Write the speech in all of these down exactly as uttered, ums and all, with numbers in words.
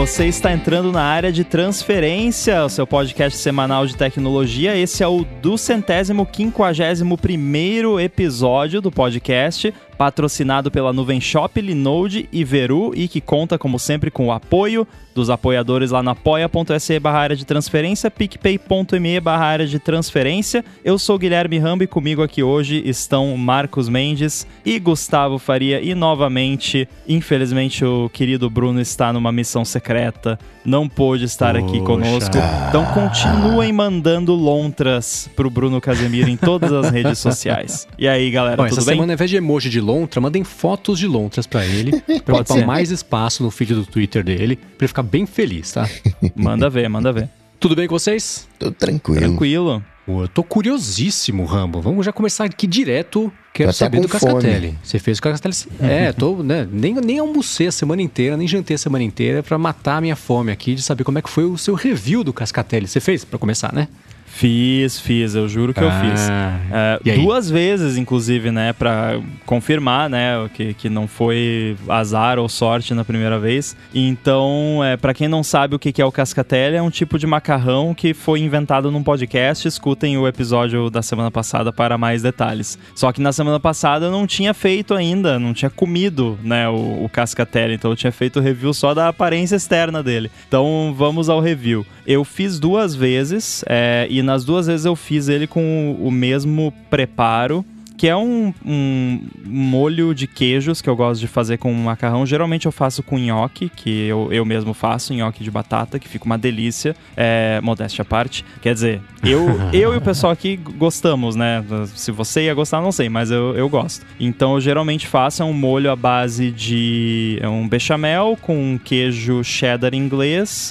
você está entrando na área de transferência, o seu podcast semanal de tecnologia. Esse é o duzentésimo quinquagésimo primeiro episódio do podcast, patrocinado pela Nuvem Shop, Linode e Veru, e que conta, como sempre, com o apoio dos apoiadores lá no apoia.se barra área de transferência, picpay.me barra área de transferência. Eu sou o Guilherme Rambo e comigo aqui hoje estão Marcos Mendes e Gustavo Faria. E novamente, infelizmente, o querido Bruno está numa missão secreta, não pôde estar Poxa. aqui conosco. Então continuem mandando lontras pro Bruno Casemiro em todas as redes sociais. E aí, galera, Bom, tudo essa bem? semana, ao invés de emoji de lontra, mandem fotos de lontras pra ele, pra ocupar mais espaço no feed do Twitter dele, pra ele ficar bem feliz, tá? Manda ver, manda ver. Tudo bem com vocês? Tudo tranquilo. Tranquilo. Pô, eu tô curiosíssimo, Rambo. Vamos já começar aqui direto. Quero saber do Cascatelli. Você fez o Cascatelli? É, tô, né? Nem, nem almocei a semana inteira, nem jantei a semana inteira pra matar a minha fome aqui de saber como é que foi o seu review do Cascatelli. Você fez, pra começar, né? Fiz, fiz, eu juro que ah, eu fiz. É, duas vezes, inclusive, né, pra confirmar, né, que, que não foi azar ou sorte na primeira vez. Então, é, pra quem não sabe o que é o Cascatelli, é um tipo de macarrão que foi inventado num podcast. Escutem o episódio da semana passada para mais detalhes. Só que na semana passada eu não tinha feito ainda, não tinha comido, né, o, o Cascatelli. Então eu tinha feito o review só da aparência externa dele. Então, vamos ao review. Eu fiz duas vezes, é, e nas duas vezes eu fiz ele com o mesmo preparo, que é um, um molho de queijos que eu gosto de fazer com macarrão. Geralmente eu faço com nhoque, que eu, eu mesmo faço, nhoque de batata, que fica uma delícia, é, modéstia à parte. Quer dizer, eu, eu e o pessoal aqui gostamos, né? Se você ia gostar, não sei, mas eu, eu gosto. Então eu geralmente faço é um molho à base de é um bechamel com queijo cheddar inglês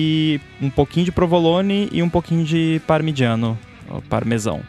e um pouquinho de provolone e um pouquinho de parmigiano. Parmesão,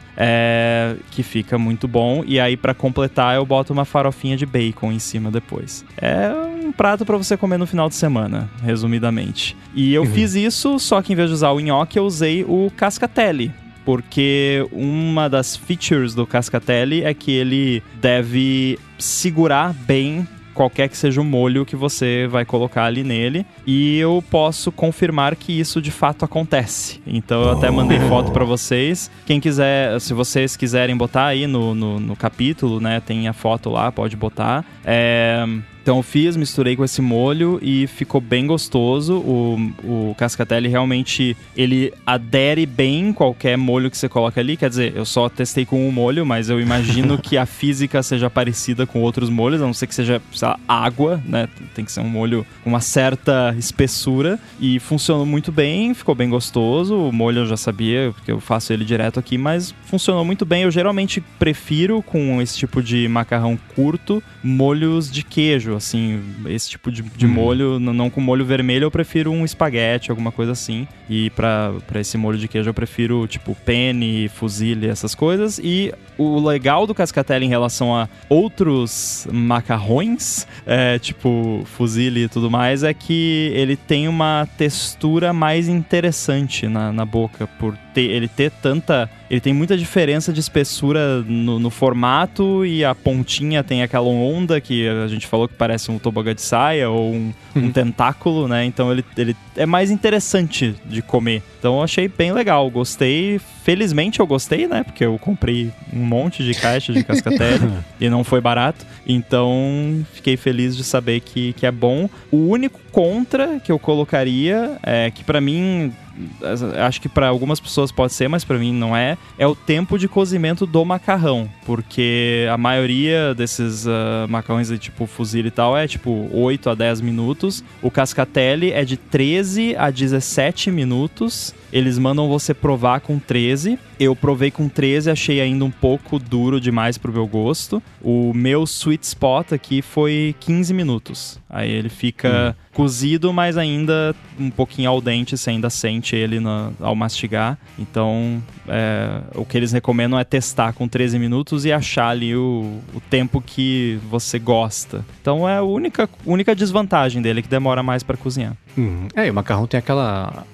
é, que fica muito bom. E aí, pra completar, eu boto uma farofinha de bacon em cima depois. É um prato pra você comer no final de semana, resumidamente. E eu uhum. fiz isso, só que em vez de usar o nhoque, eu usei o Cascatelli. Porque uma das features do Cascatelli é que ele deve segurar bem qualquer que seja o molho que você vai colocar ali nele, e eu posso confirmar que isso de fato acontece. Então eu até mandei foto pra vocês. Quem quiser, se vocês quiserem botar aí no, no, no capítulo, né, tem a foto lá, pode botar. É... Então eu fiz, misturei com esse molho e ficou bem gostoso. O, o Cascatelli realmente, ele adere bem qualquer molho que você coloca ali. Quer dizer, eu só testei com um molho, mas eu imagino que a física seja parecida com outros molhos, a não ser que seja, sei lá, água, né? Tem que ser um molho com uma certa espessura. E funcionou muito bem, ficou bem gostoso. O molho eu já sabia, porque eu faço ele direto aqui, mas funcionou muito bem. Eu geralmente prefiro, com esse tipo de macarrão curto, molhos de queijo. Assim, esse tipo de, de hum. molho, não com molho vermelho, eu prefiro um espaguete, alguma coisa assim. E pra, pra esse molho de queijo eu prefiro, tipo, penne, fusilli, essas coisas. E o legal do Cascatelli em relação a outros macarrões, é, tipo fusilli e tudo mais, é que ele tem uma textura mais interessante na, na boca, por ter, ele ter tanta... Ele tem muita diferença de espessura no, no formato, e a pontinha tem aquela onda que a gente falou que parece um tobogã de saia ou um, um tentáculo, né? Então ele, ele é mais interessante de comer. Então eu achei bem legal, gostei. Felizmente eu gostei, né? Porque eu comprei um monte de caixa de Cascatelli e não foi barato. Então fiquei feliz de saber que, que é bom. O único contra que eu colocaria, é que pra mim... acho que para algumas pessoas pode ser, mas para mim não é, é o tempo de cozimento do macarrão, porque a maioria desses uh, macarrões de tipo fusilli e tal é tipo oito a dez minutos, o Cascatelli é de treze a dezessete minutos, eles mandam você provar com treze, eu provei com treze, achei ainda um pouco duro demais pro meu gosto, o meu sweet spot aqui foi quinze minutos, aí ele fica hum. cozido, mas ainda um pouquinho al dente, você ainda sente ele no, ao mastigar. Então, é, o que eles recomendam é testar com treze minutos e achar ali o, o tempo que você gosta. Então, é a única, única desvantagem dele, que demora mais para cozinhar. Hum, é, e o macarrão tem aquela...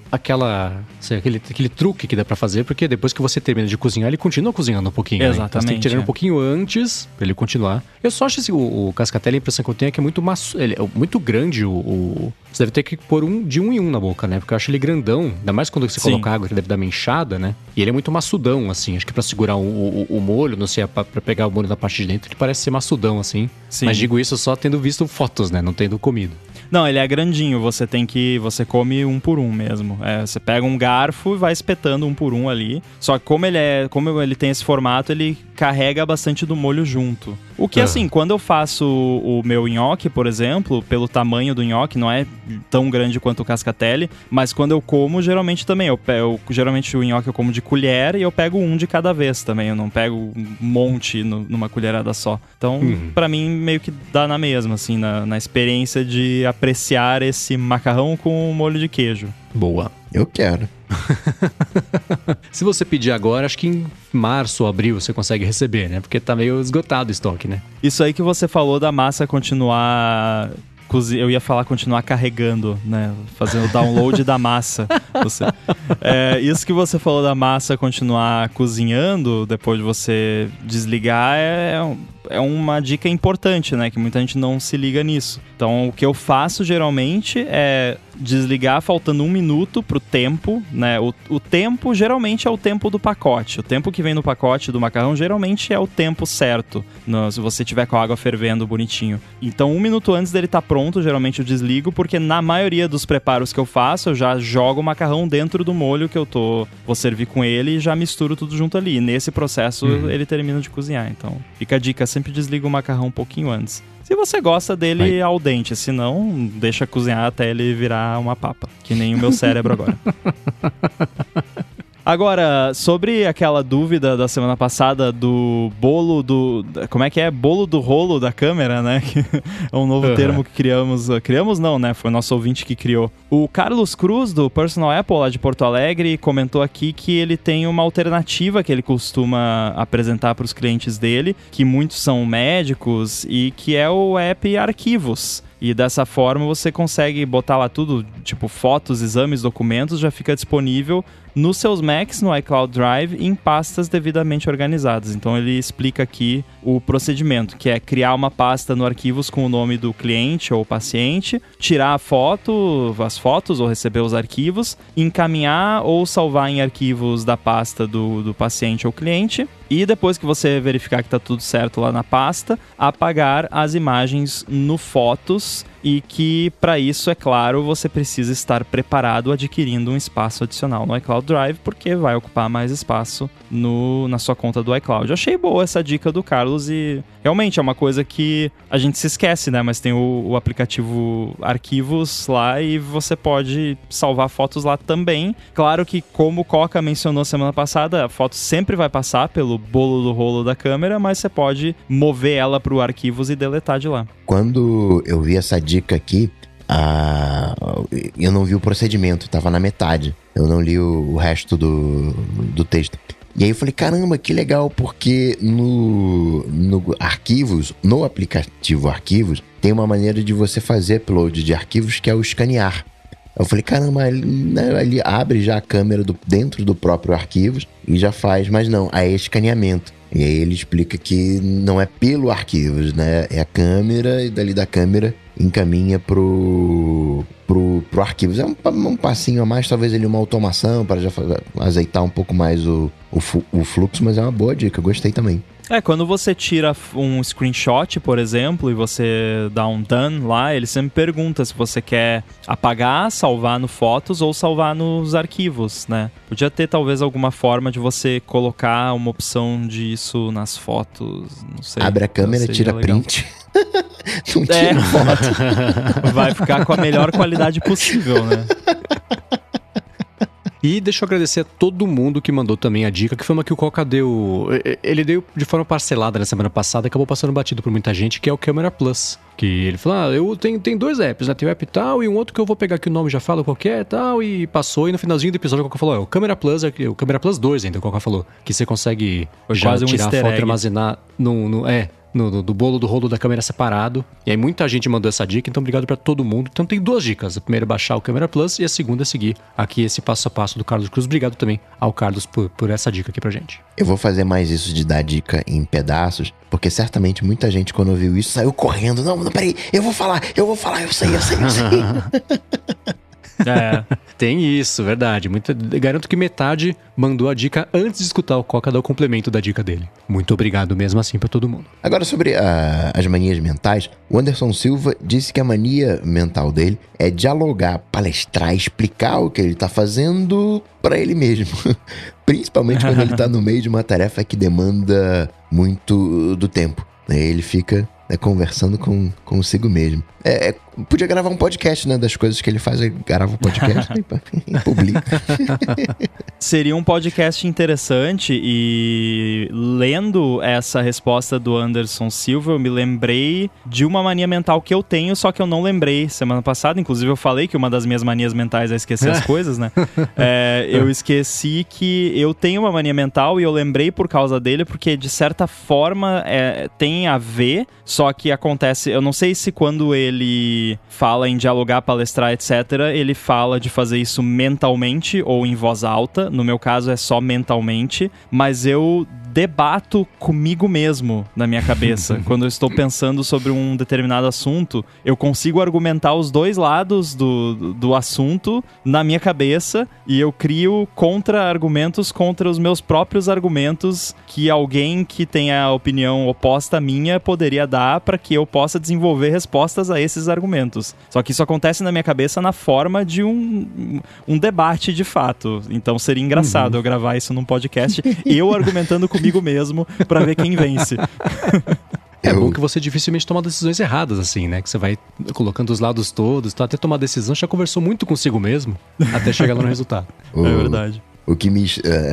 aquela, sei, aquele, aquele truque que dá pra fazer, porque depois que você termina de cozinhar, ele continua cozinhando um pouquinho. Exatamente. Né? Então você tem que tirar é. um pouquinho antes pra ele continuar. Eu só acho assim, o, o cascatelli, a impressão que eu tenho é que é muito, maço, ele é muito grande o, o... Você deve ter que pôr um de um em um na boca, né? Porque eu acho ele grandão, ainda mais quando você Sim. coloca água, que deve dar uma enxada, né? E ele é muito maçudão, assim. Acho que pra segurar o, o, o molho, não sei, pra, pra pegar o molho da parte de dentro, ele parece ser maçudão, assim. Sim. Mas digo isso só tendo visto fotos, né? Não tendo comido. Não, ele é grandinho, você tem que... Você come um por um mesmo. É, você pega um garfo e vai espetando um por um ali. Só que como ele, é, como ele tem esse formato, ele carrega bastante do molho junto. O que, ah. assim, quando eu faço o meu nhoque, por exemplo, pelo tamanho do nhoque, não é tão grande quanto o cascatelli, mas quando eu como, geralmente também. Eu, eu, geralmente o nhoque eu como de colher e eu pego um de cada vez também. Eu não pego um monte no, numa colherada só. Então, uhum. pra mim, meio que dá na mesma, assim, na, na experiência de apreciar esse macarrão com molho de queijo. Boa. Eu quero. Se você pedir agora, acho que em março ou abril você consegue receber, né? Porque tá meio esgotado o estoque, né? Isso aí que você falou da massa continuar... Eu ia falar continuar carregando, né? Fazendo o download da massa. Você... É, isso que você falou da massa continuar cozinhando depois de você desligar é... é uma dica importante, né? Que muita gente não se liga nisso. Então, o que eu faço geralmente é desligar faltando um minuto pro tempo, né? O, o tempo geralmente é o tempo do pacote. O tempo que vem no pacote do macarrão geralmente é o tempo certo, no, se você tiver com a água fervendo bonitinho. Então, um minuto antes dele estar pronto, geralmente eu desligo, porque na maioria dos preparos que eu faço, eu já jogo o macarrão dentro do molho que eu tô, vou servir com ele e já misturo tudo junto ali. E nesse processo, uhum. ele termina de cozinhar. Então, fica a dica, sempre desliga o macarrão um pouquinho antes. Se você gosta dele Vai. al dente, se não, deixa cozinhar até ele virar uma papa, que nem o meu cérebro agora. Agora, sobre aquela dúvida da semana passada do bolo do... Como é que é? Bolo do rolo da câmera, né? É um novo uhum. termo que criamos. Criamos não, né? Foi o nosso ouvinte que criou. O Carlos Cruz, do Personal Apple, lá de Porto Alegre, comentou aqui que ele tem uma alternativa que ele costuma apresentar para os clientes dele, que muitos são médicos, e que é o app Arquivos. E dessa forma você consegue botar lá tudo, tipo fotos, exames, documentos, já fica disponível nos seus Macs, no iCloud Drive, em pastas devidamente organizadas. Então ele explica aqui o procedimento, que é criar uma pasta no Arquivos com o nome do cliente ou paciente, tirar a foto, as fotos ou receber os arquivos, encaminhar ou salvar em arquivos da pasta do, do paciente ou cliente, e depois que você verificar que está tudo certo lá na pasta, apagar as imagens no Fotos, e que para isso, é claro, você precisa estar preparado adquirindo um espaço adicional no iCloud Drive, porque vai ocupar mais espaço no, na sua conta do iCloud. Eu achei boa essa dica do Carlos e realmente é uma coisa que a gente se esquece, né? Mas tem o, o aplicativo Arquivos lá e você pode salvar fotos lá também. Claro que, como o Coca mencionou semana passada, a foto sempre vai passar pelo bolo do rolo da câmera, mas você pode mover ela para o Arquivos e deletar de lá. Quando eu vi essa dica aqui, ah, eu não vi o procedimento, estava na metade. Eu não li o, o resto do, do texto. E aí eu falei, caramba, que legal, porque no, no Arquivos, no aplicativo Arquivos, tem uma maneira de você fazer upload de arquivos que é o escanear. Eu falei, caramba, ele, né, ele abre já a câmera do, dentro do próprio Arquivos e já faz, mas não, aí é escaneamento. E aí ele explica que não é pelo Arquivos, né? É a câmera e dali da câmera encaminha pro, pro, pro Arquivos. É um, um passinho a mais, talvez ele uma automação para já fazer, azeitar um pouco mais o, o, o fluxo, mas é uma boa dica, eu gostei também. É, quando você tira um screenshot, por exemplo, e você dá um done lá, ele sempre pergunta se você quer apagar, salvar no Fotos ou salvar nos arquivos, né? Podia ter talvez alguma forma de você colocar uma opção disso nas fotos, não sei. Abre a câmera, tira legal. Print. Não tira é. foto. Vai ficar com a melhor qualidade possível, né? E deixa eu agradecer a todo mundo que mandou também a dica, que foi uma que o Coca deu... Ele deu de forma parcelada na semana passada, acabou passando batido por muita gente, que é o Camera Plus. Que ele falou, ah, eu tenho, tenho dois apps, né? Tem o app tal e um outro que eu vou pegar aqui o nome, já falo qual que é tal, e passou. E no finalzinho do episódio o Coca falou, é o Camera Plus, é o Camera Plus dois ainda, o Coca falou. Que você consegue já quase tirar um a foto egg. e armazenar no, no... É, no, no, do bolo do rolo da câmera separado. E aí muita gente mandou essa dica, então obrigado pra todo mundo. Então tem duas dicas. A primeira é baixar o Câmera Plus e a segunda é seguir aqui esse passo a passo do Carlos Cruz. Obrigado também ao Carlos por, por essa dica aqui pra gente. Eu vou fazer mais isso de dar dica em pedaços, porque certamente muita gente quando ouviu isso saiu correndo. Não, não, peraí, eu vou falar, eu vou falar, eu sei, eu sei, eu sei. É, tem isso, verdade. Muita, garanto que metade mandou a dica antes de escutar o Coca dar o complemento da dica dele. Muito obrigado mesmo assim pra todo mundo. Agora sobre uh, as manias mentais, o Anderson Silva disse que a mania mental dele é dialogar, palestrar, explicar o que ele tá fazendo pra ele mesmo. Principalmente quando ele tá no meio de uma tarefa que demanda muito do tempo. Ele fica... É, conversando com, consigo mesmo. É, é, podia gravar um podcast, né? Das coisas que ele faz, ele grava um podcast e publica. Seria um podcast interessante e lendo essa resposta do Anderson Silva, eu me lembrei de uma mania mental que eu tenho, só que eu não lembrei semana passada. Inclusive eu falei que uma das minhas manias mentais é esquecer as coisas, né? É, eu esqueci que eu tenho uma mania mental e eu lembrei por causa dele, porque de certa forma é, tem a ver. Só que acontece, eu não sei se quando ele fala em dialogar, palestrar, etcétera, ele fala de fazer isso mentalmente ou em voz alta. No meu caso é só mentalmente, mas eu debato comigo mesmo na minha cabeça. Quando eu estou pensando sobre um determinado assunto, eu consigo argumentar os dois lados do, do assunto na minha cabeça e eu crio contra-argumentos contra os meus próprios argumentos que alguém que tenha a opinião oposta à minha poderia dar para que eu possa desenvolver respostas a esses argumentos. Só que isso acontece na minha cabeça na forma de um, um debate de fato. Então seria engraçado uhum. eu gravar isso num podcast, eu argumentando comigo mesmo pra ver quem vence. É bom que você dificilmente toma decisões erradas, assim, né? Que você vai colocando os lados todos, tá? Até tomar decisão, já conversou muito consigo mesmo, até chegar lá no resultado. O, é verdade. O que me,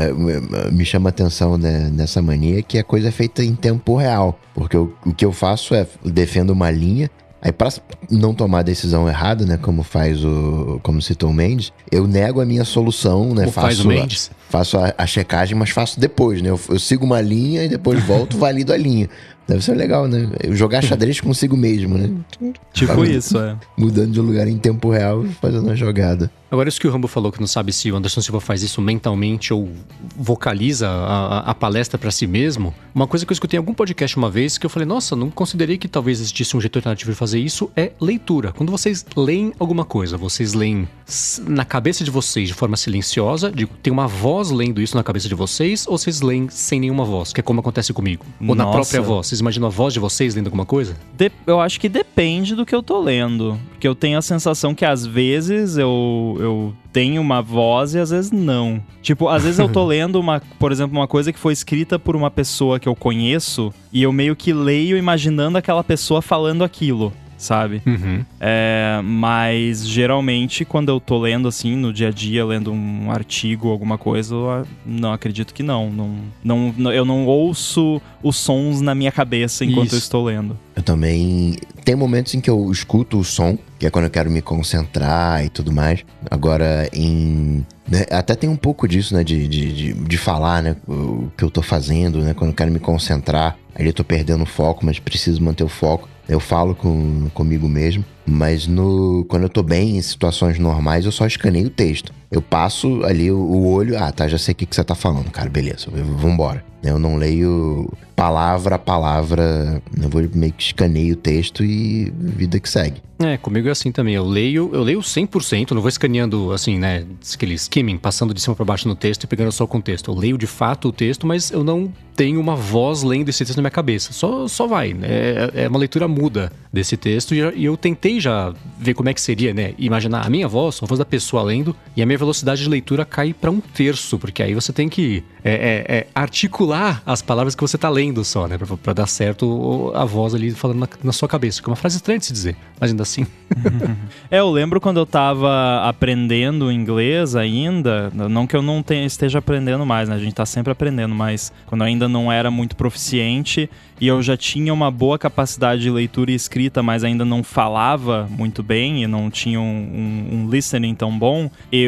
uh, me chama atenção, né, nessa mania é que a coisa é feita em tempo real. Porque eu, o que eu faço é defendo uma linha. Aí pra não tomar a decisão errada, né, como faz o... como citou o Mendes, eu nego a minha solução, né, como faço, faz o Mendes? A, faço a, a checagem, mas faço depois, né, eu, eu sigo uma linha e depois volto, valido a linha. Deve ser legal, né, eu jogar xadrez consigo mesmo, né. Tipo Fala, isso, é. Mudando de lugar em tempo real e fazendo a jogada. Agora, isso que o Rambo falou, que não sabe se o Anderson Silva faz isso mentalmente ou vocaliza a, a, a palestra pra si mesmo. Uma coisa que eu escutei em algum podcast uma vez, que eu falei, nossa, não considerei que talvez existisse um jeito alternativo de fazer isso, é leitura. Quando vocês leem alguma coisa, vocês leem na cabeça de vocês de forma silenciosa, digo, tem uma voz lendo isso na cabeça de vocês, ou vocês leem sem nenhuma voz, que é como acontece comigo? Ou nossa. Na própria voz? Vocês imaginam a voz de vocês lendo alguma coisa? De- eu acho que depende do que eu tô lendo. Porque eu tenho a sensação que às vezes eu... eu tenho uma voz e às vezes não. Tipo, às vezes eu tô lendo, uma, por exemplo, uma coisa que foi escrita por uma pessoa que eu conheço e eu meio que leio imaginando aquela pessoa falando aquilo, sabe? Uhum. É, mas geralmente quando eu tô lendo assim, no dia a dia, lendo um artigo, alguma coisa, eu não acredito que não. não, não eu não ouço os sons na minha cabeça enquanto Isso. eu estou lendo. Eu também... Tem momentos em que eu escuto o som, que é quando eu quero me concentrar e tudo mais. Agora, em... Né, até tem um pouco disso, né? De, de, de, de falar, né? O que eu tô fazendo, né? Quando eu quero me concentrar. Aí eu tô perdendo o foco, mas preciso manter o foco. Eu falo com, comigo mesmo. Mas no, quando eu tô bem em situações normais, eu só escaneio o texto. Eu passo ali o, o olho... Ah, tá, já sei o que, que você tá falando, cara. Beleza, vambora. Eu não leio palavra a palavra. Eu vou meio que escaneio o texto e vida que segue. É, comigo é assim também. Eu leio, eu leio cem por cento, não vou escaneando assim, né, aquele skimming, passando de cima para baixo no texto e pegando só o contexto. Eu leio de fato o texto, mas eu não tenho uma voz lendo esse texto na minha cabeça. Só, só vai, né? É, é uma leitura muda desse texto e, e eu tentei já ver como é que seria, né? Imaginar a minha voz, a voz da pessoa lendo, e a minha velocidade de leitura cai para um terço, porque aí você tem que é, é, é, articular as palavras que você tá lendo só, né? Pra, pra dar certo a voz ali falando na, na sua cabeça. Que é uma frase estranha de se dizer, mas ainda assim. É, eu lembro quando eu tava aprendendo inglês ainda, não que eu não tenha, esteja aprendendo mais, né? A gente tá sempre aprendendo, mas quando eu ainda ainda não era muito proficiente e eu já tinha uma boa capacidade de leitura e escrita, mas ainda não falava muito bem e não tinha um, um, um listening tão bom,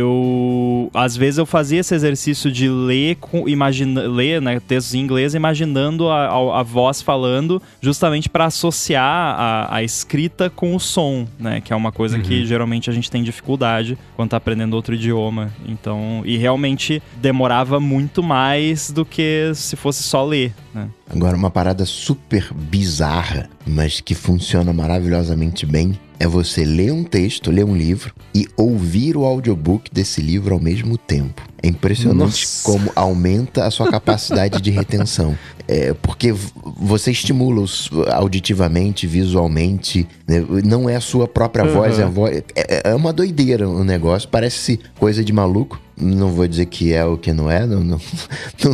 eu... Às vezes eu fazia esse exercício de ler, com, imagina, ler né, textos em inglês imaginando a, a, a voz falando, justamente para associar a, a escrita com o som, né? Que é uma coisa uhum. que geralmente a gente tem dificuldade quando tá aprendendo outro idioma. Então, e realmente demorava muito mais do que se fosse só ler, né? Agora, uma parada super bizarra, mas que funciona maravilhosamente bem, é você ler um texto, ler um livro e ouvir o audiobook desse livro ao mesmo tempo. É impressionante Nossa. Como aumenta a sua capacidade de retenção. É, porque você estimula os, auditivamente, visualmente, né? Não é a sua própria uhum. voz, é, a voz é, é uma doideira o negócio, parece coisa de maluco. Não vou dizer que é ou que não é, não, não, não,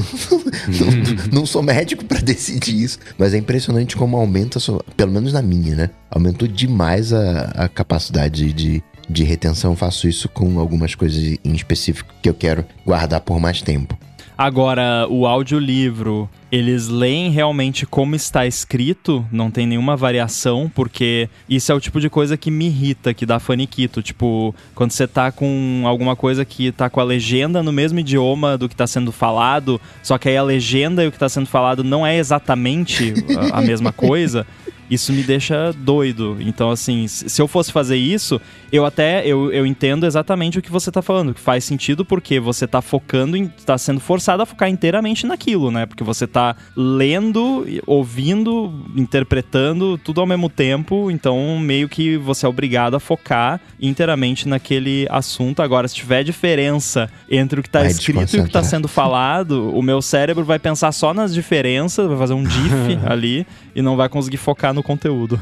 não, não sou médico para decidir isso, mas é impressionante como aumenta, a sua, pelo menos na minha, né? Aumentou demais a, a capacidade de, de retenção. Faço isso com algumas coisas em específico que eu quero guardar por mais tempo. Agora, o audiolivro, eles leem realmente como está escrito, não tem nenhuma variação, porque isso é o tipo de coisa que me irrita, que dá faniquito. Tipo, quando você tá com alguma coisa que tá com a legenda no mesmo idioma do que tá sendo falado, só que aí a legenda e o que tá sendo falado não é exatamente a, a mesma coisa, isso me deixa doido. Então, assim, se eu fosse fazer isso, eu até, eu, eu entendo exatamente o que você tá falando, que faz sentido porque você tá focando, em, tá sendo forçado a focar inteiramente naquilo, né? Porque você tá lendo, ouvindo, interpretando, tudo ao mesmo tempo, então meio que você é obrigado a focar inteiramente naquele assunto. Agora, se tiver diferença entre o que tá vai escrito e o que tá sendo falado, o meu cérebro vai pensar só nas diferenças, vai fazer um diff ali e não vai conseguir focar no conteúdo.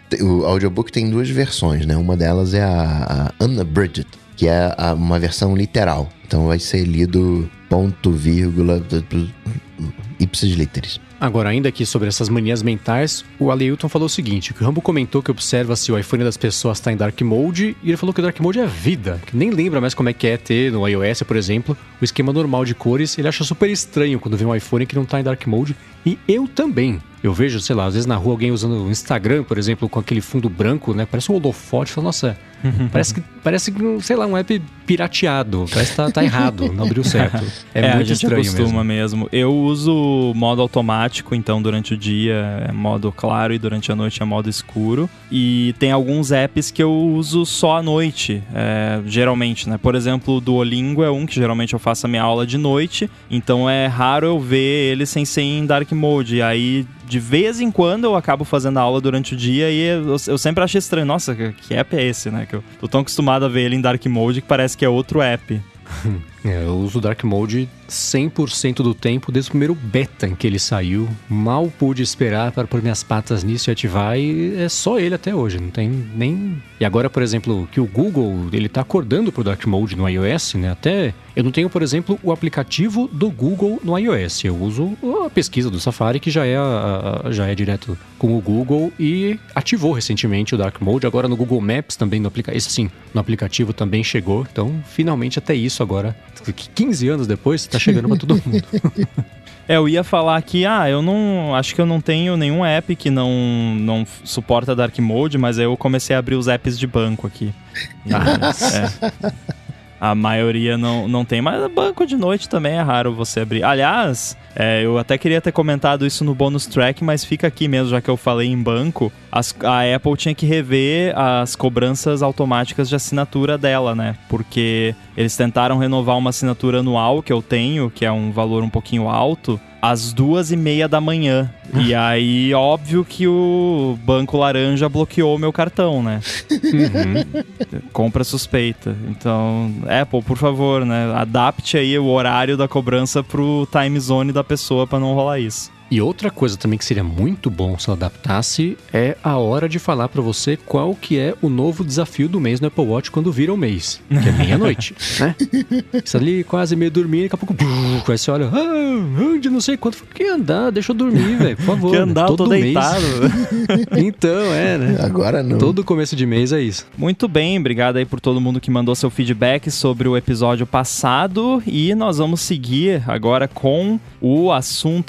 O audiobook tem duas versões, né? Uma delas é a, a Unabridged, que é a, uma versão literal. Então vai ser lido ponto, vírgula, ipsis literis. Agora, ainda aqui sobre essas manias mentais, o Aleilton falou o seguinte, que o Rambo comentou que observa se o iPhone das pessoas está em Dark Mode, e ele falou que o Dark Mode é a vida, que nem lembra mais como é que é ter no iOS, por exemplo, o esquema normal de cores. Ele acha super estranho quando vê um iPhone que não está em Dark Mode, e eu também. Eu vejo, sei lá, às vezes na rua alguém usando o Instagram, por exemplo, com aquele fundo branco, né? Parece um holofote. Fala, nossa, parece que, parece, sei lá, um app pirateado. Parece que tá, tá errado, não abriu certo. É, é muito a gente estranho acostuma mesmo. mesmo. Eu uso modo automático, então durante o dia é modo claro e durante a noite é modo escuro. E tem alguns apps que eu uso só à noite, é, geralmente, né? Por exemplo, o Duolingo é um que geralmente eu faço a minha aula de noite, então é raro eu ver ele sem ser em Dark Mode. E aí, de vez em quando eu acabo fazendo a aula durante o dia e eu, eu sempre acho estranho. Nossa, que app é esse, né? Que eu tô tão acostumado a ver ele em Dark Mode que parece que é outro app. É, eu uso Dark Mode cem por cento do tempo desde o primeiro beta em que ele saiu. Mal pude esperar para pôr minhas patas nisso e ativar, e é só ele até hoje, não tem nem... E agora, por exemplo, que o Google, ele tá acordando pro Dark Mode no iOS, né? Até eu não tenho, por exemplo, o aplicativo do Google no iOS. Eu uso a pesquisa do Safari, que já é, a, a, já é direto com o Google, e ativou recentemente o Dark Mode. Agora no Google Maps também, no aplicativo, esse sim, no aplicativo também chegou. Então, finalmente até isso agora, quinze anos depois, tá chegando pra todo mundo. É, eu ia falar que, ah, eu não... Acho que eu não tenho nenhum app que não, não suporta Dark Mode, mas aí eu comecei a abrir os apps de banco aqui. E, é, a maioria não, não tem, mas banco de noite também é raro você abrir. Aliás, é, eu até queria ter comentado isso no bonus track, mas fica aqui mesmo, já que eu falei em banco. As, a Apple tinha que rever as cobranças automáticas de assinatura dela, né? Porque eles tentaram renovar uma assinatura anual que eu tenho, que é um valor um pouquinho alto, às duas e meia da manhã. E aí, óbvio que o Banco Laranja bloqueou o meu cartão, né? Uhum. Compra suspeita. Então, Apple, por favor, né? Adapte aí o horário da cobrança pro time zone da pessoa pra não rolar isso. E outra coisa também que seria muito bom se ela adaptasse é a hora de falar pra você qual que é o novo desafio do mês no Apple Watch quando vira o mês, que é meia-noite, né? Você ali quase meio dormindo, daqui a pouco aí você olha, ah, ande não sei quanto, que andar, deixa eu dormir, velho, por favor. Que andar, todo tô mês. Deitado. Então, é, né? Agora não. Todo começo de mês é isso. Muito bem, obrigado aí por todo mundo que mandou seu feedback sobre o episódio passado, e nós vamos seguir agora com o assunto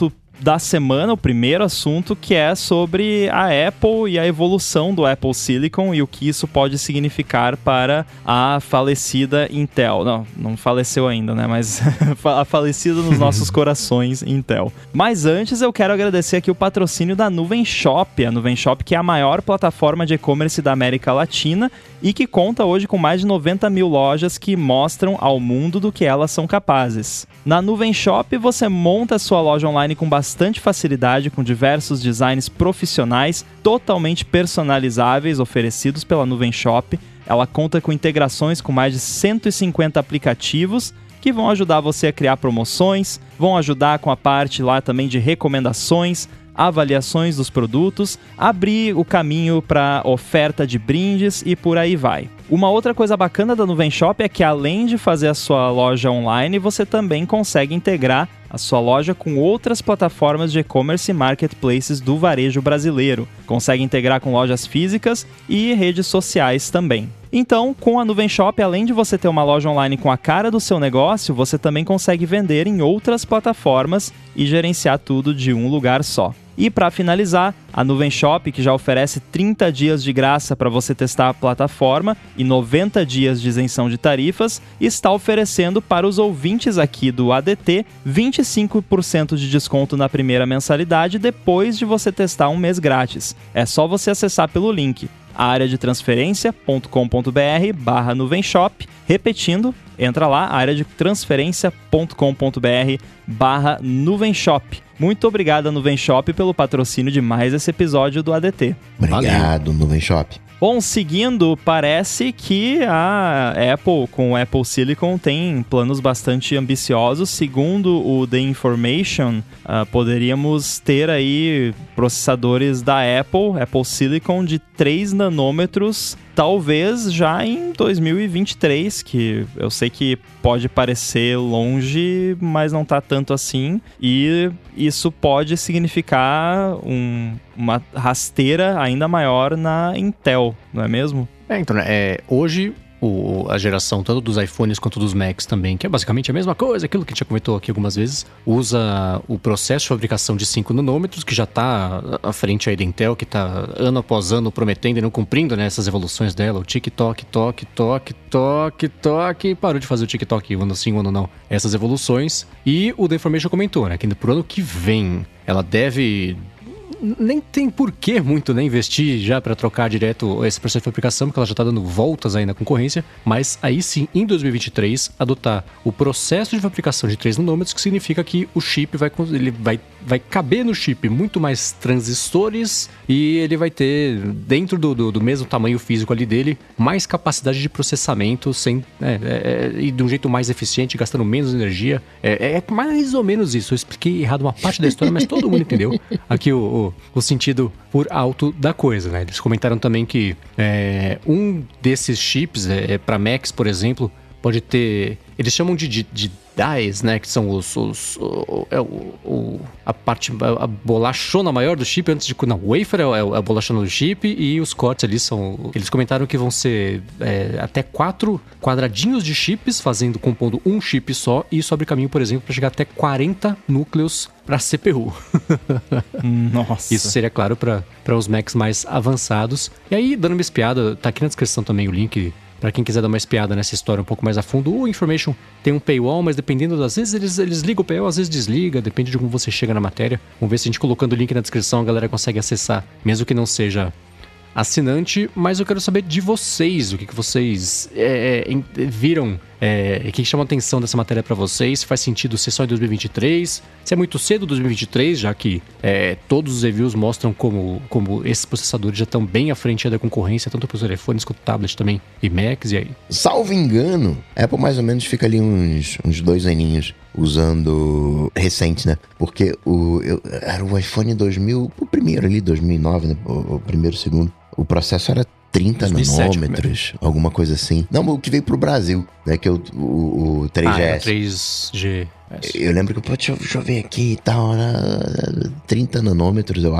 da semana, o primeiro assunto, que é sobre a Apple e a evolução do Apple Silicon e o que isso pode significar para a falecida Intel. Não, não faleceu ainda, né? Mas a falecida nos nossos corações Intel. Mas antes eu quero agradecer aqui o patrocínio da Nuvem Shop. A Nuvem Shop, que é a maior plataforma de e-commerce da América Latina e que conta hoje com mais de noventa mil lojas que mostram ao mundo do que elas são capazes. Na Nuvem Shop você monta a sua loja online com bastante facilidade, com diversos designs profissionais totalmente personalizáveis oferecidos pela Nuvem Shop. Ela conta com integrações com mais de cento e cinquenta aplicativos que vão ajudar você a criar promoções, vão ajudar com a parte lá também de recomendações, avaliações dos produtos, abrir o caminho para oferta de brindes e por aí vai. Uma outra coisa bacana da Nuvem Shop é que além de fazer a sua loja online, você também consegue integrar a sua loja com outras plataformas de e-commerce e marketplaces do varejo brasileiro. Consegue integrar com lojas físicas e redes sociais também. Então, com a Nuvem Shop, além de você ter uma loja online com a cara do seu negócio, você também consegue vender em outras plataformas e gerenciar tudo de um lugar só. E para finalizar, a Nuvem Shop, que já oferece trinta dias de graça para você testar a plataforma e noventa dias de isenção de tarifas, está oferecendo para os ouvintes aqui do A D T vinte e cinco por cento de desconto na primeira mensalidade depois de você testar um mês grátis. É só você acessar pelo link área de transferência ponto com ponto b r barra Nuvem Shop. Repetindo, entra lá, área de transferência ponto com ponto b r barra Nuvem Shop. Muito obrigado, Nuvem Shop, pelo patrocínio de mais esse episódio do A D T. Obrigado, Valeu. Nuvem Shop. Bom, seguindo, parece que a Apple, com o Apple Silicon, tem planos bastante ambiciosos. Segundo o The Information, uh, poderíamos ter aí processadores da Apple, Apple Silicon, de três nanômetros, talvez já em dois mil e vinte e três, que eu sei que pode parecer longe, mas não tá tanto assim. E isso pode significar um, uma rasteira ainda maior na Intel, não é mesmo? É, então, é, hoje o, a geração tanto dos iPhones quanto dos Macs também, que é basicamente a mesma coisa, aquilo que a gente já comentou aqui algumas vezes, usa o processo de fabricação de cinco nanômetros, que já está à frente aí da Intel, que está ano após ano prometendo e não cumprindo, né, essas evoluções dela, o TikTok, toque, toque, toque, toque, parou de fazer o TikTok, ano sim, ano não, essas evoluções. E o The Information comentou, né, que pro ano que vem ela deve... Nem tem porquê muito, né, investir já para trocar direto esse processo de fabricação, porque ela já está dando voltas aí na concorrência, mas aí sim, em dois mil e vinte e três, adotar o processo de fabricação de três nanômetros, que significa que o chip vai, ele vai, vai caber no chip muito mais transistores e ele vai ter, dentro do, do, do mesmo tamanho físico ali dele, mais capacidade de processamento sem, é, é, e de um jeito mais eficiente, gastando menos energia. É, é mais ou menos isso. Eu expliquei errado uma parte da história, mas todo mundo entendeu aqui o, o o sentido por alto da coisa, né? Eles comentaram também que é, um desses chips, é, para Macs, por exemplo, pode ter... Eles chamam de, de, de dies, né? Que são os... os o, é o, o, a parte... A bolachona maior do chip antes de... Não, o wafer é, é a bolachona do chip e os cortes ali são... Eles comentaram que vão ser é, até quatro quadradinhos de chips, fazendo, compondo um chip só, e isso abre caminho, por exemplo, para chegar até quarenta núcleos para C P U. Nossa. Isso seria, claro, para os Macs mais avançados. E aí, dando uma espiada, tá aqui na descrição também o link... Para quem quiser dar uma espiada nessa história um pouco mais a fundo, o Information tem um paywall, mas dependendo das vezes eles, eles ligam o paywall, às vezes desliga, depende de como você chega na matéria. Vamos ver se a gente colocando o link na descrição a galera consegue acessar, mesmo que não seja assinante. Mas eu quero saber de vocês, o que, que vocês é, é, viram, é, o que, que chama a atenção dessa matéria para vocês, se faz sentido ser só em dois mil e vinte e três, se é muito cedo dois mil e vinte e três, já que é, todos os reviews mostram como, como esses processadores já estão bem à frente da concorrência, tanto para os telefones quanto tablets também, e Macs, e aí? Salvo engano, a Apple mais ou menos fica ali uns, uns dois aninhos usando recente, né? Porque o, eu, era o iPhone dois mil, o primeiro ali, dois mil e nove, né? O, o primeiro, o segundo. O processo era trinta nanômetros, alguma coisa assim. Não, o que veio pro Brasil, né? Que é o, o, o três G S. Ah, três G S. Eu lembro que, pô, deixa eu, deixa eu ver aqui e tal, né? trinta nanômetros, eu acho.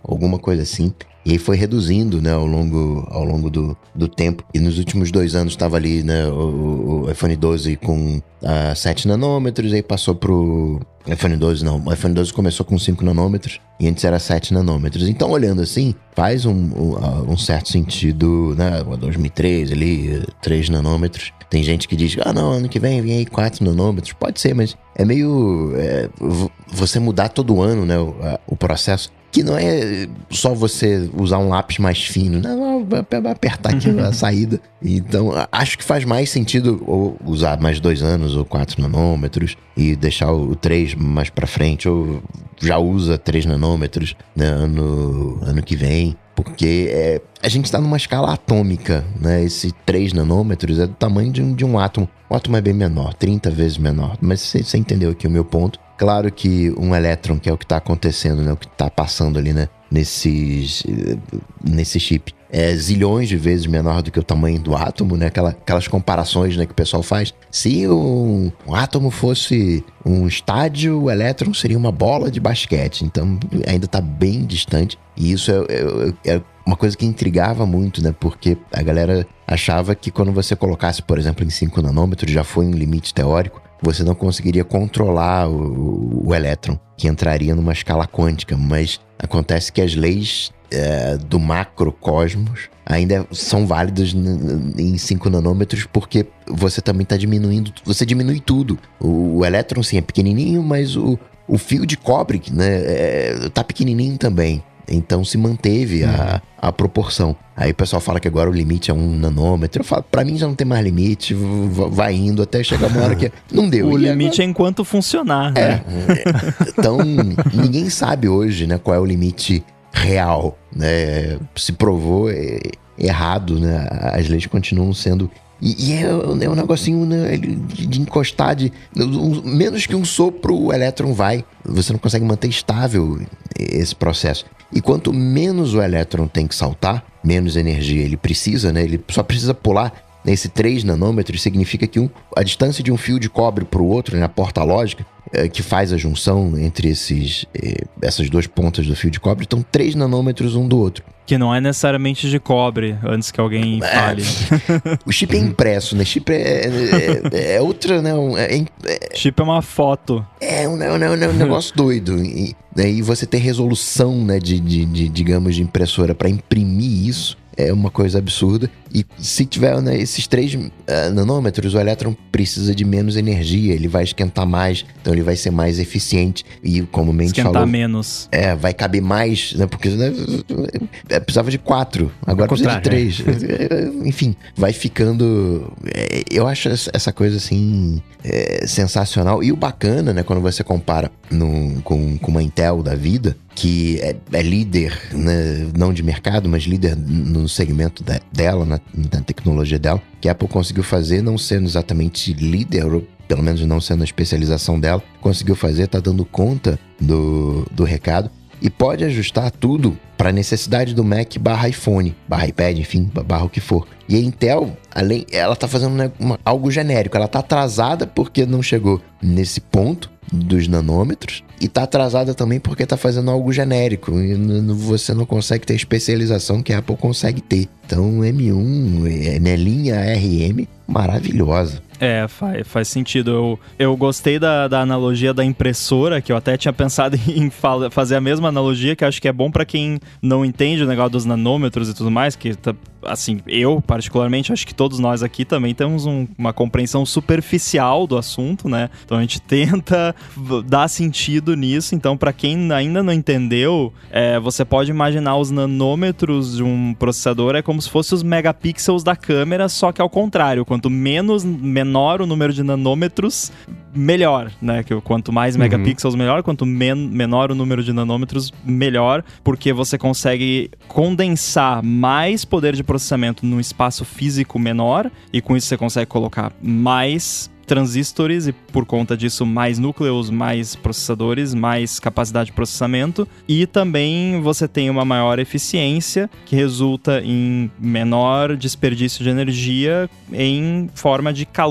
alguma coisa assim. E aí foi reduzindo, né, ao longo, ao longo do, do tempo. E nos últimos dois anos estava ali, né, o, o iPhone doze com uh, sete nanômetros, aí passou pro iPhone doze, não. O iPhone doze começou com cinco nanômetros e antes era sete nanômetros. Então, olhando assim, faz um, um, um certo sentido, né, dois mil e treze ali, três nanômetros. Tem gente que diz, ah, não, ano que vem vem aí quatro nanômetros. Pode ser, mas é meio... É, você mudar todo ano, né, o, a, o processo. Que não é só você usar um lápis mais fino, não, vai apertar aqui a saída. Então, acho que faz mais sentido ou usar mais dois anos ou quatro nanômetros e deixar o três mais pra frente, ou já usa três nanômetros, né, ano, ano que vem. Porque é, a gente está numa escala atômica, né? Esse três nanômetros é do tamanho de um, de um átomo. O átomo é bem menor, trinta vezes menor. Mas você, você entendeu aqui o meu ponto. Claro que um elétron, que é o que está acontecendo, né? O que está passando ali, né? Nesses, nesse chip, é zilhões de vezes menor do que o tamanho do átomo, né? Aquela, aquelas comparações, né, que o pessoal faz. Se um, um átomo fosse um estádio, o elétron seria uma bola de basquete. Então, ainda está bem distante. E isso é, é, é uma coisa que intrigava muito, né? Porque a galera achava que quando você colocasse, por exemplo, em cinco nanômetros, já foi um limite teórico, você não conseguiria controlar o, o elétron, que entraria numa escala quântica. Mas acontece que as leis é, do macrocosmos ainda são válidas em cinco nanômetros, porque você também está diminuindo, você diminui tudo. O, o elétron, sim, é pequenininho, mas o, o fio de cobre, né, é, tá pequenininho também. Então se manteve a, a proporção. Aí o pessoal fala que agora o limite é um nanômetro. Eu falo, pra mim já não tem mais limite, vai indo até chegar uma hora que não deu. O e limite agora... é enquanto funcionar, né? É. Então ninguém sabe hoje, né, qual é o limite real, né? Se provou é, errado, né? As leis continuam sendo... E, e é, é um negocinho, né, de, de encostar, de um, menos que um sopro o elétron vai. Você não consegue manter estável esse processo. E quanto menos o elétron tem que saltar, menos energia ele precisa, né? Ele só precisa pular. Nesse três nanômetros significa que um, a distância de um fio de cobre para o outro, na porta lógica, é, que faz a junção entre esses, é, essas duas pontas do fio de cobre, estão três nanômetros um do outro. Que não é necessariamente de cobre, antes que alguém fale. É, o chip é impresso, né? Chip é, é, é outra, né? É, é, chip é uma foto. É um, é um, é um negócio doido. E, né? E você ter resolução, né, de, de, de, digamos, de impressora para imprimir isso é uma coisa absurda. E se tiver, né, esses três uh, nanômetros, o elétron precisa de menos energia, ele vai esquentar mais, então ele vai ser mais eficiente. E como o Mendes falou... Esquentar menos. É, vai caber mais, né, porque né, precisava de quatro, agora precisa de três. É. Enfim, vai ficando... É, eu acho essa coisa, assim, é, sensacional. E o bacana, né, quando você compara no, com, com uma Intel da vida, que é, é líder, né, não de mercado, mas líder no segmento de, dela, na, na tecnologia dela, que a Apple conseguiu fazer, não sendo exatamente líder, ou pelo menos não sendo a especialização dela, conseguiu fazer, tá dando conta do, do recado, e pode ajustar tudo para a necessidade do Mac barra iPhone, barra iPad, enfim, barra o que for. E a Intel, além, ela tá fazendo, né, uma, algo genérico, ela tá atrasada porque não chegou nesse ponto dos nanômetros, e tá atrasada também porque tá fazendo algo genérico, e n- você não consegue ter a especialização que a Apple consegue ter. Então M um, é, né, linha R M, maravilhosa. É, faz, faz sentido. Eu, eu gostei da, da analogia da impressora, que eu até tinha pensado em fala, fazer a mesma analogia, que acho que é bom pra quem não entende o negócio dos nanômetros e tudo mais, que, assim, eu particularmente, acho que todos nós aqui também temos um, uma compreensão superficial do assunto, né? Então a gente tenta dar sentido nisso. Então, pra quem ainda não entendeu, é, você pode imaginar os nanômetros de um processador é como se fossem os megapixels da câmera, só que ao contrário, quanto menos menor menor o número de nanômetros, melhor, né? Que quanto mais uhum. megapixels, melhor. Quanto men- menor o número de nanômetros, melhor, porque você consegue condensar mais poder de processamento num espaço físico menor, e com isso você consegue colocar mais transistores e, por conta disso, mais núcleos, mais processadores, mais capacidade de processamento, e também você tem uma maior eficiência que resulta em menor desperdício de energia em forma de calor,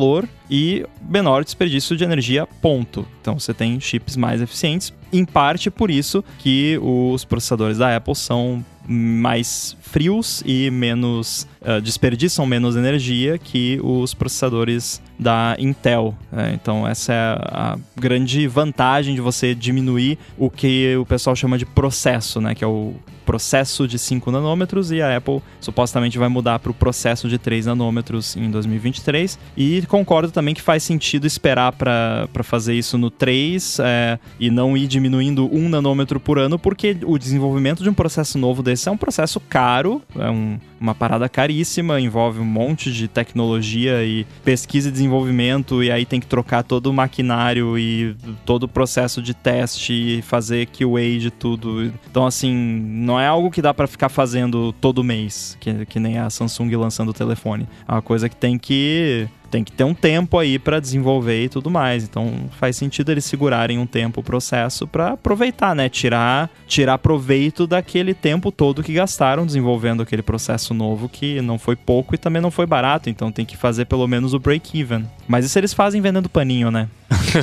e menor desperdício de energia, ponto. Então você tem chips mais eficientes, em parte por isso que os processadores da Apple são mais frios e menos uh, desperdiçam menos energia que os processadores da Intel. É, então essa é a, a grande vantagem de você diminuir o que o pessoal chama de processo, né? Que é o processo de cinco nanômetros, e a Apple supostamente vai mudar para o processo de três nanômetros em dois mil e vinte e três. E concordo também que faz sentido esperar para fazer isso no três é, e não ir diminuindo um nanômetro por ano, porque o desenvolvimento de um processo novo desse é um processo caro, é um, uma parada caríssima, envolve um monte de tecnologia e pesquisa e desenvolvimento, e aí tem que trocar todo o maquinário e todo o processo de teste e fazer Q A de tudo. Então, assim, não é algo que dá pra ficar fazendo todo mês, que, que nem a Samsung lançando o telefone. É uma coisa que tem que... tem que ter um tempo aí para desenvolver e tudo mais. Então faz sentido eles segurarem um tempo o processo para aproveitar, né? Tirar, tirar proveito daquele tempo todo que gastaram desenvolvendo aquele processo novo, que não foi pouco e também não foi barato. Então tem que fazer pelo menos o break-even. Mas isso eles fazem vendendo paninho, né?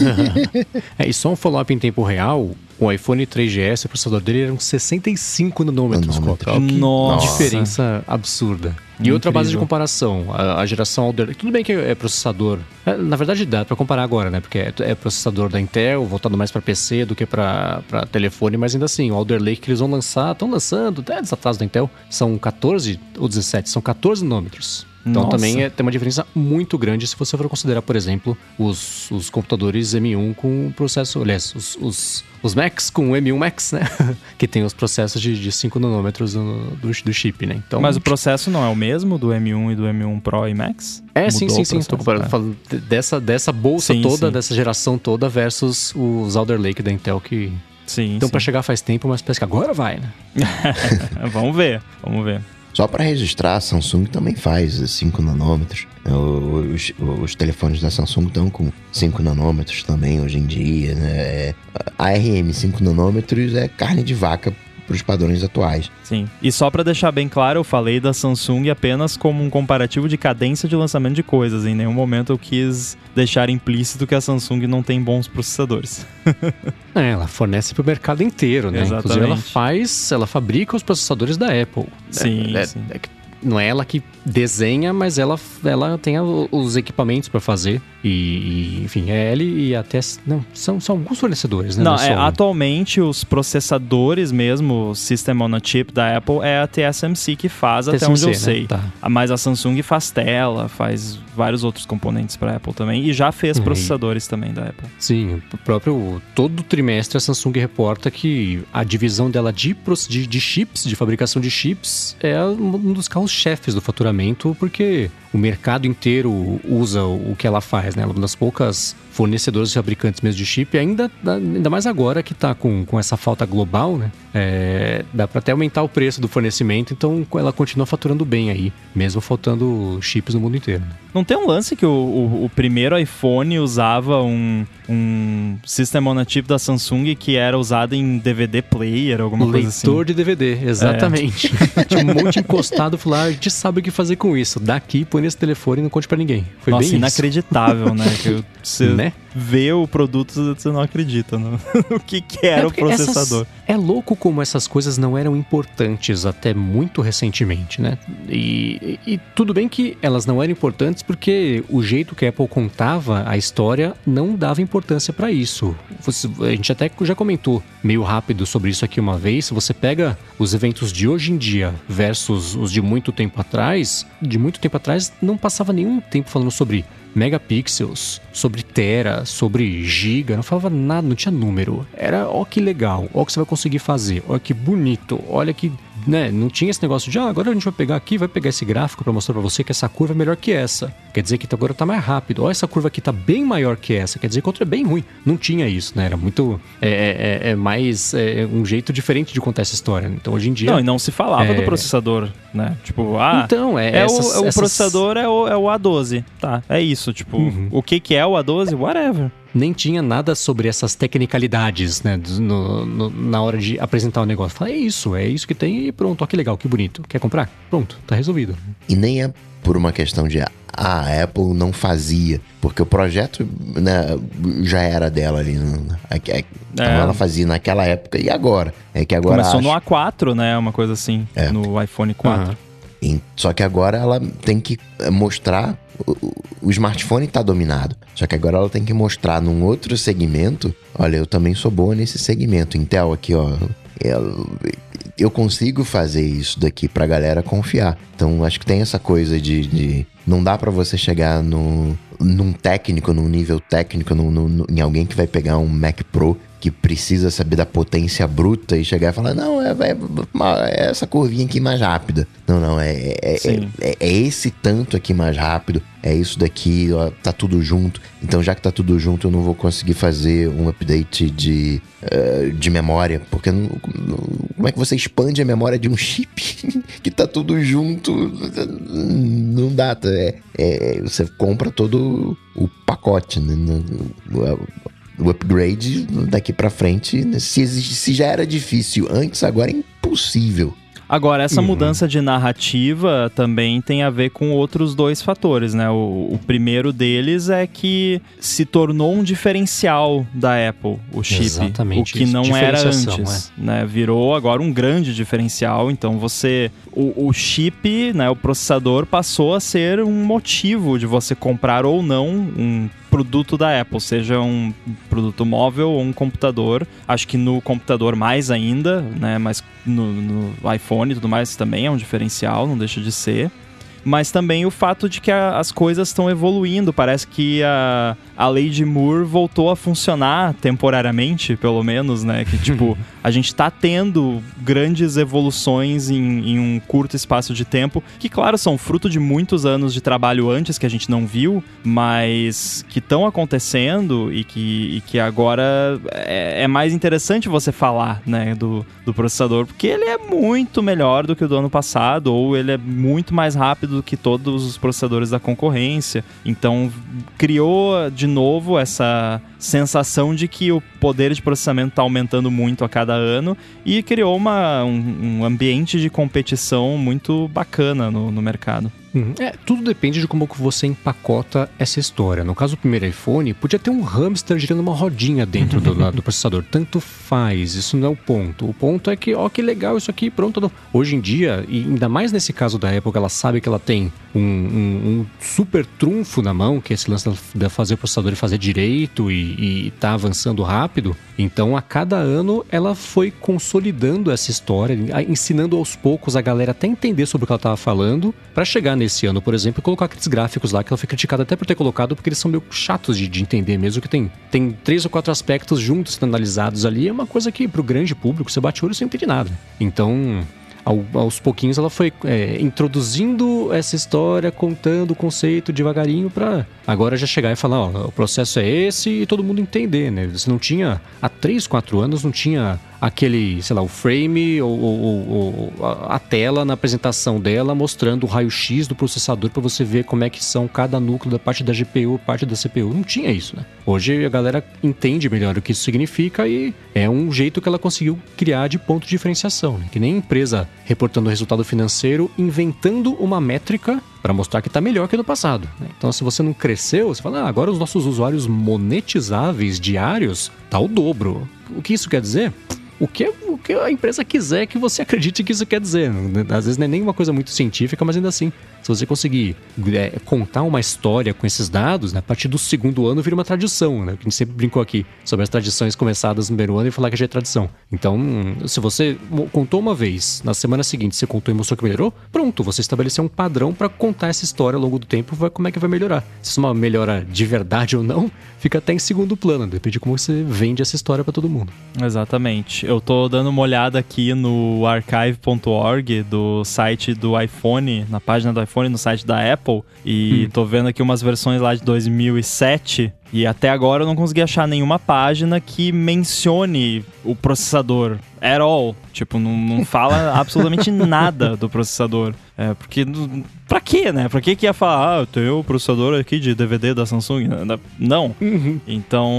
É, e só um follow-up em tempo real... O iPhone três G S, o processador dele era uns sessenta e cinco nanômetros. Nossa! Diferença absurda. E incrível. Outra base de comparação, a, a geração Alder Lake. Tudo bem que é processador. É, na verdade dá pra comparar agora, né? Porque é, é processador da Intel, voltado mais pra P C do que pra, pra telefone. Mas ainda assim, o Alder Lake que eles vão lançar, estão lançando, até desatraso da Intel, são catorze ou dezessete, são catorze nanômetros. Então Nossa. Também é, tem uma diferença muito grande se você for considerar, por exemplo, os, os computadores M um com processo... Aliás, os, os, os Macs com M um Max, né? Que tem os processos de, de cinco nanômetros do, do, do chip, né? Então, mas o processo não é o mesmo do M um e do M um Pro e Max? É, Mudou sim, sim, sim. Estou comparando, é. falando dessa, dessa bolsa sim, toda, sim. dessa geração toda versus os Alder Lake da Intel que... Sim, então, sim. para chegar faz tempo, mas parece que agora vai, né? Vamos ver, vamos ver. Só para registrar, a Samsung também faz cinco nanômetros. Os, os telefones da Samsung estão com cinco nanômetros também hoje em dia, né? A A R M cinco nanômetros é carne de vaca para os padrões atuais. Sim. E só para deixar bem claro, eu falei da Samsung apenas como um comparativo de cadência de lançamento de coisas. Em nenhum momento eu quis deixar implícito que a Samsung não tem bons processadores. É, ela fornece para o mercado inteiro, né? Exatamente. Inclusive ela faz, ela fabrica os processadores da Apple. Sim, é, sim. É, é, não é ela que desenha, mas ela, ela tem os equipamentos para fazer. E, e, enfim, é ela e até... Não, são, são alguns fornecedores, né? Não, não é, é, atualmente os processadores mesmo, o System on a Chip da Apple, é a T S M C que faz, T S M C, até onde eu né? sei. Tá. Mas a Samsung faz tela, faz vários outros componentes para a Apple também. E já fez processadores e... também da Apple. Sim, o próprio... Todo trimestre a Samsung reporta que a divisão dela de, de, de chips, de fabricação de chips, é um dos carros-chefes do faturamento, porque o mercado inteiro usa o que ela faz, né? Ela é uma das poucas fornecedoras e fabricantes mesmo de chip, ainda, ainda mais agora que está com, com essa falta global, né? É, dá para até aumentar o preço do fornecimento, então ela continua faturando bem aí, mesmo faltando chips no mundo inteiro. Não tem um lance que o, o, o primeiro iPhone usava um, um System on a Chip da Samsung que era usado em D V D player, alguma Leitor coisa assim? Leitor de D V D, exatamente. É. Tinha um monte encostado, falar, ah, a gente sabe o que fazer com isso. Daqui, põe nesse telefone e não conte pra ninguém. Foi Nossa, bem inacreditável, né? Que você né? vê o produto, você não acredita no, no que, que era é o processador. Essas, é louco como essas coisas não eram importantes até muito recentemente, né? E, e, e tudo bem que elas não eram importantes porque o jeito que a Apple contava a história não dava importância para isso. Você, a gente até já comentou meio rápido sobre isso aqui uma vez. Se você pega os eventos de hoje em dia versus os de muito tempo atrás, de muito tempo atrás não passava nenhum tempo falando sobre megapixels, sobre tera, sobre giga, não falava nada, não tinha número. Era, ó que legal, ó que você vai conseguir fazer, ó que bonito, olha que, né, não tinha esse negócio de, ah, agora a gente vai pegar aqui, vai pegar esse gráfico para mostrar para você que essa curva é melhor que essa. Quer dizer que agora tá mais rápido. Ó, essa curva aqui tá bem maior que essa, quer dizer que a outra é bem ruim. Não tinha isso, né? Era muito, é, é, é mais é, um jeito diferente de contar essa história. Então hoje em dia... Não, e não se falava é... do processador, né? Tipo, ah, então, é, é essas, o, o essas... processador é o, é o A doze, tá, é isso. Tipo, uhum. o que que é o A doze? Whatever. nem tinha nada sobre essas tecnicalidades, né? No, no, na hora de apresentar o negócio. Fala, é isso, é isso que tem e pronto, ó que legal, que bonito. Quer comprar? Pronto, tá resolvido. E nem é por uma questão de ah, a Apple não fazia, porque o projeto, né, já era dela ali, né? é. Então ela fazia naquela época e agora. É que agora começou acho... no A quatro, né? Uma coisa assim, é. no iPhone quatro. Uhum. Só que agora ela tem que mostrar... O, o smartphone tá dominado. Só que agora ela tem que mostrar num outro segmento. Olha, eu também sou boa nesse segmento. Intel aqui, ó. Eu, eu consigo fazer isso daqui pra galera confiar. Então acho que tem essa coisa de... de não dá pra você chegar no, num técnico, num nível técnico, no, no, em alguém que vai pegar um Mac Pro que precisa saber da potência bruta e chegar e falar, não, é, é, é essa curvinha aqui mais rápida. Não, não, é, é, é, é esse tanto aqui mais rápido, é isso daqui, ó, tá tudo junto. Então, já que tá tudo junto, eu não vou conseguir fazer um update de, uh, de memória, porque não, não, como é que você expande a memória de um chip que tá tudo junto? Não dá, é, é, você compra todo o pacote, né? O upgrade daqui pra frente, se, se já era difícil antes, agora é impossível. Agora, essa uhum. mudança de narrativa também tem a ver com outros dois fatores, né? O, o primeiro deles é que se tornou um diferencial da Apple, o chip. Exatamente. O que não era antes, é. né? Virou agora um grande diferencial. Então, você... O, o chip, né, o processador, passou a ser um motivo de você comprar ou não um produto da Apple, seja um produto móvel ou um computador. Acho que no computador mais ainda, né? Mas no, no iPhone e tudo mais também é um diferencial, não deixa de ser. Mas também o fato de que a, as coisas estão evoluindo. Parece que a, a lei de Moore voltou a funcionar temporariamente, pelo menos, né? Que, tipo, a gente tá tendo grandes evoluções em, em um curto espaço de tempo, que, claro, são fruto de muitos anos de trabalho antes que a gente não viu, mas que estão acontecendo e que, e que agora é, é mais interessante você falar, né, do, do processador, porque ele é muito melhor do que o do ano passado, ou ele é muito mais rápido do que todos os processadores da concorrência. Então, criou de novo essa sensação de que o poder de processamento está aumentando muito a cada ano e criou uma, um, um ambiente de competição muito bacana no, no mercado. Uhum. É, tudo depende de como você empacota essa história. No caso do primeiro iPhone, podia ter um hamster girando uma rodinha dentro do, do processador. Tanto faz, isso não é o ponto. O ponto é que, ó, que legal isso aqui, pronto. Hoje em dia, e ainda mais nesse caso da Apple, ela sabe que ela tem um, um, um super trunfo na mão, que é esse lance de fazer o processador fazer direito e, e tá avançando rápido. Então, a cada ano, ela foi consolidando essa história, ensinando aos poucos a galera até entender sobre o que ela estava falando, para chegar nesse ano, por exemplo, e colocar aqueles gráficos lá que ela foi criticada até por ter colocado, porque eles são meio chatos de, de entender mesmo, que tem, tem três ou quatro aspectos juntos sendo analisados ali, é uma coisa que pro grande público, você bate o olho sem entender nada. Então, ao, aos pouquinhos ela foi é, introduzindo essa história, contando o conceito devagarinho para agora já chegar e falar, ó, o processo é esse e todo mundo entender, né? Você não tinha, há três, quatro anos não tinha aquele, sei lá, o frame ou, ou, ou a tela na apresentação dela mostrando o raio-x do processador para você ver como é que são cada núcleo da parte da G P U, parte da C P U. Não tinha isso, né? Hoje a galera entende melhor o que isso significa e é um jeito que ela conseguiu criar de ponto de diferenciação, né? Que nem empresa reportando o resultado financeiro, inventando uma métrica para mostrar que está melhor que no passado, né? Então, se você não cresceu, você fala, ah, agora os nossos usuários monetizáveis diários tá o dobro. O que isso quer dizer? O que, o que a empresa quiser que você acredite que isso quer dizer. Às vezes não é nem uma coisa muito científica, mas ainda assim, se você conseguir é, contar uma história com esses dados, né, a partir do segundo ano vira uma tradição, né? A gente sempre brincou aqui sobre as tradições começadas no primeiro ano e falar que já é tradição. Então, se você contou uma vez, na semana seguinte você contou e mostrou que melhorou, pronto, você estabeleceu um padrão para contar essa história ao longo do tempo, vai, como é que vai melhorar. Se isso é uma melhora de verdade ou não, fica até em segundo plano, depende de como você vende essa história para todo mundo. Exatamente. Eu tô dando uma olhada aqui no archive ponto org do site do iPhone, na página do iPhone, no site da Apple, e hum. tô vendo aqui umas versões lá de dois mil e sete, e até agora eu não consegui achar nenhuma página que mencione o processador at all. Tipo, não, não fala absolutamente nada do processador. É, porque... Pra quê, né? Pra que que ia falar, ah, eu tenho o processador aqui de D V D da Samsung? Não. Uhum. Então,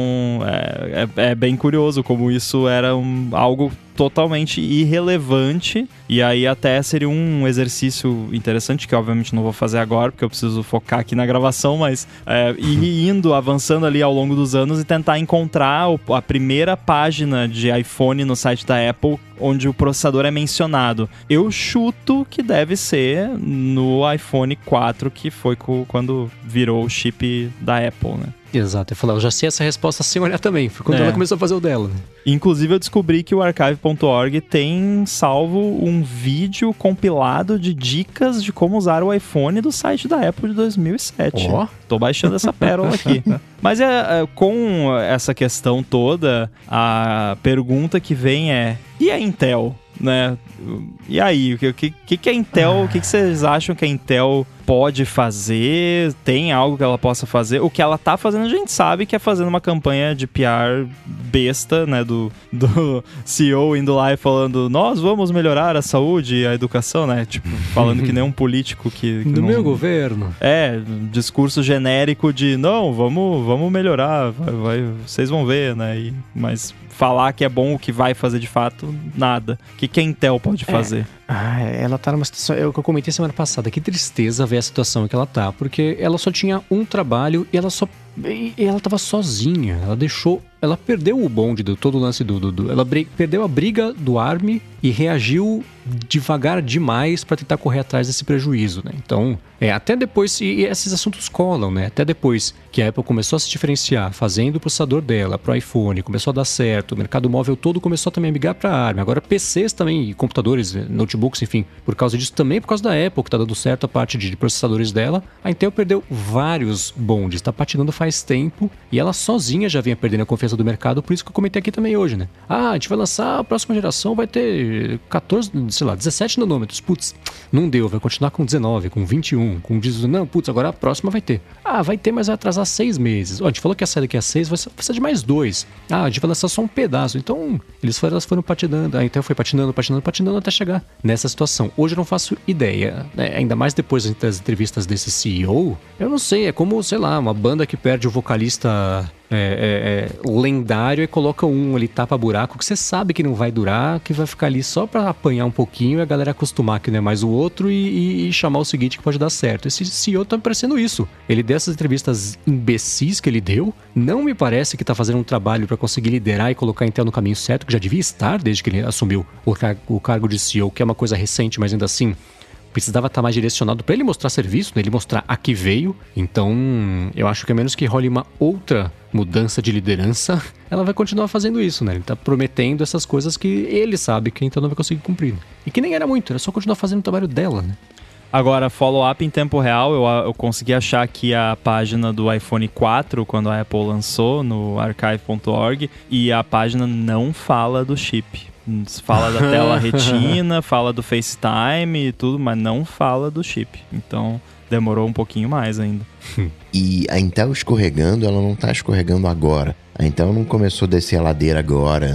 é, é, é bem curioso como isso era um, algo totalmente irrelevante. E aí até seria um exercício interessante, que obviamente não vou fazer agora, porque eu preciso focar aqui na gravação, mas é, ir indo, avançando ali ao longo dos anos e tentar encontrar o, a primeira página de iPhone no site da Apple onde o processador é mencionado. Eu chuto que deve ser no iPhone quatro, que foi quando virou o chip da Apple, né? Exato, eu falei, eu já sei essa resposta sem olhar também, foi quando é. ela começou a fazer o dela. Né? Inclusive eu descobri que o archive ponto org tem salvo um vídeo compilado de dicas de como usar o iPhone do site da Apple de dois mil e sete. Ó, oh. Tô baixando essa pérola aqui. Mas é, é, com essa questão toda, a pergunta que vem é, e a Intel? Né? E aí, o que, que, que a Intel, o que, que vocês acham que a Intel pode fazer? Tem algo que ela possa fazer? O que ela tá fazendo, a gente sabe que é fazendo uma campanha de P R besta, né? Do, do C E O indo lá e falando, nós vamos melhorar a saúde e a educação, né? Tipo, falando que nem um político que... que Do não... meu governo. É, discurso genérico de, não, vamos, vamos melhorar, vai, vai, vocês vão ver, né? E, mas... falar que é bom, o que vai fazer de fato, nada. O que, que a Intel pode fazer? É. Ah, ela tá numa situação... É o que eu comentei semana passada. Que tristeza ver a situação em que ela tá. Porque ela só tinha um trabalho e ela só... E ela tava sozinha. Ela deixou... Ela perdeu o bonde do todo o lance do... do, do ela br- perdeu a briga do ARM e reagiu devagar demais para tentar correr atrás desse prejuízo, né? Então, é, até depois... E, e esses assuntos colam, né? Até depois que a Apple começou a se diferenciar, fazendo o processador dela pro iPhone, começou a dar certo, o mercado móvel todo começou também a migrar pra ARM. Agora P Cs também, computadores, notebooks, enfim, por causa disso, também por causa da Apple, que tá dando certo a parte de processadores dela, a Intel perdeu vários bondes, tá patinando faz tempo, e ela sozinha já vinha perdendo a confiança do mercado, por isso que eu comentei aqui também hoje, né? Ah, a gente vai lançar, a próxima geração vai ter catorze, sei lá, dezessete nanômetros, putz, não deu, vai continuar com dezenove, com vinte e um, com dezoito, não, putz, agora a próxima vai ter. Ah, vai ter, mas vai atrasar seis meses. Ó, a gente falou que ia sair daqui a seis, vai precisar de mais dois. Ah, a gente vai lançar só um pedaço. Então, eles foram, elas foram patinando, a Intel foi patinando, patinando, patinando até chegar nessa situação. Hoje eu não faço ideia, né? Ainda mais depois das entrevistas desse C E O, eu não sei, é como, sei lá, uma banda que perde o vocalista é, é, é, lendário e coloca um ali, tapa buraco, que você sabe que não vai durar, que vai ficar ali só pra apanhar um pouquinho e a galera acostumar que não é mais o outro e, e, e chamar o seguinte que pode dar certo. Esse C E O tá parecendo isso. Ele deu essas entrevistas imbecis que ele deu, não me parece que tá fazendo um trabalho pra conseguir liderar e colocar a Intel no caminho certo, que já devia estar desde que ele assumiu o, car- o cargo de C E O, que é uma coisa recente, mas ainda assim precisava estar mais direcionado para ele mostrar serviço, né? Ele mostrar a que veio. Então, eu acho que a menos que role uma outra mudança de liderança, ela vai continuar fazendo isso, né? Ele tá prometendo essas coisas que ele sabe que a Intel não vai conseguir cumprir. E que nem era muito, era só continuar fazendo o trabalho dela, né? Agora, follow-up em tempo real, eu, eu consegui achar aqui a página do iPhone quatro, quando a Apple lançou, no archive ponto org, e a página não fala do chip. Fala da tela retina, fala do FaceTime e tudo, mas não fala do chip. Então, demorou um pouquinho mais ainda. E a Intel escorregando, ela não tá escorregando agora. A Intel não começou a descer a ladeira agora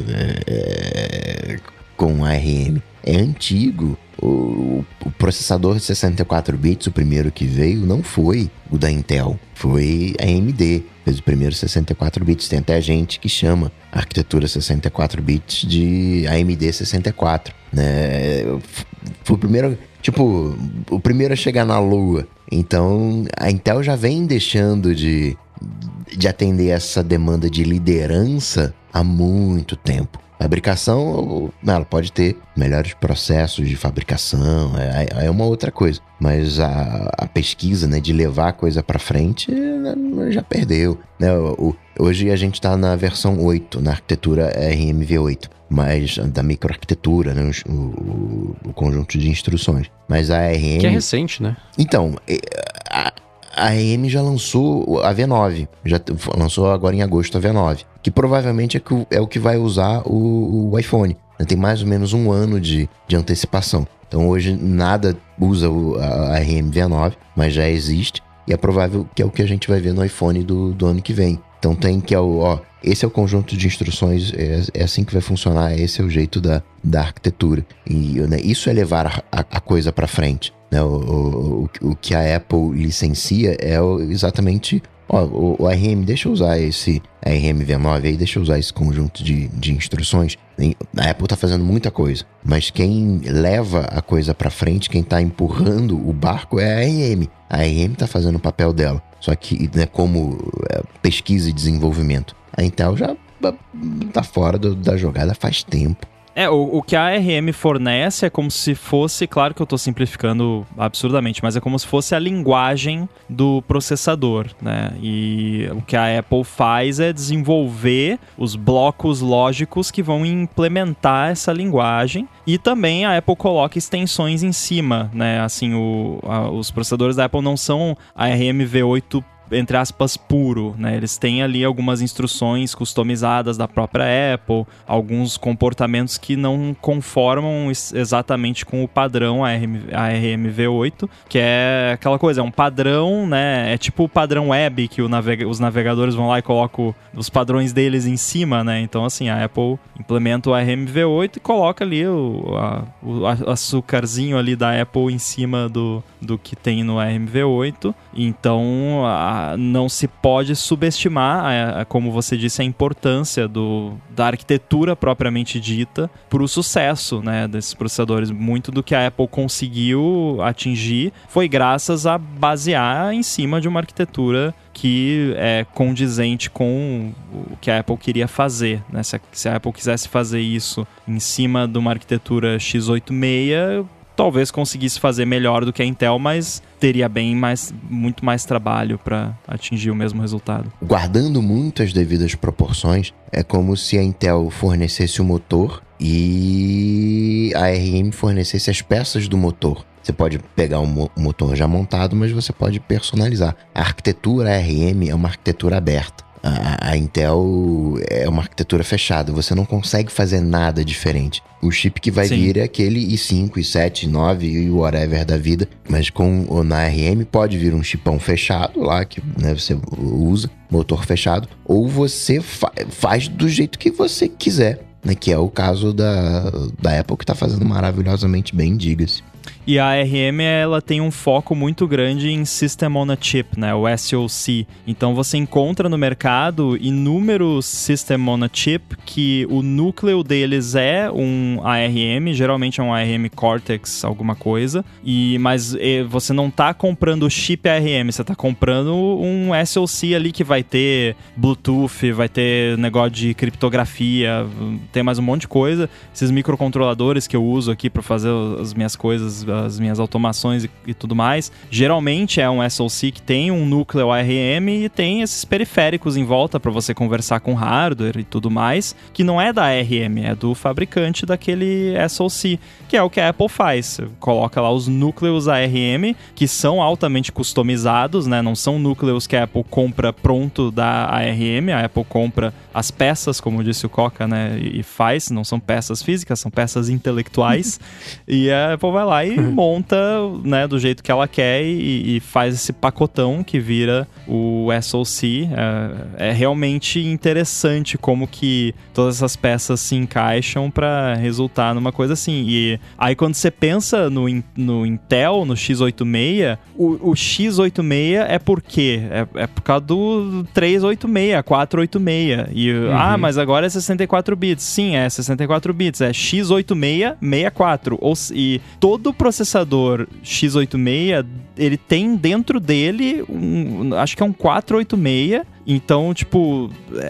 é, com a R M. É antigo. O, o processador de sessenta e quatro bits, o primeiro que veio, não foi o da Intel. Foi a A M D. Fez o primeiro sessenta e quatro bits. Tem até gente que chama a arquitetura sessenta e quatro bits de A M D sessenta e quatro. Né? Foi o primeiro... Tipo, o primeiro a chegar na Lua. Então, a Intel já vem deixando de, de atender essa demanda de liderança há muito tempo. Fabricação, ela pode ter melhores processos de fabricação, é, é uma outra coisa. Mas a, a pesquisa, né, de levar a coisa para frente, já perdeu. Né? O, hoje a gente está na versão oito, na arquitetura R M V oito. Mas da microarquitetura, né, o, o, o conjunto de instruções. Mas a R M... Que é recente, né? Então, a, a A M já lançou a V nove. Já lançou agora em agosto a V nove. Que provavelmente é, que, é o que vai usar o, o iPhone. Tem mais ou menos um ano de, de antecipação. Então hoje nada usa o, a, a R M V nove, mas já existe. E é provável que é o que a gente vai ver no iPhone do, do ano que vem. Então tem que, ó, esse é o conjunto de instruções, é, é assim que vai funcionar, esse é o jeito da, da arquitetura. E né, isso é levar a, a, a coisa para frente. Né? O, o, o, o que a Apple licencia é exatamente... Ó, o, o R M, deixa eu usar esse R M V nove aí, deixa eu usar esse conjunto de, de instruções. A Apple tá fazendo muita coisa, mas quem leva a coisa para frente, quem tá empurrando o barco é a R M. A R M tá fazendo o papel dela, só que né, como é, pesquisa e desenvolvimento. A Intel já tá fora do, da jogada faz tempo. É, o, o que a R M fornece é como se fosse, claro que eu tô simplificando absurdamente, mas é como se fosse a linguagem do processador, né? E o que a Apple faz é desenvolver os blocos lógicos que vão implementar essa linguagem, e também a Apple coloca extensões em cima, né? Assim, o, a, os processadores da Apple não são a R M V oito entre aspas, puro, né? Eles têm ali algumas instruções customizadas da própria Apple, alguns comportamentos que não conformam exatamente com o padrão A R M V oito, que é aquela coisa, é um padrão, né? É tipo o padrão web, que o navega- os navegadores vão lá e colocam os padrões deles em cima, né? Então, assim, a Apple implementa o A R M V oito e coloca ali o, a, o açúcarzinho ali da Apple em cima do, do que tem no A R M V oito. Então, a não se pode subestimar, a, a, como você disse, a importância do, da arquitetura propriamente dita para o sucesso, né, desses processadores. Muito do que a Apple conseguiu atingir foi graças a basear em cima de uma arquitetura que é condizente com o que a Apple queria fazer, né? Se a, se a Apple quisesse fazer isso em cima de uma arquitetura x oitenta e seis... talvez conseguisse fazer melhor do que a Intel, mas teria bem mais, muito mais trabalho para atingir o mesmo resultado. Guardando muito as devidas proporções, é como se a Intel fornecesse o motor e a A R M fornecesse as peças do motor. Você pode pegar um mo- motor já montado, mas você pode personalizar. A arquitetura A R M é uma arquitetura aberta. A, a Intel é uma arquitetura fechada, você não consegue fazer nada diferente. O chip que vai Sim. vir é aquele i cinco, i sete, i nove e whatever da vida, mas com ou na A R M pode vir um chipão fechado lá, que né, você usa, motor fechado, ou você fa- faz do jeito que você quiser, né, que é o caso da, da Apple, que está fazendo maravilhosamente bem, diga-se. E a A R M, ela tem um foco muito grande em System on a Chip, né? O S O C. Então você encontra no mercado inúmeros System on a Chip que o núcleo deles é um A R M, geralmente é um A R M Cortex, alguma coisa, e, mas e, você não tá comprando o chip A R M, você tá comprando um S O C ali que vai ter Bluetooth, vai ter negócio de criptografia, tem mais um monte de coisa. Esses microcontroladores que eu uso aqui para fazer as minhas coisas, as minhas automações e, e tudo mais, geralmente é um S O C que tem um núcleo A R M e tem esses periféricos em volta para você conversar com hardware e tudo mais, que não é da A R M, é do fabricante daquele S O C, que é o que a Apple faz. Você coloca lá os núcleos A R M, que são altamente customizados, né? Não são núcleos que a Apple compra pronto da A R M, a Apple compra as peças, como disse o Coca, né? E faz, não são peças físicas, são peças intelectuais. E a Apple vai lá e monta, né, do jeito que ela quer e, e faz esse pacotão que vira o S O C. É, é realmente interessante como que todas essas peças se encaixam para resultar numa coisa assim. E aí quando você pensa no, no Intel, no x oitenta e seis, o, o x oitenta e seis é por quê? É, é por causa do trezentos e oitenta e seis, quatrocentos e oitenta e seis. E, uhum. Ah, mas agora é sessenta e quatro bits. Sim, é sessenta e quatro bits. É x oitenta e seis sessenta e quatro. Ou, e todo processador x oitenta e seis, ele tem dentro dele, um, acho que é um quatrocentos e oitenta e seis. Então, tipo,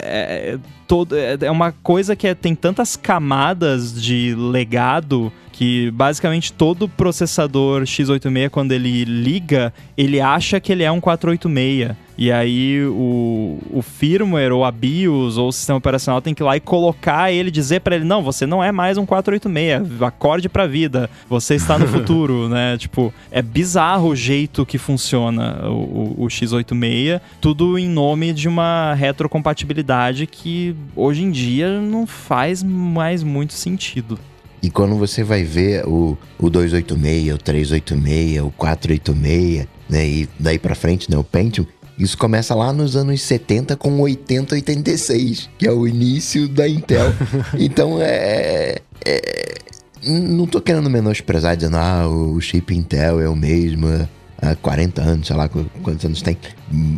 é, todo, é uma coisa que é, tem tantas camadas de legado que basicamente todo processador x oitenta e seis, quando ele liga, ele acha que ele é um quatrocentos e oitenta e seis. E aí o, o firmware, ou a BIOS, ou o sistema operacional tem que ir lá e colocar ele, dizer pra ele, não, você não é mais um quatrocentos e oitenta e seis, acorde pra vida, você está no futuro, né? Tipo, é bizarro o jeito que funciona o, o, o x oitenta e seis, tudo em nome de uma retrocompatibilidade que hoje em dia não faz mais muito sentido. E quando você vai ver o, o duzentos e oitenta e seis, o trezentos e oitenta e seis, o quatrocentos e oitenta e seis, né, e daí pra frente, né, o Pentium, Isso começa lá nos anos setenta com oitenta, oitenta e seis, que é o início da Intel. Então, é... é não tô querendo menosprezar, dizendo, ah, o chip Intel é o mesmo há quarenta anos, sei lá quantos anos tem.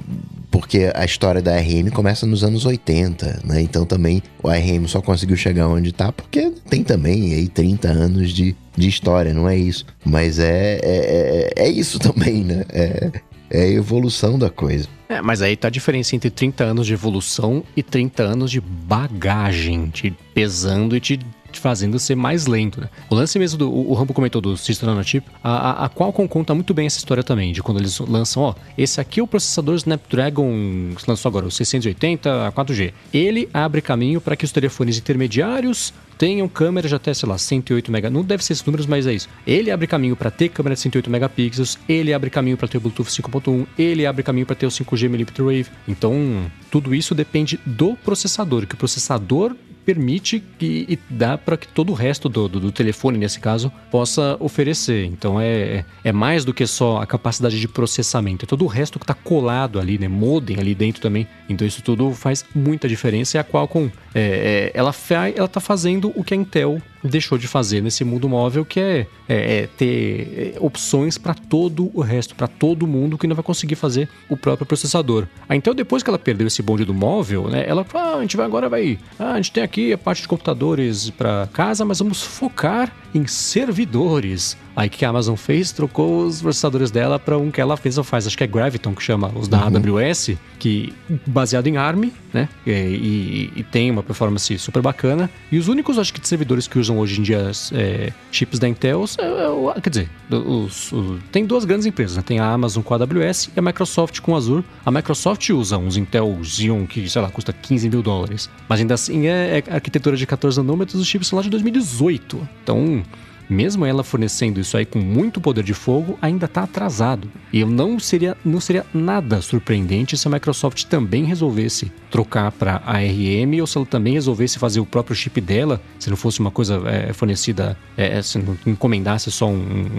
Porque a história da A R M começa nos anos oitenta, né? Então também o A R M só conseguiu chegar onde tá porque tem também aí trinta anos de, de história, não é isso. Mas é, é, é, é isso também, né? É, é a evolução da coisa. É, mas aí tá a diferença entre trinta anos de evolução e trinta anos de bagagem, te pesando e te fazendo ser mais lento, né? O lance mesmo do... O Rambo comentou do System on a Chip. A, a, a Qualcomm conta muito bem essa história também, de quando eles lançam, ó, esse aqui é o processador Snapdragon, que lançou agora, o seiscentos e oitenta a quatro G. Ele abre caminho para que os telefones intermediários tenham câmera de até, sei lá, cento e oito megapixels. Não deve ser esses números, mas é isso. Ele abre caminho para ter câmera de cento e oito megapixels, ele abre caminho para ter o Bluetooth cinco ponto um, ele abre caminho para ter o cinco G millimeter wave. Então, tudo isso depende do processador, que o processador permite que, e dá para que todo o resto do, do, do telefone, nesse caso, possa oferecer. Então é, é mais do que só a capacidade de processamento, é todo o resto que está colado ali, né? Modem ali dentro também. Então isso tudo faz muita diferença. E a Qualcomm, é, é, ela está fazendo o que a Intel deixou de fazer nesse mundo móvel, que é, é, é ter opções para todo o resto, para todo mundo que não vai conseguir fazer o próprio processador. A Intel, depois que ela perdeu esse bonde do móvel, né, ela falou, ah, a gente vai agora vai, ah, a gente tem aqui a parte de computadores para casa, mas vamos focar em servidores. Aí o que a Amazon fez? Trocou os processadores dela para um que ela fez ou faz, acho que é Graviton, que chama, os da uhum. A W S, que baseado em ARM, né? E, e, e tem uma performance super bacana. E os únicos, acho que, de servidores que usam hoje em dia é, chips da Intel, é, é, quer dizer, os, os, tem duas grandes empresas, né? Tem a Amazon com a A W S e a Microsoft com o Azure. A Microsoft usa uns Intel Xeon que, sei lá, custa quinze mil dólares. Mas ainda assim é, é arquitetura de quatorze nanômetros, os chips são lá de dois mil e dezoito. Então, mesmo ela fornecendo isso aí com muito poder de fogo, ainda está atrasado. E eu não seria, não seria nada surpreendente se a Microsoft também resolvesse trocar para A R M, ou se ela também resolvesse fazer o próprio chip dela, se não fosse uma coisa é, fornecida, é, se não encomendasse só um,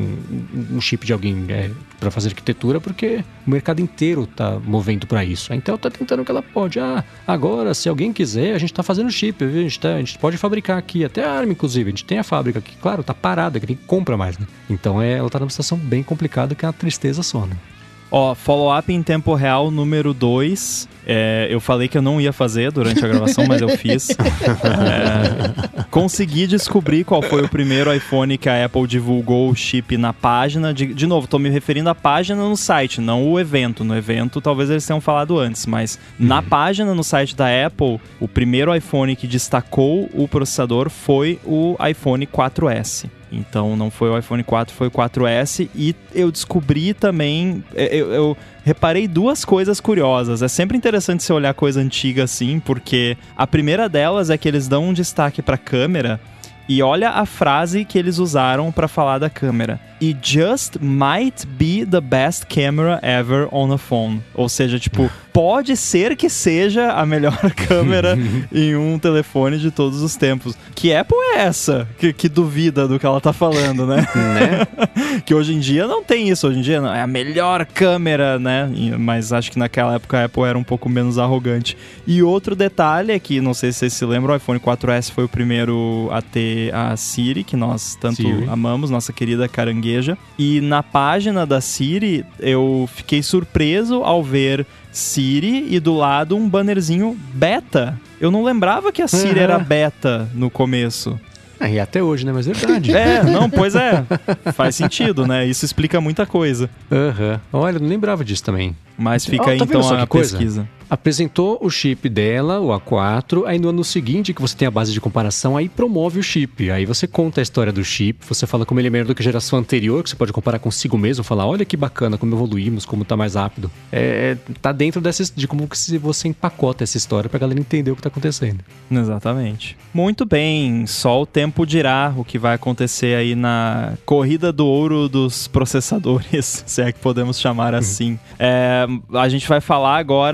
um, um chip de alguém é, para fazer arquitetura, porque o mercado inteiro está movendo para isso. A Intel está tentando o que ela pode. Ah, agora, se alguém quiser, a gente está fazendo chip, viu? A gente, tá, a gente pode fabricar aqui, até a ARM, inclusive, a gente tem a fábrica aqui, claro, tá parada, que nem compra mais, né? Então é, ela tá numa situação bem complicada, que é uma tristeza só, né? Ó, follow-up em tempo real número dois. É, eu falei que eu não ia fazer durante a gravação, mas eu fiz. É, consegui descobrir qual foi o primeiro iPhone que a Apple divulgou o chip na página. De, de novo, tô me referindo à página no site, não o evento. No evento, talvez eles tenham falado antes, mas uhum. na página, no site da Apple, o primeiro iPhone que destacou o processador foi o iPhone quatro S. Então não foi o iPhone quatro, foi o quatro S. E eu descobri também, eu, eu reparei duas coisas curiosas. É sempre interessante você olhar coisa antiga assim, porque a primeira delas é que eles dão um destaque para a câmera. E olha a frase que eles usaram para falar da câmera. It just might be the best camera ever on a phone. Ou seja, tipo, pode ser que seja a melhor câmera em um telefone de todos os tempos. Que Apple é essa? Que, que duvida do que ela tá falando, né? né? Que hoje em dia não tem isso. Hoje em dia não, é a melhor câmera, né? Mas acho que naquela época a Apple era um pouco menos arrogante. E outro detalhe é que, não sei se vocês se lembram, o iPhone quatro S foi o primeiro a ter a Siri, que nós tanto Siri. amamos, nossa querida carangueja. E na página da Siri, eu fiquei surpreso ao ver Siri e do lado um bannerzinho beta. Eu não lembrava que a Siri uhum. era beta no começo. Ah, e até hoje, né? Mas é verdade. É, não, pois é. Faz sentido, né? Isso explica muita coisa. Aham. Uhum. Olha, eu não lembrava disso também. Mas fica oh, aí, tá então, a pesquisa. Apresentou o chip dela, o A quatro, aí no ano seguinte, que você tem a base de comparação, aí promove o chip. Aí você conta a história do chip, você fala como ele é melhor do que a geração anterior, que você pode comparar consigo mesmo, falar, olha que bacana, como evoluímos, como tá mais rápido. É, tá dentro dessa, de como que você empacota essa história pra galera entender o que tá acontecendo. Exatamente. Muito bem, só o tempo dirá o que vai acontecer aí na corrida do ouro dos processadores, se é que podemos chamar assim. É, a gente vai falar agora de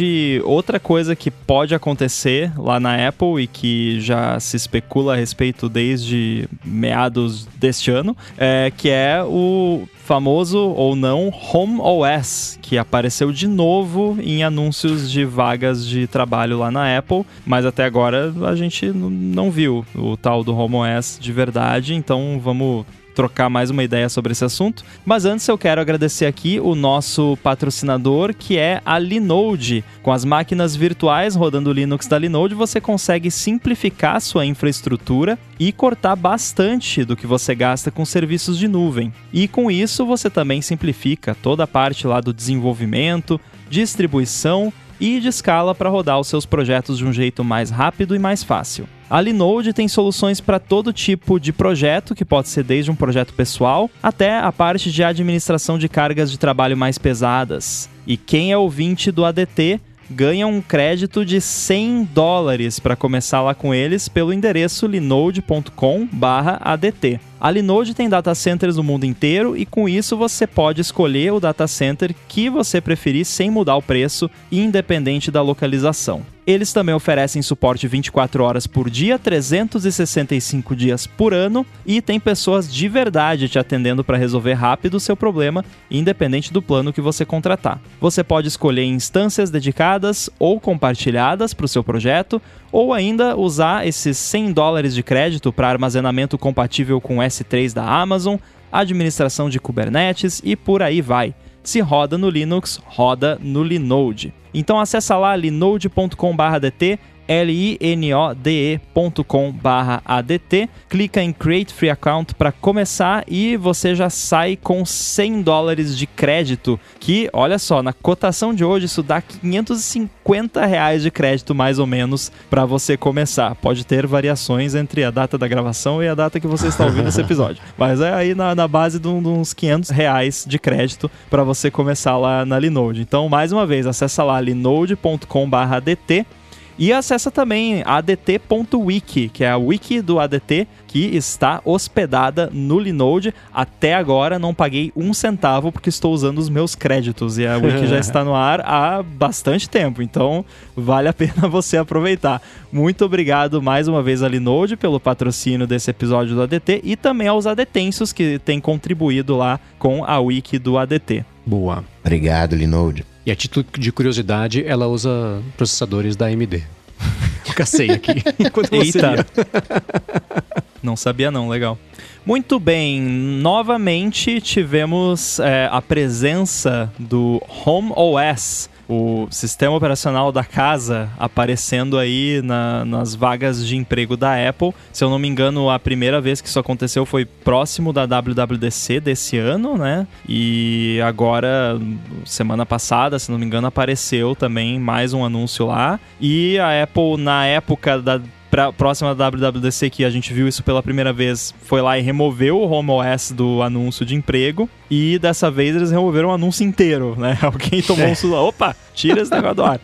de outra coisa que pode acontecer lá na Apple e que já se especula a respeito desde meados deste ano, é, que é o famoso ou não Home O S, que apareceu de novo em anúncios de vagas de trabalho lá na Apple, mas até agora a gente n- não viu o tal do Home O S de verdade, então vamos trocar mais uma ideia sobre esse assunto. Mas antes eu quero agradecer aqui o nosso patrocinador, que é a Linode. Com as máquinas virtuais rodando o Linux da Linode, você consegue simplificar sua infraestrutura e cortar bastante do que você gasta com serviços de nuvem. E com isso você também simplifica toda a parte lá do desenvolvimento, distribuição e de escala para rodar os seus projetos de um jeito mais rápido e mais fácil. A Linode tem soluções para todo tipo de projeto, que pode ser desde um projeto pessoal até a parte de administração de cargas de trabalho mais pesadas. E quem é ouvinte do A D T ganha um crédito de cem dólares para começar lá com eles pelo endereço linode ponto com barra A D T. A Linode tem data centers no mundo inteiro e com isso você pode escolher o data center que você preferir sem mudar o preço, independente da localização. Eles também oferecem suporte vinte e quatro horas por dia, trezentos e sessenta e cinco dias por ano e tem pessoas de verdade te atendendo para resolver rápido o seu problema, independente do plano que você contratar. Você pode escolher instâncias dedicadas ou compartilhadas para o seu projeto, ou ainda usar esses cem dólares de crédito para armazenamento compatível com o S três da Amazon, administração de Kubernetes e por aí vai. Se roda no Linux, roda no Linode. Então acessa lá linode ponto com barra A D T, L I N O D E ponto com barra A D T, clica em Create Free Account para começar e você já sai com cem dólares de crédito, que, olha só, na cotação de hoje isso dá quinhentos e cinquenta reais de crédito mais ou menos para você começar. Pode ter variações entre a data da gravação e a data que você está ouvindo esse episódio, mas é aí na, na base de, um, de uns quinhentos reais de crédito para você começar lá na Linode. Então, mais uma vez, acessa lá linode ponto com barra A D T e acessa também A D T ponto wiki, que é a wiki do A D T, que está hospedada no Linode. Até agora não paguei um centavo porque estou usando os meus créditos e a wiki já está no ar há bastante tempo, então vale a pena você aproveitar. Muito obrigado mais uma vez a Linode pelo patrocínio desse episódio do A D T e também aos adetensos que têm contribuído lá com a wiki do A D T. Boa. Obrigado, Linode. E a título de curiosidade, ela usa processadores da A M D. Cacei aqui. Eita! Não sabia não, legal. Muito bem, novamente tivemos é, a presença do Home O S, o sistema operacional da casa, aparecendo aí na, nas vagas de emprego da Apple. Se eu não me engano, a primeira vez que isso aconteceu foi próximo da W W D C desse ano, né? E agora, semana passada, se não me engano, apareceu também mais um anúncio lá. E a Apple, na época da Pra, próxima da W W D C, que a gente viu isso pela primeira vez, foi lá e removeu o Home O S do anúncio de emprego. E dessa vez eles removeram o anúncio inteiro, né? Alguém tomou um susto. Opa, tira esse negócio do ar.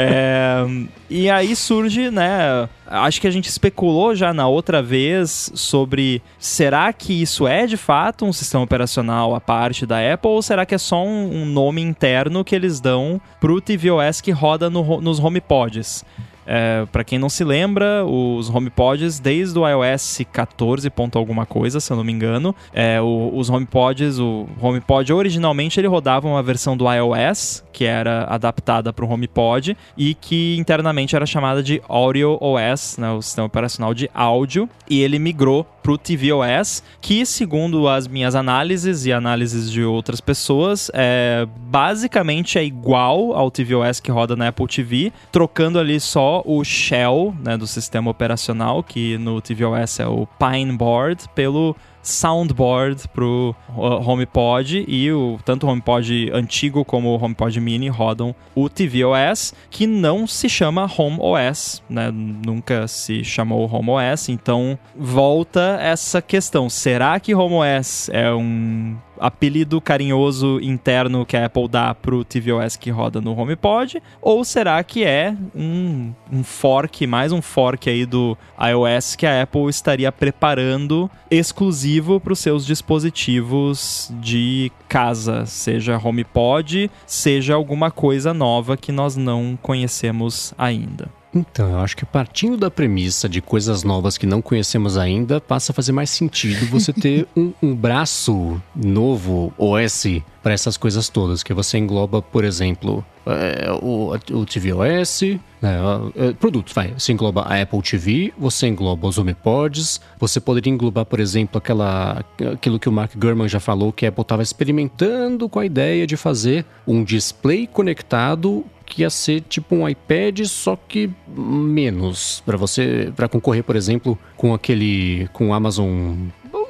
É, e aí surge, né? Acho que a gente especulou já na outra vez sobre será que isso é de fato um sistema operacional à parte da Apple ou será que é só um, um nome interno que eles dão pro tvOS que roda no, nos HomePods. É, para quem não se lembra, os HomePods, desde o iOS quatorze ponto alguma coisa, se eu não me engano, é, o, os HomePods, o HomePod originalmente ele rodava uma versão do iOS, que era adaptada para o HomePod, e que internamente era chamada de Audio O S, né, o sistema operacional de áudio, e ele migrou para o tvOS, que segundo as minhas análises e análises de outras pessoas, é, basicamente é igual ao tvOS que roda na Apple T V, trocando ali só o shell, né, do sistema operacional, que no tvOS é o Pine Board, pelo Soundboard pro HomePod, e o, tanto o HomePod antigo como o HomePod Mini rodam o tvOS, que não se chama Home O S, né? Nunca se chamou Home O S, então volta essa questão, será que Home O S é um apelido carinhoso interno que a Apple dá pro tvOS que roda no HomePod, ou será que é um, um fork, mais um fork aí do iOS que a Apple estaria preparando exclusivo exclusivo para os seus dispositivos de casa, seja HomePod, seja alguma coisa nova que nós não conhecemos ainda. Então, eu acho que partindo da premissa de coisas novas que não conhecemos ainda, passa a fazer mais sentido você ter um, um braço novo O S para essas coisas todas, que você engloba, por exemplo, é, o, o tvOS, né, é, produtos, vai, você engloba a Apple T V, você engloba os HomePods, você poderia englobar, por exemplo, aquela, aquilo que o Mark Gurman já falou, que a Apple estava experimentando com a ideia de fazer um display conectado que ia ser tipo um iPad, só que menos, para você, para concorrer, por exemplo, com aquele, com o Amazon, o,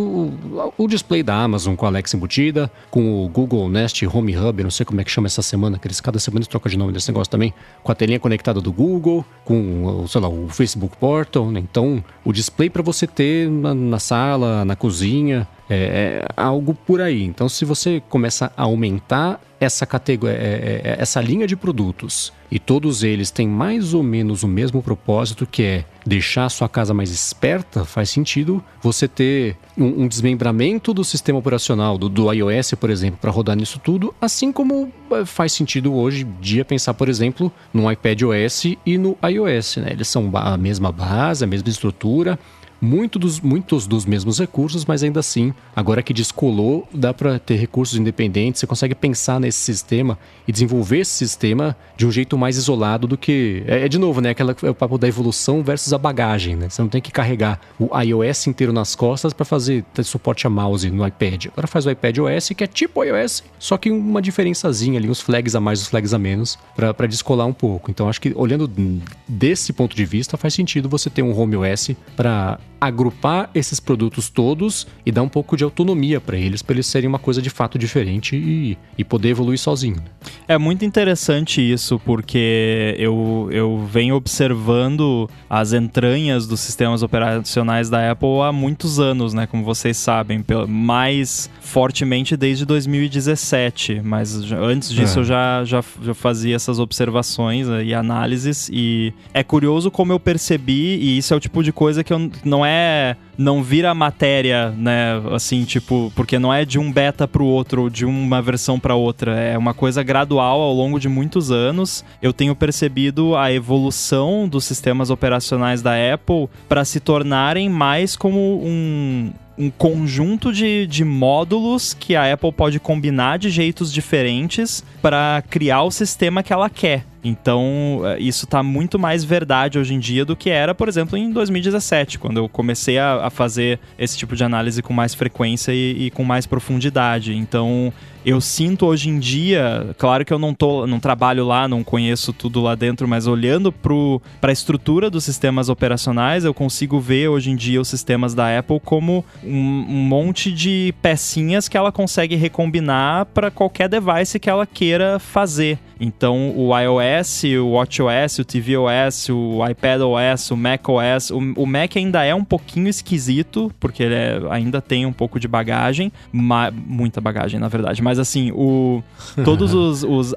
o, o display da Amazon com a Alexa embutida, com o Google Nest Home Hub, não sei como é que chama essa semana, que eles cada semana eles trocam de nome desse negócio também, com a telinha conectada do Google, com, sei lá, o Facebook Portal, né? Então, o display para você ter na, na sala, na cozinha, é, é algo por aí. Então, se você começa a aumentar essa categoria, é, é, essa linha de produtos, e todos eles têm mais ou menos o mesmo propósito, que é deixar a sua casa mais esperta, faz sentido você ter um, um desmembramento do sistema operacional, do, do iOS, por exemplo, para rodar nisso tudo, assim como faz sentido hoje em dia pensar, por exemplo, no iPadOS e no iOS, né? Eles são a mesma base, a mesma estrutura, Muito dos, muitos dos mesmos recursos, mas ainda assim, agora que descolou, dá para ter recursos independentes, você consegue pensar nesse sistema e desenvolver esse sistema de um jeito mais isolado do que... É, é de novo, né? Aquela, é o papo da evolução versus a bagagem, né? Você não tem que carregar o iOS inteiro nas costas para fazer ter suporte a mouse no iPad. Agora faz o iPadOS, que é tipo iOS, só que uma diferençazinha ali, uns flags a mais, uns flags a menos, para descolar um pouco. Então, acho que olhando desse ponto de vista, faz sentido você ter um HomeOS para agrupar esses produtos todos e dar um pouco de autonomia para eles, para eles serem uma coisa de fato diferente e, e poder evoluir sozinho. É muito interessante isso, porque eu, eu venho observando as entranhas dos sistemas operacionais da Apple há muitos anos, né? Como vocês sabem, mais fortemente desde dois mil e dezessete, mas antes disso é. eu já, já, já fazia essas observações e análises, e é curioso como eu percebi, e isso é o tipo de coisa que eu, não é não vira matéria, né, assim, tipo, porque não é de um beta pro outro, ou de uma versão pra outra, é uma coisa gradual ao longo de muitos anos. Eu tenho percebido a evolução dos sistemas operacionais da Apple para se tornarem mais como um um conjunto de, de módulos que a Apple pode combinar de jeitos diferentes para criar o sistema que ela quer. Então, isso está muito mais verdade hoje em dia do que era, por exemplo, em dois mil e dezessete, quando eu comecei a, a fazer esse tipo de análise com mais frequência e, e com mais profundidade. Então, eu sinto hoje em dia, claro que eu não, tô, não trabalho lá, não conheço tudo lá dentro, mas olhando para a estrutura dos sistemas operacionais, eu consigo ver hoje em dia os sistemas da Apple como um, um monte de pecinhas que ela consegue recombinar para qualquer device que ela queira fazer. Então, o iOS, o watchOS, o tvOS, o iPadOS, o macOS... O, o Mac ainda é um pouquinho esquisito, porque ele é, ainda tem um pouco de bagagem, ma, muita bagagem, na verdade. Mas, assim, o, todos os, os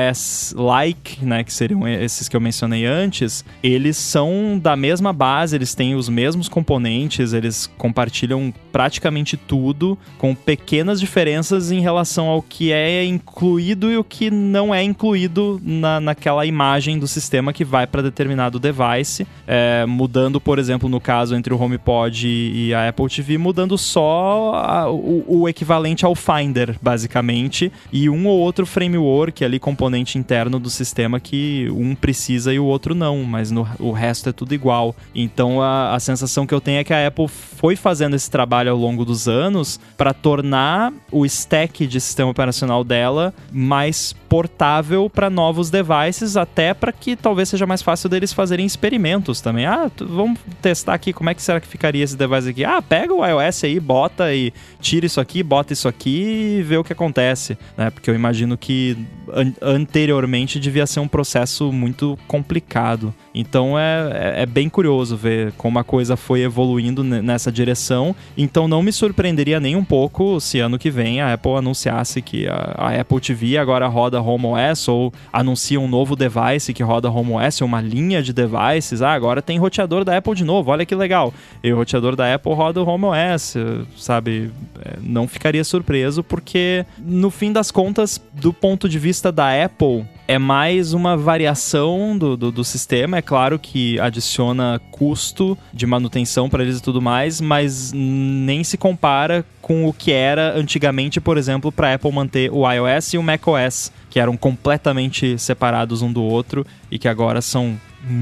iOS-like, né, que seriam esses que eu mencionei antes, eles são da mesma base, eles têm os mesmos componentes, eles compartilham praticamente tudo, com pequenas diferenças em relação ao que é incluído e o que não é incluído Na, naquela imagem do sistema que vai para determinado device, é, mudando, por exemplo, no caso entre o HomePod e, e a Apple T V, mudando só a, o, o equivalente ao Finder, basicamente, e um ou outro framework ali, componente interno do sistema que um precisa e o outro não, mas no, o resto é tudo igual. Então a, a sensação que eu tenho é que a Apple foi fazendo esse trabalho ao longo dos anos para tornar o stack de sistema operacional dela mais portável para novos devices, até para que talvez seja mais fácil deles fazerem experimentos também. Ah, vamos testar aqui como é que será que ficaria esse device aqui. Ah, pega o iOS aí, bota e tira isso aqui, bota isso aqui e vê o que acontece. acontece, né? Porque eu imagino que an- anteriormente devia ser um processo muito complicado. Então é, é, é bem curioso ver como a coisa foi evoluindo nessa direção. Então não me surpreenderia nem um pouco se ano que vem a Apple anunciasse que a, a Apple T V agora roda HomeOS, ou anuncia um novo device que roda HomeOS, uma linha de devices. Ah, agora tem roteador da Apple de novo, olha que legal. E o roteador da Apple roda o HomeOS, sabe? Não ficaria surpreso, porque no fim das contas, do ponto de vista da Apple, é mais uma variação do, do, do sistema. É claro que adiciona custo de manutenção para eles e tudo mais, mas nem se compara com o que era antigamente, por exemplo, para a Apple manter o iOS e o macOS, que eram completamente separados um do outro e que agora são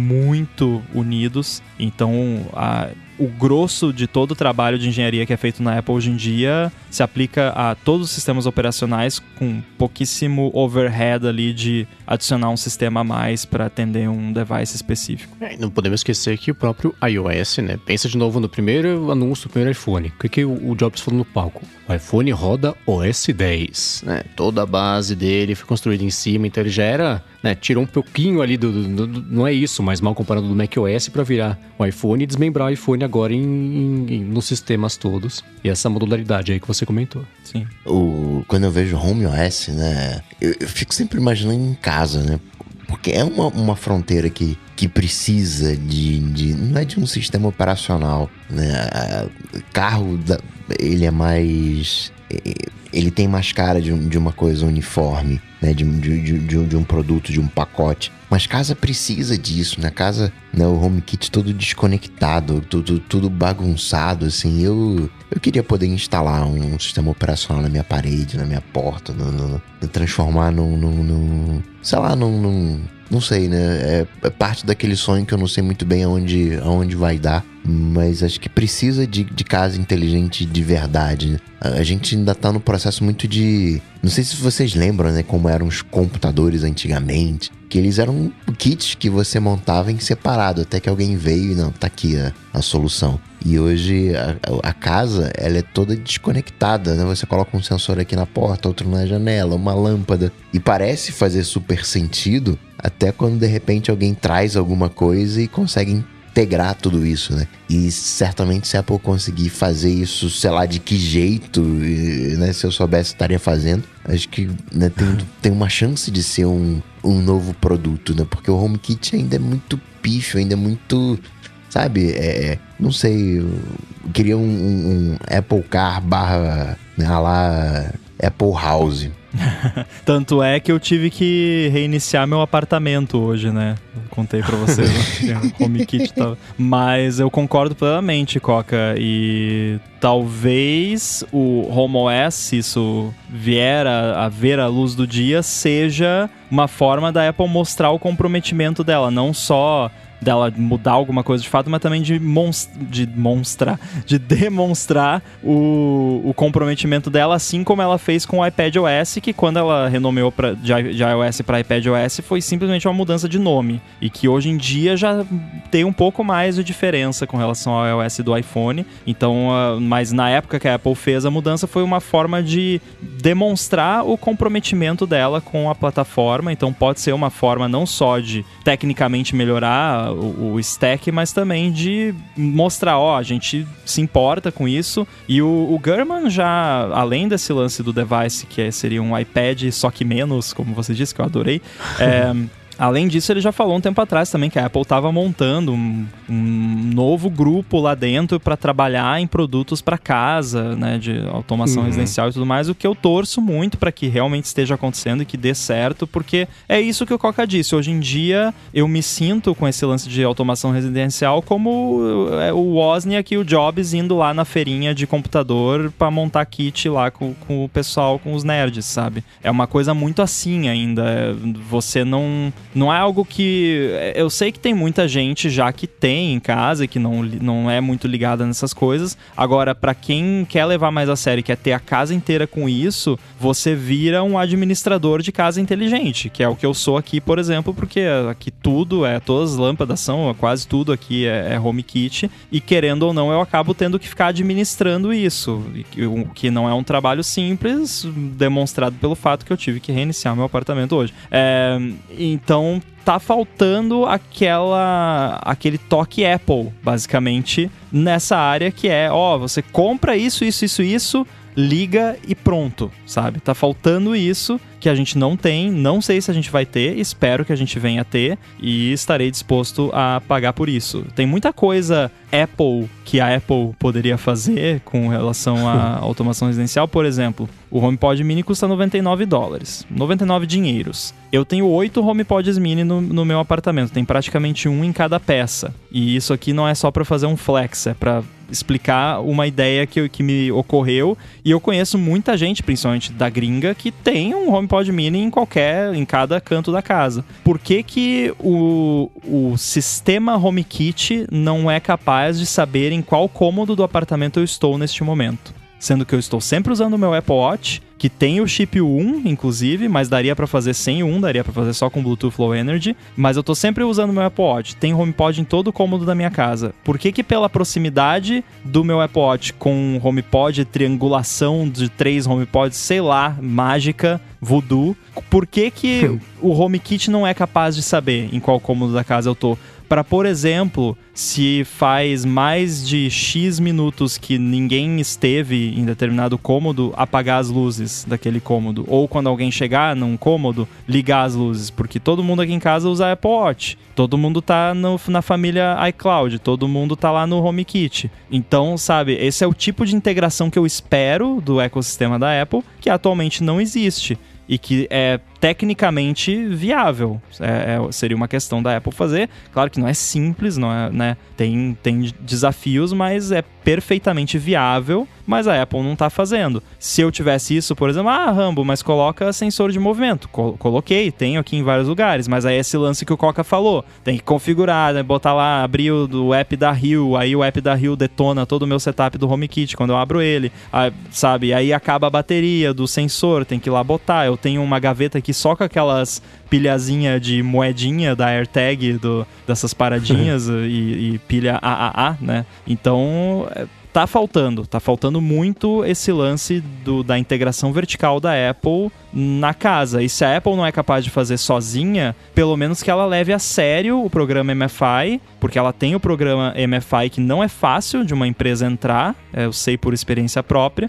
muito unidos. Então, a... o grosso de todo o trabalho de engenharia que é feito na Apple hoje em dia se aplica a todos os sistemas operacionais, com pouquíssimo overhead ali de adicionar um sistema a mais para atender um device específico. É, não podemos esquecer que o próprio iOS, né? Pensa de novo no primeiro anúncio do primeiro iPhone. O que, que o Jobs falou no palco? O iPhone roda O S dez, né? Toda a base dele foi construída em cima, então ele já era, né? Tirou um pouquinho ali do, do, do não é isso, mas mal comparado do macOS para virar o iPhone e desmembrar o iPhone agora em, em, em, nos sistemas todos. E essa modularidade aí que você comentou. Sim. O, quando eu vejo HomeOS, né, eu, eu fico sempre imaginando em casa, né? Porque é uma, uma fronteira que, que precisa de, de... Não é de um sistema operacional, né? Carro, ele é mais... Ele tem mais cara de, de uma coisa uniforme, né? De, de, de, de um produto, de um pacote. Mas casa precisa disso, né? Casa, né? O HomeKit todo desconectado, tudo, tudo bagunçado, assim. Eu, eu queria poder instalar um sistema operacional na minha parede, na minha porta, no, no, no, transformar num, num, num... Sei lá, num... num não sei, né? É, é parte daquele sonho que eu não sei muito bem aonde, aonde vai dar. Mas acho que precisa de, de casa inteligente de verdade, né? A gente ainda tá no processo muito de... Não sei se vocês lembram, né? Como eram os computadores antigamente. Que eles eram kits que você montava em separado. Até que alguém veio e não, tá aqui a, a solução. E hoje a, a casa, ela é toda desconectada, né? Você coloca um sensor aqui na porta, outro na janela, uma lâmpada. E parece fazer super sentido até quando de repente alguém traz alguma coisa e consegue integrar tudo isso, né? E certamente se a Apple conseguir fazer isso, sei lá de que jeito, né? Se eu soubesse, estaria fazendo. Acho que, né, tem, tem uma chance de ser um, um novo produto, né? Porque o HomeKit ainda é muito pífio, ainda é muito... Sabe? É, não sei, eu queria um, um, um Apple Car barra, né, lá Apple House. Tanto é que eu tive que reiniciar meu apartamento hoje, né? Eu contei pra vocês, né? O HomeKit tava... Mas eu concordo plenamente, Coca. E talvez o HomeOS, se isso vier a, a ver a luz do dia, seja uma forma da Apple mostrar o comprometimento dela. Não só dela mudar alguma coisa de fato, mas também de, monst- de monstrar, de demonstrar o, o comprometimento dela, assim como ela fez com o iPadOS, que quando ela renomeou pra, de, de iOS para iPadOS foi simplesmente uma mudança de nome, e que hoje em dia já tem um pouco mais de diferença com relação ao iOS do iPhone. Então, uh, mas na época que a Apple fez a mudança foi uma forma de demonstrar o comprometimento dela com a plataforma. Então pode ser uma forma não só de tecnicamente melhorar O, o stack, mas também de mostrar, ó, a gente se importa com isso. E o, o Gurman já, além desse lance do device, que é, seria um iPad, só que menos, como você disse, que eu adorei, é... Além disso, ele já falou um tempo atrás também que a Apple estava montando um, um novo grupo lá dentro para trabalhar em produtos para casa, né, de automação uhum. residencial e tudo mais, o que eu torço muito para que realmente esteja acontecendo e que dê certo, porque é isso que o Coca disse. Hoje em dia, eu me sinto com esse lance de automação residencial como o Wozniak e o Jobs indo lá na feirinha de computador para montar kit lá com, com o pessoal, com os nerds, sabe? É uma coisa muito assim ainda. Você não... não é algo que... Eu sei que tem muita gente já que tem em casa e que não, não é muito ligada nessas coisas. Agora, pra quem quer levar mais a sério e quer ter a casa inteira com isso, você vira um administrador de casa inteligente, que é o que eu sou aqui, por exemplo, porque aqui tudo é... Todas as lâmpadas são... Quase tudo aqui é, é HomeKit. E querendo ou não, eu acabo tendo que ficar administrando isso. O que não é um trabalho simples, demonstrado pelo fato que eu tive que reiniciar meu apartamento hoje. É, então, tá faltando aquela, aquele toque Apple, basicamente, nessa área que é, ó, você compra isso, isso, isso, isso, liga e pronto, sabe? Tá faltando isso que a gente não tem, não sei se a gente vai ter, espero que a gente venha a ter e estarei disposto a pagar por isso. Tem muita coisa Apple que a Apple poderia fazer com relação à automação residencial, por exemplo, o HomePod Mini custa noventa e nove dólares, noventa e nove dinheiros. Eu tenho oito HomePods Mini no, no meu apartamento, tem praticamente um em cada peça. E isso aqui não é só para fazer um flex, é para explicar uma ideia que, que me ocorreu. E eu conheço muita gente, principalmente da gringa, que tem um HomePod Mini em qualquer, em cada canto da casa. Por que que o, o sistema HomeKit não é capaz de saber em qual cômodo do apartamento eu estou neste momento? Sendo que eu estou sempre usando o meu Apple Watch, que tem o chip um, inclusive, mas daria pra fazer sem o um, daria pra fazer só com Bluetooth Low Energy, mas eu tô sempre usando o meu Apple Watch. Tem HomePod em todo o cômodo da minha casa. Por que que pela proximidade do meu Apple Watch com HomePod, triangulação de três HomePods, sei lá, mágica, voodoo, por que que o HomeKit não é capaz de saber em qual cômodo da casa eu tô? Para, por exemplo, se faz mais de X minutos que ninguém esteve em determinado cômodo, apagar as luzes daquele cômodo. Ou quando alguém chegar num cômodo, ligar as luzes. Porque todo mundo aqui em casa usa Apple Watch. Todo mundo tá no, na família iCloud. Todo mundo tá lá no HomeKit. Então, sabe, esse é o tipo de integração que eu espero do ecossistema da Apple, que atualmente não existe. E que é tecnicamente viável. É, é, seria uma questão da Apple fazer. Claro que não é simples, não é, né? Tem, tem desafios, mas é perfeitamente viável, mas a Apple não tá fazendo. Se eu tivesse isso, por exemplo, ah, Rambo, mas coloca sensor de movimento. Col- coloquei, tenho aqui em vários lugares, mas aí esse lance que o Coca falou, tem que configurar, né? Botar lá, abrir o do app da Rio, aí o app da Rio detona todo o meu setup do HomeKit quando eu abro ele, aí, sabe? Aí acaba a bateria do sensor, tem que ir lá botar. Eu tenho uma gaveta aqui só com aquelas pilhazinha de moedinha da AirTag, do, dessas paradinhas e, e pilha A A A, né? Então, tá faltando, tá faltando muito esse lance do, da integração vertical da Apple na casa. E se a Apple não é capaz de fazer sozinha, pelo menos que ela leve a sério o programa M F I, porque ela tem o programa M F I que não é fácil de uma empresa entrar, eu sei por experiência própria,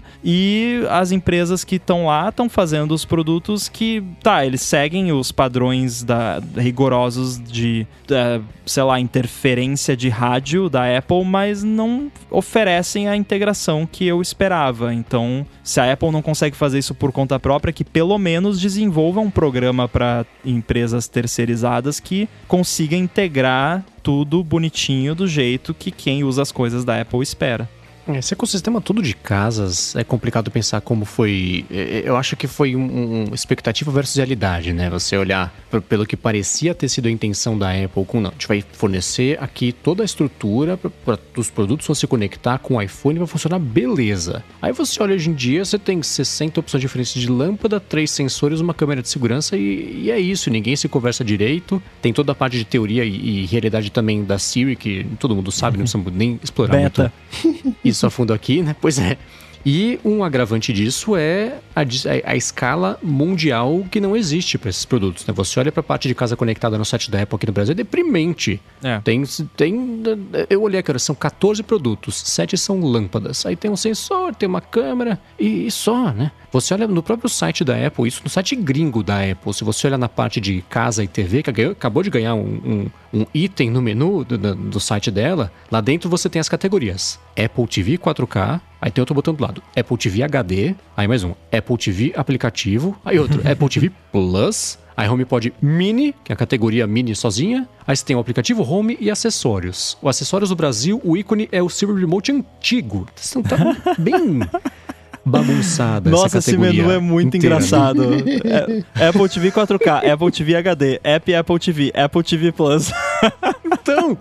e as empresas que estão lá estão fazendo os produtos que, tá, eles seguem os padrões da, rigorosos de, da, sei lá, interferência de rádio da Apple, mas não oferecem a integração que eu esperava. Então, se a Apple não consegue fazer isso por conta própria, que pelo menos desenvolva um programa para empresas terceirizadas que consiga integrar tudo bonitinho do jeito que quem usa as coisas da Apple espera. Esse ecossistema todo de casas é complicado pensar como foi. Eu acho que foi um, um expectativa versus realidade, né? Você olhar p- pelo que parecia ter sido a intenção da Apple com, não, a gente vai fornecer aqui toda a estrutura para os produtos vão se conectar com o iPhone e vai funcionar beleza. Aí você olha hoje em dia, você tem sessenta opções diferentes de lâmpada, três sensores, uma câmera de segurança e, e é isso. Ninguém se conversa direito. Tem toda a parte de teoria e, e realidade também da Siri, que todo mundo sabe, não precisamos nem explorar Beta. muito isso a fundo aqui, né? Pois é. E um agravante disso é a, a, a escala mundial que não existe para esses produtos, né? Você olha para a parte de casa conectada no site da Apple aqui no Brasil, é deprimente. É. Tem, tem, eu olhei aqui, são catorze produtos, sete são lâmpadas. Aí tem um sensor, tem uma câmera e, e só, né? Você olha no próprio site da Apple, isso no site gringo da Apple, se você olhar na parte de casa e T V, que acabou de ganhar um, um, um item no menu do, do, do site dela, lá dentro você tem as categorias. Apple T V quatro K, aí tem outro botão do lado, Apple T V H D, aí mais um, Apple T V aplicativo, aí outro, Apple T V Plus, aí HomePod Mini, que é a categoria Mini sozinha, aí você tem o aplicativo Home e acessórios. O acessórios do Brasil, o ícone é o Siri Remote antigo. Então tá bem... bagunçada. Nossa, esse menu é muito inteira, engraçado. Né? É, Apple T V quatro K, Apple T V H D, App Apple T V, Apple T V Plus. Então,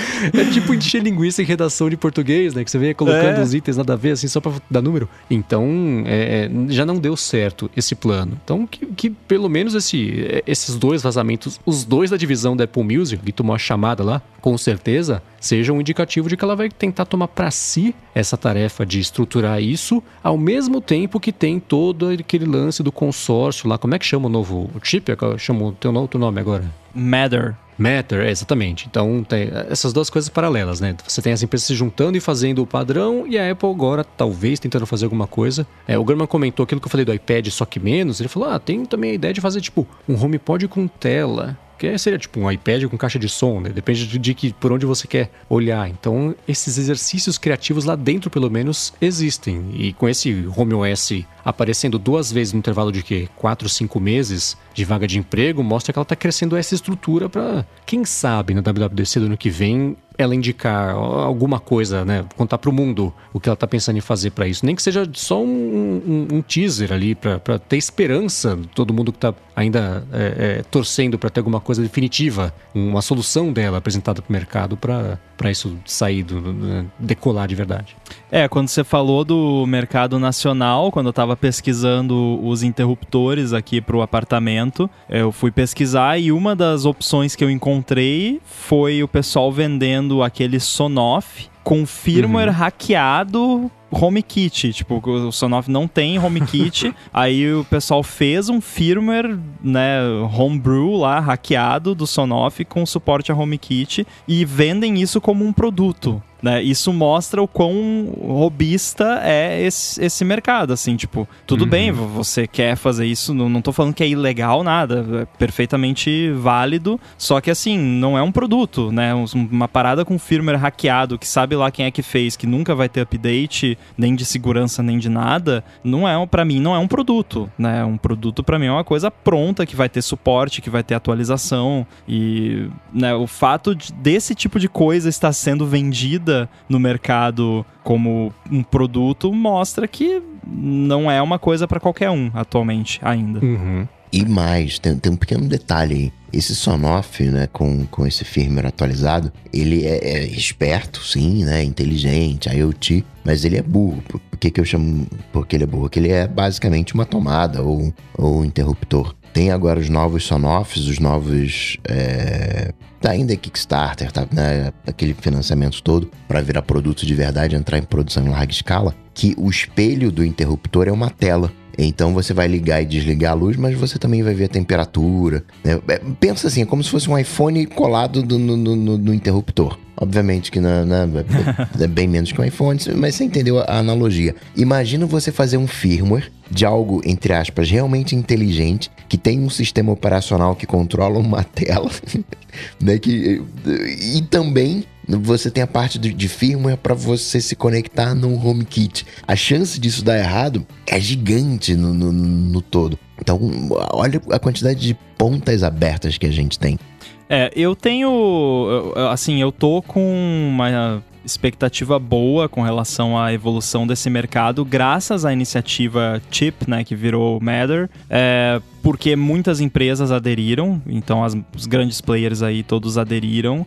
é tipo encher linguiça em redação de português, né? Que você vem colocando é. os itens nada a ver, assim, só pra dar número. Então, é, já não deu certo esse plano. Então, que, que pelo menos esse, esses dois vazamentos, os dois da divisão da Apple Music, que tomou a chamada lá, com certeza, seja um indicativo de que ela vai tentar tomar pra si essa tarefa de estruturar isso, ao mesmo tempo que tem todo aquele lance do consórcio lá. Como é que chama o novo chip? Chama, tem um outro nome agora? Matter. Matter, exatamente. Então, tem essas duas coisas paralelas, né? Você tem as empresas se juntando e fazendo o padrão, e a Apple agora, talvez, tentando fazer alguma coisa. É, o German comentou aquilo que eu falei do iPad, só que menos. Ele falou, ah, tem também a ideia de fazer, tipo, um HomePod com tela. Que seria tipo um iPad com caixa de som, né? Depende de, de que, por onde você quer olhar. Então, esses exercícios criativos lá dentro, pelo menos, existem. E com esse HomeOS aparecendo duas vezes no intervalo de quê? Quatro, cinco meses de vaga de emprego, mostra que ela está crescendo essa estrutura para, quem sabe, na W W D C do ano que vem, ela indicar alguma coisa, né? Contar para o mundo o que ela está pensando em fazer para isso. Nem que seja só um, um, um teaser ali, para ter esperança, todo mundo que está ainda é, é, torcendo para ter alguma coisa definitiva, uma solução dela apresentada para o mercado para isso sair, do, do, decolar de verdade. É, quando você falou do mercado nacional, quando eu estava pesquisando os interruptores aqui para o apartamento, eu fui pesquisar e uma das opções que eu encontrei foi o pessoal vendendo aquele Sonoff com firmware uhum. hackeado HomeKit, tipo, o Sonoff não tem HomeKit, aí o pessoal fez um firmware, né, homebrew lá, hackeado do Sonoff com suporte a HomeKit e vendem isso como um produto. Né? Isso mostra o quão robista é esse, esse mercado, assim, tipo, tudo uhum. bem, você quer fazer isso, não, não tô falando que é ilegal, nada, é perfeitamente válido, só que assim, não é um produto, né, uma parada com firmware hackeado, que sabe lá quem é que fez, que nunca vai ter update, nem de segurança, nem de nada, não é, pra mim, não é um produto, né, um produto pra mim é uma coisa pronta, que vai ter suporte, que vai ter atualização, e, né, o fato de, desse tipo de coisa estar sendo vendida no mercado como um produto mostra que não é uma coisa para qualquer um atualmente ainda. Uhum. E mais, tem, tem um pequeno detalhe aí. Esse Sonoff, né, com, com esse firmware atualizado, ele é, é esperto, sim, né, inteligente, IoT, mas ele é burro. Por, por que que eu chamo porque ele é burro? Porque ele é basicamente uma tomada ou, ou um interruptor. Tem agora os novos Sonoffs, os novos... É... ainda é Kickstarter, tá, né, aquele financiamento todo para virar produto de verdade, entrar em produção em larga escala, que o espelho do interruptor é uma tela. Então você vai ligar e desligar a luz, mas você também vai ver a temperatura, né? Pensa assim, é como se fosse um iPhone colado do, no, no, no interruptor. Obviamente que não, não, é bem menos que um iPhone, mas você entendeu a analogia. Imagina você fazer um firmware de algo, entre aspas, realmente inteligente, que tem um sistema operacional que controla uma tela, né? Que, e também você tem a parte de, de firmware para você se conectar no HomeKit. A chance disso dar errado é gigante no, no, no todo. Então, olha a quantidade de pontas abertas que a gente tem. É, eu tenho, assim, eu tô com uma expectativa boa com relação à evolução desse mercado, graças à iniciativa Chip, né, que virou Matter, é, porque muitas empresas aderiram, então as, os grandes players aí todos aderiram,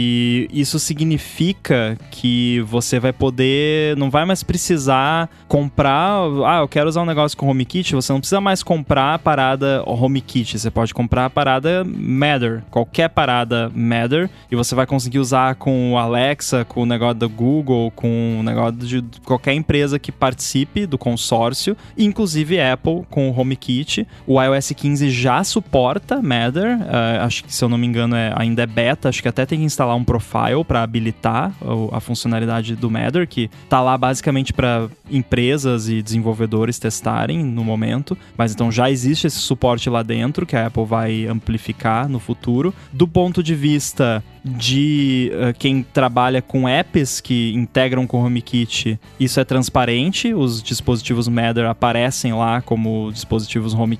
e isso significa que você vai poder, não vai mais precisar comprar, ah, eu quero usar um negócio com HomeKit, você não precisa mais comprar a parada HomeKit, você pode comprar a parada Matter, qualquer parada Matter, e você vai conseguir usar com o Alexa, com o negócio da Google, com o negócio de qualquer empresa que participe do consórcio, inclusive Apple com o HomeKit. O iOS quinze já suporta Matter, uh, acho que, se eu não me engano, é, ainda é beta, acho que até tem que instalar um profile para habilitar a, a funcionalidade do Matter, que tá lá basicamente para empresas e desenvolvedores testarem no momento, mas então já existe esse suporte lá dentro, que a Apple vai amplificar no futuro. Do ponto de vista de uh, quem trabalha com apps que integram com o HomeKit, isso é transparente, os dispositivos Matter aparecem lá como dispositivos HomeKit,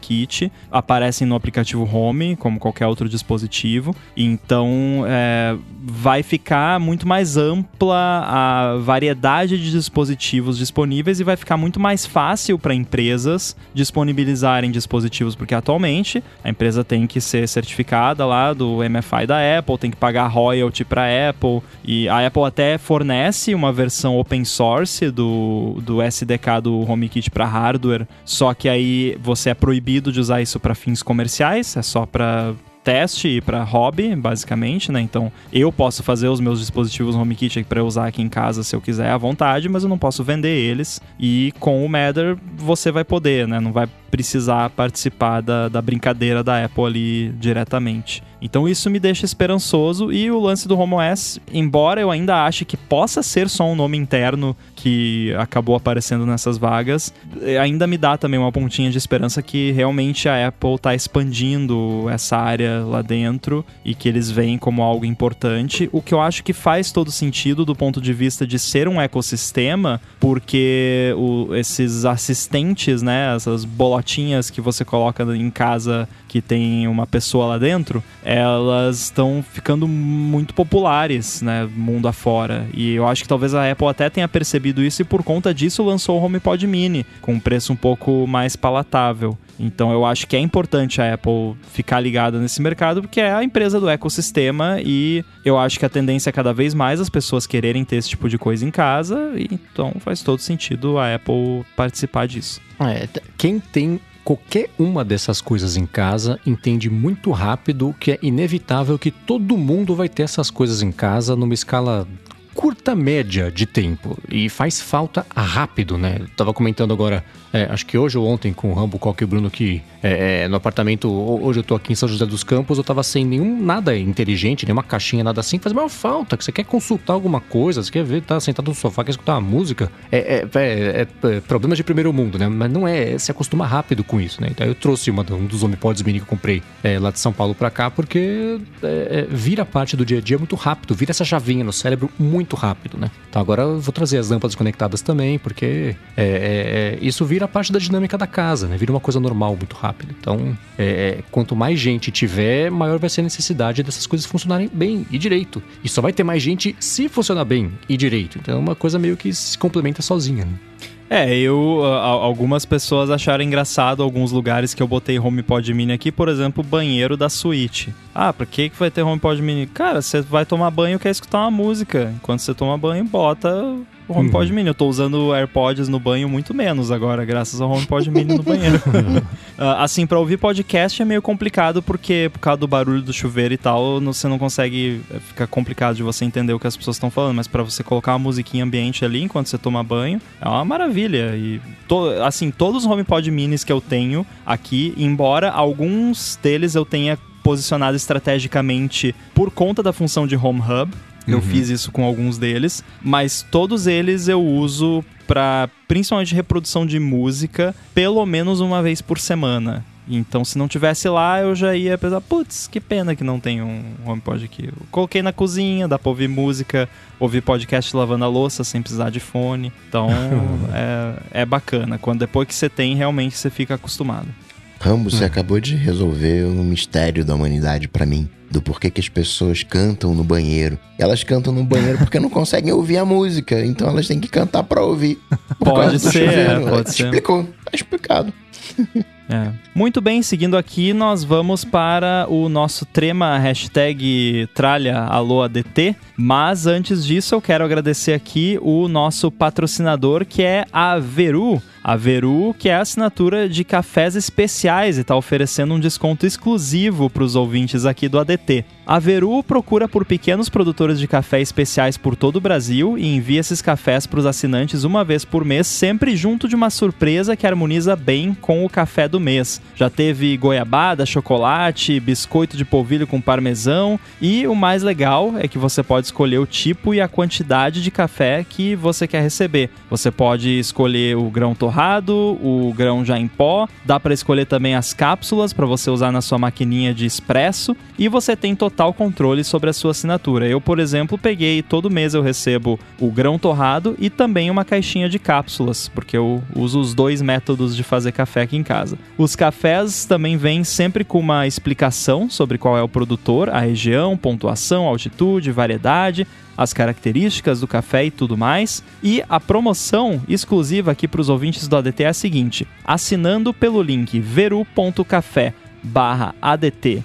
HomePod, aparecem no aplicativo Home, como qualquer outro dispositivo. Então, é, vai ficar muito mais ampla a variedade de dispositivos disponíveis e vai ficar muito mais fácil para empresas disponibilizarem dispositivos, porque atualmente a empresa tem que ser certificada lá do M F I da Apple, tem que pagar royalty para a Apple, e a Apple até fornece uma versão open source do, do S D K do HomeKit para hardware, só que aí você é proibido de usar isso para fins comerciais, é só para teste e para hobby, basicamente, né? Então, eu posso fazer os meus dispositivos HomeKit para usar aqui em casa se eu quiser à vontade, mas eu não posso vender eles. E com o Matter você vai poder, né? Não vai precisar participar da, da brincadeira da Apple ali diretamente. Então isso me deixa esperançoso, e o lance do HomeOS, embora eu ainda ache que possa ser só um nome interno que acabou aparecendo nessas vagas, ainda me dá também uma pontinha de esperança que realmente a Apple está expandindo essa área lá dentro e que eles veem como algo importante, o que eu acho que faz todo sentido do ponto de vista de ser um ecossistema, porque o, esses assistentes, né, essas bolotinhas que você coloca em casa que tem uma pessoa lá dentro, elas estão ficando muito populares, né, mundo afora. E eu acho que talvez a Apple até tenha percebido isso e por conta disso lançou o HomePod Mini com um preço um pouco mais palatável. Então eu acho que é importante a Apple ficar ligada nesse mercado, porque é a empresa do ecossistema, e eu acho que a tendência é cada vez mais as pessoas quererem ter esse tipo de coisa em casa, e então faz todo sentido a Apple participar disso. É, quem tem qualquer uma dessas coisas em casa entende muito rápido que é inevitável que todo mundo vai ter essas coisas em casa numa escala curta média de tempo, e faz falta rápido, né? Eu tava comentando agora, é, acho que hoje ou ontem com o Rambo, Coque e o Bruno, que é, é, no apartamento, hoje eu tô aqui em São José dos Campos, eu tava sem nenhum, nada inteligente, nenhuma caixinha, nada assim, faz maior falta, que você quer consultar alguma coisa, você quer ver, tá sentado no sofá, quer escutar uma música, é, é, é, é problemas de primeiro mundo, né? Mas não é, se acostuma rápido com isso, né? Então eu trouxe uma, um dos HomePods mini que eu comprei é, lá de São Paulo pra cá, porque é, é, vira parte do dia a dia muito rápido, vira essa chavinha no cérebro muito rápido, né? Então agora eu vou trazer as lâmpadas conectadas também, porque é, é, é, isso vira parte da dinâmica da casa, né? Vira uma coisa normal muito rápido. Então, é, é, quanto mais gente tiver, maior vai ser a necessidade dessas coisas funcionarem bem e direito. E só vai ter mais gente se funcionar bem e direito. Então é uma coisa meio que se complementa sozinha, né? É, eu, algumas pessoas acharam engraçado alguns lugares que eu botei HomePod Mini aqui, por exemplo, o banheiro da suíte. Ah, pra que que vai ter HomePod Mini? Cara, você vai tomar banho e quer escutar uma música. Enquanto você toma banho, bota o HomePod uhum. Mini. Eu tô usando AirPods no banho muito menos agora, graças ao HomePod Mini no banheiro. uh, assim, pra ouvir podcast é meio complicado, porque por causa do barulho do chuveiro e tal, você não consegue, fica complicado de você entender o que as pessoas estão falando, mas pra você colocar uma musiquinha ambiente ali enquanto você toma banho, é uma maravilha. E, to, assim, todos os HomePod Minis que eu tenho aqui, embora alguns deles eu tenha posicionado estrategicamente por conta da função de Home Hub, eu uhum. fiz isso com alguns deles, mas todos eles eu uso para, principalmente, reprodução de música, pelo menos uma vez por semana. Então, se não tivesse lá, eu já ia pensar, putz, que pena que não tem um HomePod aqui. Eu coloquei na cozinha, dá pra ouvir música, ouvir podcast lavando a louça sem precisar de fone. Então, é, é bacana. Quando depois que você tem, realmente você fica acostumado. Rambo, você hum. acabou de resolver um mistério da humanidade pra mim. Do porquê que as pessoas cantam no banheiro. Elas cantam no banheiro porque não conseguem ouvir a música. Então elas têm que cantar pra ouvir. Pode ser, é, pode ser. Explicou, tá explicado. É. Muito bem, seguindo aqui, nós vamos para o nosso trema hashtag tralha alô A D T, mas antes disso eu quero agradecer aqui o nosso patrocinador, que é a Veru. A Veru, que é a assinatura de cafés especiais e está oferecendo um desconto exclusivo para os ouvintes aqui do A D T. A Veru procura por pequenos produtores de café especiais por todo o Brasil e envia esses cafés para os assinantes uma vez por mês, sempre junto de uma surpresa que harmoniza bem com o café do mês. Já teve goiabada, chocolate, biscoito de polvilho com parmesão, e o mais legal é que você pode escolher o tipo e a quantidade de café que você quer receber. Você pode escolher o grão torrado, torrado, o grão já em pó, dá para escolher também as cápsulas para você usar na sua maquininha de expresso e você tem total controle sobre a sua assinatura. Eu, por exemplo, peguei, todo mês eu recebo o grão torrado e também uma caixinha de cápsulas, porque eu uso os dois métodos de fazer café aqui em casa. Os cafés também vêm sempre com uma explicação sobre qual é o produtor, a região, pontuação, altitude, variedade, as características do café e tudo mais. E a promoção exclusiva aqui para os ouvintes do A D T é a seguinte: assinando pelo link veru.café barra ADT,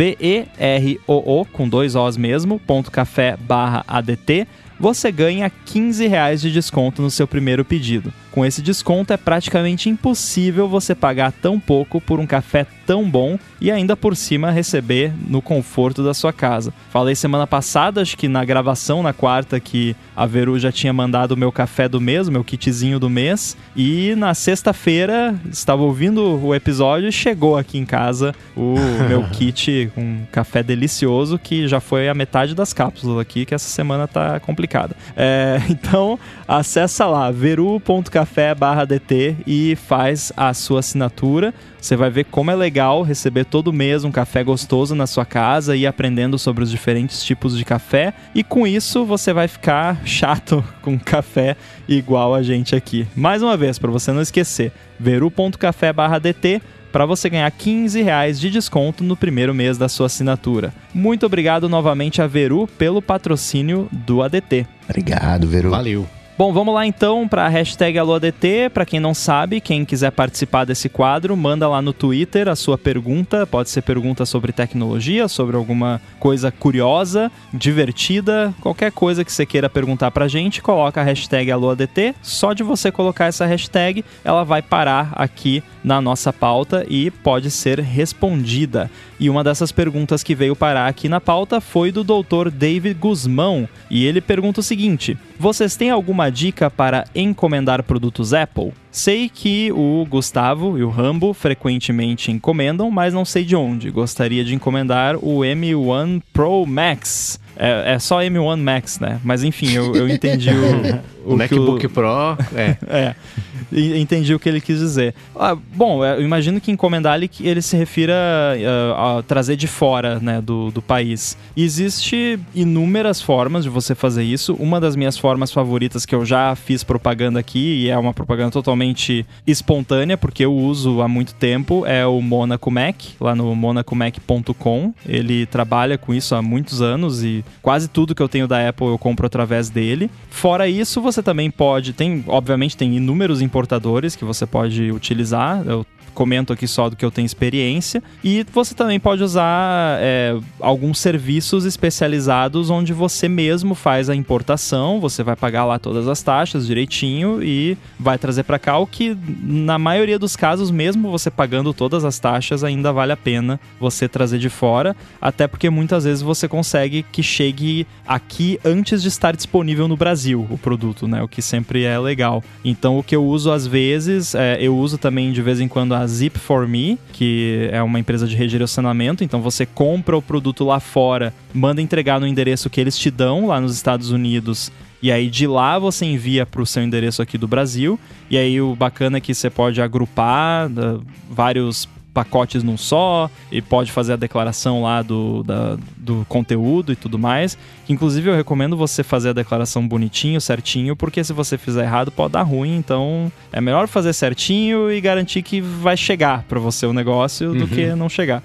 V-E-R-O-O, com dois Os mesmo, ponto café barra ADT, você ganha quinze reais de desconto no seu primeiro pedido. Com esse desconto é praticamente impossível você pagar tão pouco por um café tão bom e ainda por cima receber no conforto da sua casa. Falei semana passada, acho que na gravação, na quarta, que a Veru já tinha mandado o meu café do mês, o meu kitzinho do mês, e na sexta-feira estava ouvindo o episódio e chegou aqui em casa o meu kit com um café delicioso, que já foi a metade das cápsulas aqui, que essa semana tá complicada. É, então acessa lá, veru.café barra ADT e faz a sua assinatura. Você vai ver como é legal receber todo mês um café gostoso na sua casa e ir aprendendo sobre os diferentes tipos de café. E com isso você vai ficar chato com café igual a gente aqui. Mais uma vez, para você não esquecer, veru.café barra ADT para você ganhar quinze reais de desconto no primeiro mês da sua assinatura. Muito obrigado novamente a Veru pelo patrocínio do A D T. Obrigado, Veru. Valeu. Bom, vamos lá então para a hashtag AlôADT. Para quem não sabe, quem quiser participar desse quadro, manda lá no Twitter a sua pergunta. Pode ser pergunta sobre tecnologia, sobre alguma coisa curiosa, divertida, qualquer coisa que você queira perguntar pra gente, coloca a hashtag AlôADT. Só de você colocar essa hashtag, ela vai parar aqui na nossa pauta e pode ser respondida. E uma dessas perguntas que veio parar aqui na pauta foi do doutor David Guzmão. E ele pergunta o seguinte: vocês têm alguma dica para encomendar produtos Apple? Sei que o Gustavo e o Rambo frequentemente encomendam, mas não sei de onde. Gostaria de encomendar o M um Pro Max. É, é só M um Max, né? Mas enfim, eu, eu entendi o... o MacBook o... Pro, é. é. Entendi o que ele quis dizer. Ah, bom, eu imagino que encomendar ele, ele se refira a, a trazer de fora, né, do, do país. E existe inúmeras formas de você fazer isso. Uma das minhas formas favoritas que eu já fiz propaganda aqui, e é uma propaganda totalmente espontânea, porque eu uso há muito tempo, é o Monaco Mac, lá no monaco mac ponto com. Ele trabalha com isso há muitos anos e quase tudo que eu tenho da Apple eu compro através dele. Fora isso, você também pode... Tem, obviamente, tem inúmeros importadores que você pode utilizar. Eu comento aqui só do que eu tenho experiência. E você também pode usar é, alguns serviços especializados onde você mesmo faz a importação, você vai pagar lá todas as taxas direitinho e vai trazer para cá, o que na maioria dos casos, mesmo você pagando todas as taxas, ainda vale a pena você trazer de fora, até porque muitas vezes você consegue que chegue aqui antes de estar disponível no Brasil o produto, né? O que sempre é legal. Então o que eu uso às vezes, é, eu uso também de vez em quando a Zip for Me, que é uma empresa de redirecionamento. Então você compra o produto lá fora, manda entregar no endereço que eles te dão lá nos Estados Unidos, e aí de lá você envia para o seu endereço aqui do Brasil. E aí o bacana é que você pode agrupar uh, vários pacotes num só, e pode fazer a declaração lá do, da, do conteúdo e tudo mais. Inclusive eu recomendo você fazer a declaração bonitinho, certinho, porque se você fizer errado pode dar ruim. Então é melhor fazer certinho e garantir que vai chegar para você o negócio do uhum. que não chegar.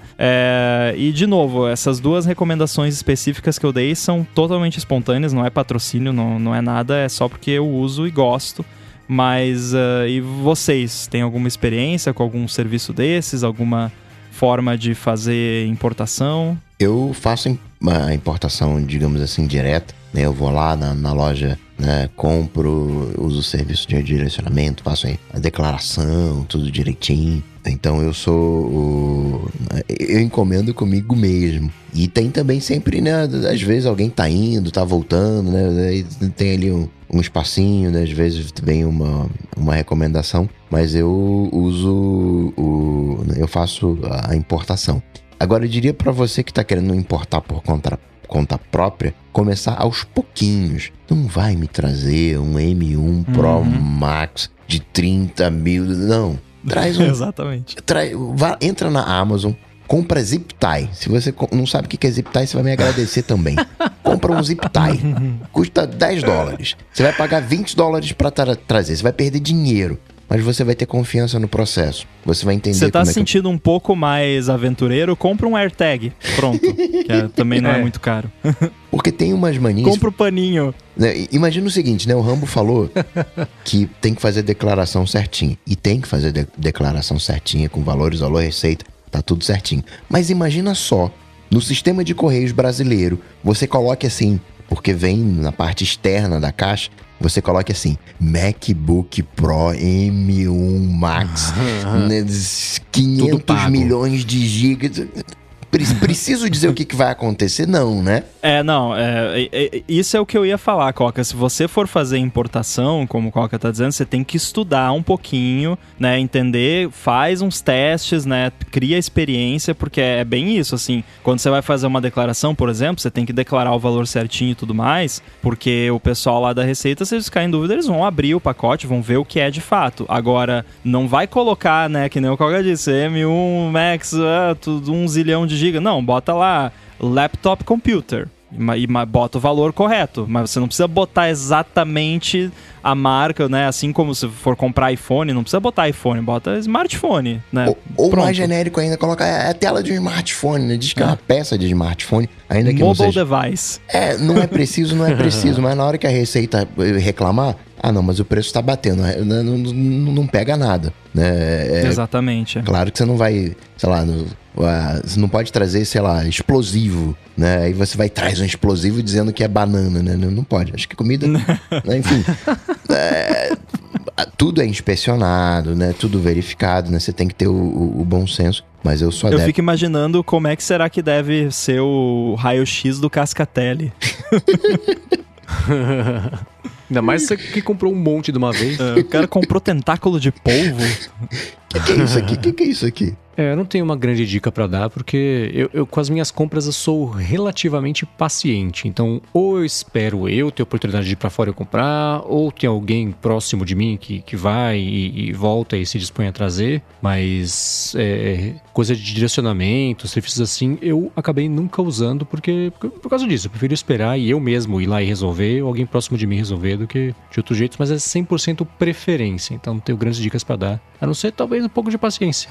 É, e de novo, essas duas recomendações específicas que eu dei são totalmente espontâneas, não é patrocínio, não, não é nada, é só porque eu uso e gosto. Mas, uh, e vocês, têm alguma experiência com algum serviço desses? Alguma forma de fazer importação? Eu faço uma importação, digamos assim, direta, né? Eu vou lá na, na loja, né? Compro, uso o serviço de direcionamento, faço a declaração, tudo direitinho. Então eu sou o... eu encomendo comigo mesmo. E tem também sempre, né? Às vezes alguém tá indo, tá voltando, né? Aí tem ali um, um espacinho, né? Às vezes vem uma, uma recomendação. Mas eu uso o... eu faço a importação. Agora eu diria pra você que tá querendo importar por conta, conta própria, começar aos pouquinhos. Não vai me trazer um M um Pro uhum. Max de trinta mil. Não. Traz um. Exatamente. Traz, vá, entra na Amazon, compra zip tie. Se você não sabe o que é zip tie, você vai me agradecer também. Compra um zip tie. Custa dez dólares. Você vai pagar vinte dólares pra tra- trazer. Você vai perder dinheiro. Mas você vai ter confiança no processo. Você vai entender. Você tá como se é que... sentindo um pouco mais aventureiro? Compra um AirTag. Pronto. Que é, também não é. é muito caro. Porque tem umas manias... Compra o paninho. Né? Imagina o seguinte, né? O Rambo falou que tem que fazer declaração certinha. E tem que fazer de- declaração certinha, com valores, valor, receita. Tá tudo certinho. Mas imagina só, no sistema de correios brasileiro, você coloque assim, porque vem na parte externa da caixa, você coloca assim, MacBook Pro M um Max, né, quinhentos milhões de gigas. Preciso dizer o que, que vai acontecer? Não, né? É, não, é, é, isso é o que eu ia falar, Coca. Se você for fazer importação, como o Coca tá dizendo, você tem que estudar um pouquinho, né? Entender, faz uns testes, né? Cria experiência, porque é bem isso, assim. Quando você vai fazer uma declaração, por exemplo, você tem que declarar o valor certinho e tudo mais, porque o pessoal lá da Receita, se eles ficarem em dúvida, eles vão abrir o pacote, vão ver o que é de fato. Agora, não vai colocar, né, que nem o Coca disse, M um Max, é, tudo, um zilhão de giga. Não, bota lá laptop computer e bota o valor correto, mas você não precisa botar exatamente a marca, né? Assim como se for comprar iPhone, não precisa botar iPhone, bota smartphone, né? Ou, ou mais genérico ainda, coloca a tela de um smartphone, né? Diz que é, é uma peça de smartphone, ainda que Mobile não seja... device. É, não é preciso, não é preciso, mas na hora que a Receita reclamar, ah não, mas o preço tá batendo, não, não, não pega nada, né? É, exatamente. É. Claro que você não vai, sei lá, no, você não pode trazer, sei lá, explosivo, né? Aí você vai traz um explosivo dizendo que é banana, né? Não, não pode, acho que comida, né? Enfim, é, tudo é inspecionado, né? Tudo verificado, né? Você tem que ter o, o, o bom senso. Mas eu só Eu deve... fico imaginando como é que será que deve ser o raio-x do Cascatelli. Ainda mais você que comprou um monte de uma vez. É, o cara comprou tentáculo de polvo. O que, que é isso aqui? O que, que é isso aqui? É, eu não tenho uma grande dica pra dar, porque eu, eu, com as minhas compras eu sou relativamente paciente. Então, ou eu espero eu ter oportunidade de ir pra fora e comprar, ou tem alguém próximo de mim que, que vai e, e volta e se dispõe a trazer. Mas é, coisa de direcionamento, serviços assim, eu acabei nunca usando porque, porque por causa disso. Eu prefiro esperar e eu mesmo ir lá e resolver, ou alguém próximo de mim resolver, do que de outro jeito. Mas é cem por cento preferência, então não tenho grandes dicas pra dar. A não ser talvez um pouco de paciência.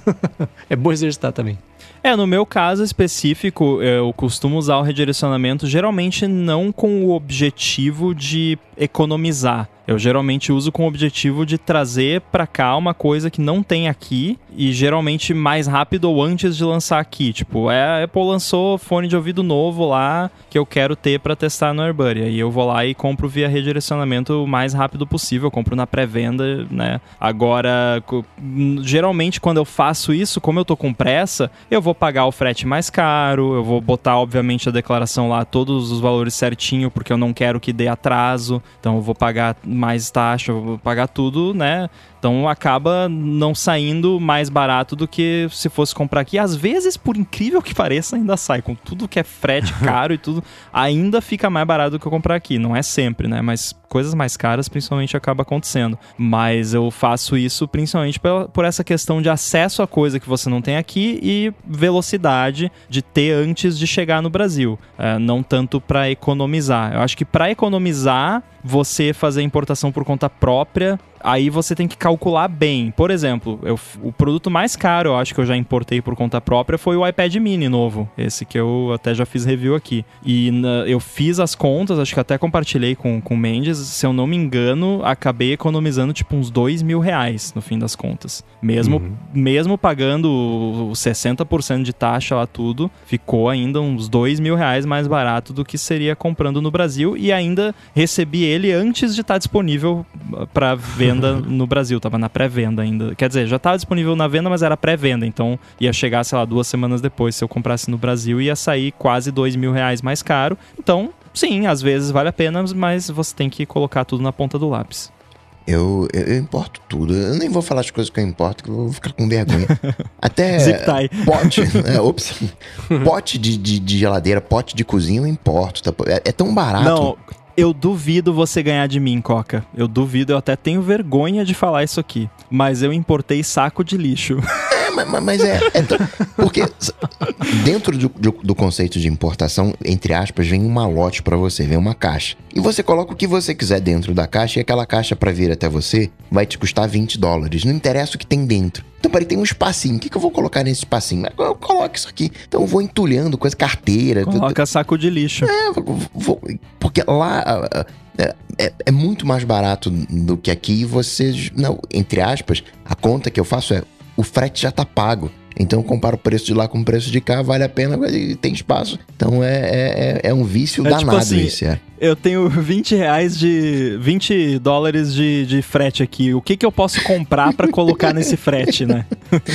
É bom exercitar também. É, no meu caso específico, eu costumo usar o redirecionamento geralmente não com o objetivo de economizar. Eu geralmente uso com o objetivo de trazer pra cá uma coisa que não tem aqui e geralmente mais rápido ou antes de lançar aqui. Tipo, a Apple lançou fone de ouvido novo lá que eu quero ter pra testar no AirBuddy. Aí eu vou lá e compro via redirecionamento o mais rápido possível. Eu compro na pré-venda, né? Agora, geralmente quando eu faço isso, como eu tô com pressa, eu vou pagar o frete mais caro, eu vou botar, obviamente, a declaração lá, todos os valores certinho, porque eu não quero que dê atraso. Então eu vou pagar mais taxa, eu vou pagar tudo, né? Então acaba não saindo mais barato do que se fosse comprar aqui. Às vezes, por incrível que pareça, ainda sai. Com tudo que é frete caro e tudo, ainda fica mais barato do que eu comprar aqui. Não é sempre, né? Mas coisas mais caras principalmente acaba acontecendo. Mas eu faço isso principalmente por essa questão de acesso a coisa que você não tem aqui e velocidade de ter antes de chegar no Brasil. É, não tanto para economizar. Eu acho que para economizar, você fazer importação por conta própria, aí você tem que calcular bem. Por exemplo, eu, o produto mais caro, eu acho que eu já importei por conta própria, foi o iPad mini novo. Esse que eu até já fiz review aqui. E na, eu fiz as contas, acho que até compartilhei com, com o Mendes. Se eu não me engano, acabei economizando tipo uns dois mil reais no fim das contas. Mesmo, uhum. mesmo pagando os sessenta por cento de taxa lá tudo, ficou ainda uns dois mil reais mais barato do que seria comprando no Brasil. E ainda recebi ele antes de estar disponível para venda no Brasil, tava na pré-venda ainda. Quer dizer, já estava disponível na venda, mas era pré-venda, então ia chegar, sei lá, duas semanas depois. Se eu comprasse no Brasil, ia sair quase dois mil reais mais caro. Então, sim, às vezes vale a pena, mas você tem que colocar tudo na ponta do lápis. Eu, eu, eu importo tudo. Eu nem vou falar as coisas que eu importo, que eu vou ficar com vergonha. Até Zip tie. Pote, é, ops, pote de, de, de geladeira, pote de cozinha eu importo. Tá? É, é tão barato. Não. Eu duvido você ganhar de mim, Coca. Eu duvido, eu até tenho vergonha de falar isso aqui. Mas eu importei saco de lixo. É, mas, mas é, é... Porque dentro do, do, do conceito de importação, entre aspas, vem um malote pra você, vem uma caixa. E você coloca o que você quiser dentro da caixa e aquela caixa pra vir até você vai te custar vinte dólares. Não interessa o que tem dentro. Então, peraí, tem um espacinho. O que, que eu vou colocar nesse espacinho? Eu coloco isso aqui. Então, eu vou entulhando coisa, carteira. Coloca saco de lixo. É, vou, vou, porque lá é, é, é muito mais barato do que aqui. E você, não, entre aspas, a conta que eu faço é o frete já tá pago. Então, eu comparo o preço de lá com o preço de cá, vale a pena, tem espaço. Então, é, é, é um vício é danado tipo assim, isso, é. Eu tenho vinte reais de... vinte dólares de, de frete aqui. O que que eu posso comprar pra colocar nesse frete, né?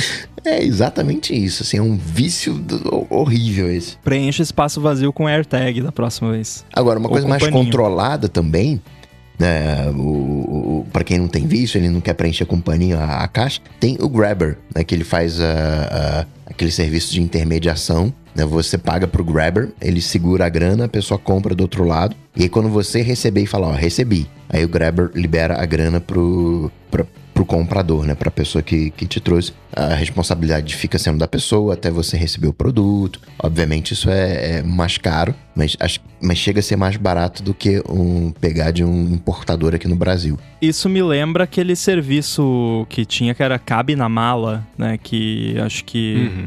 É exatamente isso, assim, é um vício do, horrível esse. Preenche espaço vazio com AirTag da próxima vez. Agora, uma Ou coisa mais paninho. controlada também... É, o, o, pra quem não tem vício, ele não quer preencher com paninho a, a caixa, tem o Grabber, né, que ele faz a, a, aquele serviço de intermediação, né, você paga pro Grabber, ele segura a grana, a pessoa compra do outro lado, e aí quando você receber e falar, ó, recebi, aí o Grabber libera a grana pro, pra, pro comprador, né, pra pessoa que, que te trouxe. A responsabilidade fica sendo da pessoa até você receber o produto. Obviamente isso é, é mais caro, mas, mas chega a ser mais barato do que um, pegar de um importador aqui no Brasil. Isso me lembra aquele serviço que tinha que era Cabe na Mala, né, que acho que... Uhum.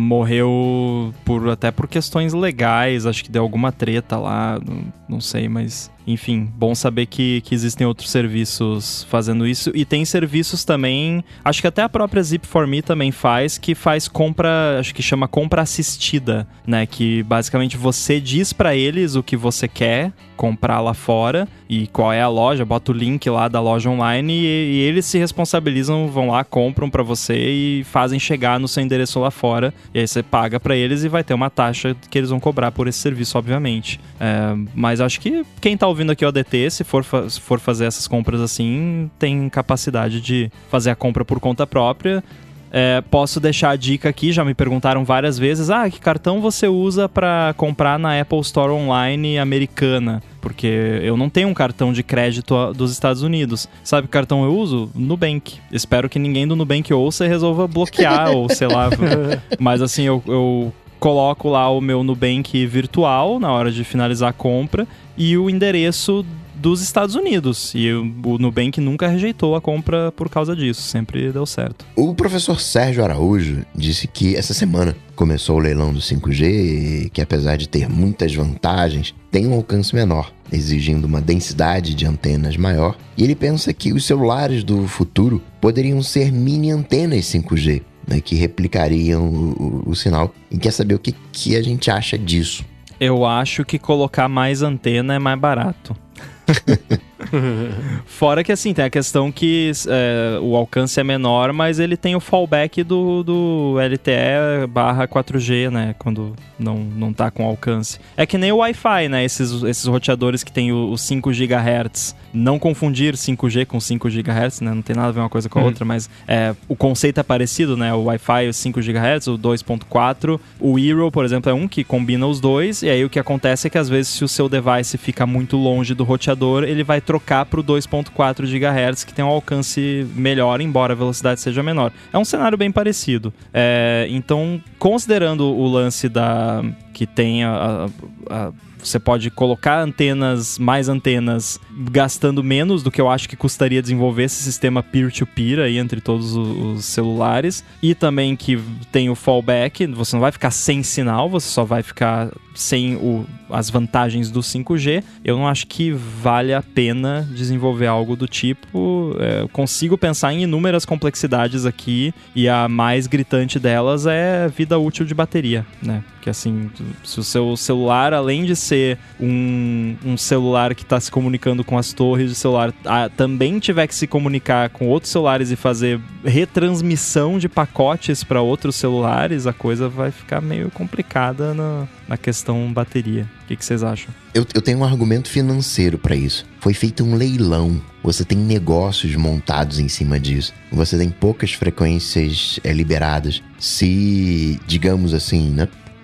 Morreu por, até por questões legais, acho que deu alguma treta lá, não, não sei, mas enfim, bom saber que, que existem outros serviços fazendo isso. E tem serviços também, acho que até a própria Zip four Me também faz, que faz compra, acho que chama compra assistida, né, que basicamente você diz pra eles o que você quer comprar lá fora e qual é a loja, bota o link lá da loja online e, e eles se responsabilizam, vão lá, compram pra você e fazem chegar no seu endereço lá fora. E aí você paga pra eles e vai ter uma taxa que eles vão cobrar por esse serviço, obviamente. É, mas acho que quem tá ouvindo aqui o A D T, se for, fa- se for fazer essas compras assim, tem capacidade de fazer a compra por conta própria. É, posso deixar a dica aqui, já me perguntaram várias vezes, ah, que cartão você usa pra comprar na Apple Store online americana? Porque eu não tenho um cartão de crédito dos Estados Unidos. Sabe que cartão eu uso? Nubank. Espero que ninguém do Nubank ouça e resolva bloquear, ou sei lá. Mas assim, eu, eu coloco lá o meu Nubank virtual na hora de finalizar a compra e o endereço dos Estados Unidos. E o Nubank nunca rejeitou a compra por causa disso. Sempre deu certo. O professor Sérgio Araújo disse que essa semana começou o leilão do cinco G, que apesar de ter muitas vantagens, tem um alcance menor, exigindo uma densidade de antenas maior. E ele pensa que os celulares do futuro poderiam ser mini antenas cinco G, né, que replicariam o, o, o sinal. E quer saber o que, que a gente acha disso? Eu acho que colocar mais antena é mais barato. Fora que assim, tem a questão que é, o alcance é menor, mas ele tem o fallback do, do L T E barra quatro G, né? Quando não, não tá com alcance. É que nem o Wi-Fi, né? Esses, esses roteadores que tem o, o cinco gigahertz. Não confundir cinco G com cinco gigahertz, né? Não tem nada a ver uma coisa com a uhum. outra, mas é, o conceito é parecido, né? O Wi-Fi, o cinco gigahertz, o dois ponto quatro. O Eero, por exemplo, é um que combina os dois. E aí o que acontece é que às vezes se o seu device fica muito longe do roteador, ele vai trocar para o dois ponto quatro gigahertz, que tem um alcance melhor, embora a velocidade seja menor. É um cenário bem parecido. É, então, considerando o lance da que tem a, a, a você pode colocar antenas, mais antenas, gastando menos do que eu acho que custaria desenvolver esse sistema peer-to-peer aí entre todos os celulares. E também que tem o fallback, você não vai ficar sem sinal, você só vai ficar sem o, as vantagens do cinco G. Eu não acho que vale a pena desenvolver algo do tipo. É, eu consigo pensar em inúmeras complexidades aqui e a mais gritante delas é vida útil de bateria, né? Porque assim, se o seu celular, além de ser um, um celular que está se comunicando com as torres do celular, a, também tiver que se comunicar com outros celulares e fazer retransmissão de pacotes para outros celulares, a coisa vai ficar meio complicada na, na questão bateria. O que, que vocês acham? Eu, eu tenho um argumento financeiro para isso. Foi feito um leilão. Você tem negócios montados em cima disso. Você tem poucas frequências é, liberadas. Se, digamos assim, né?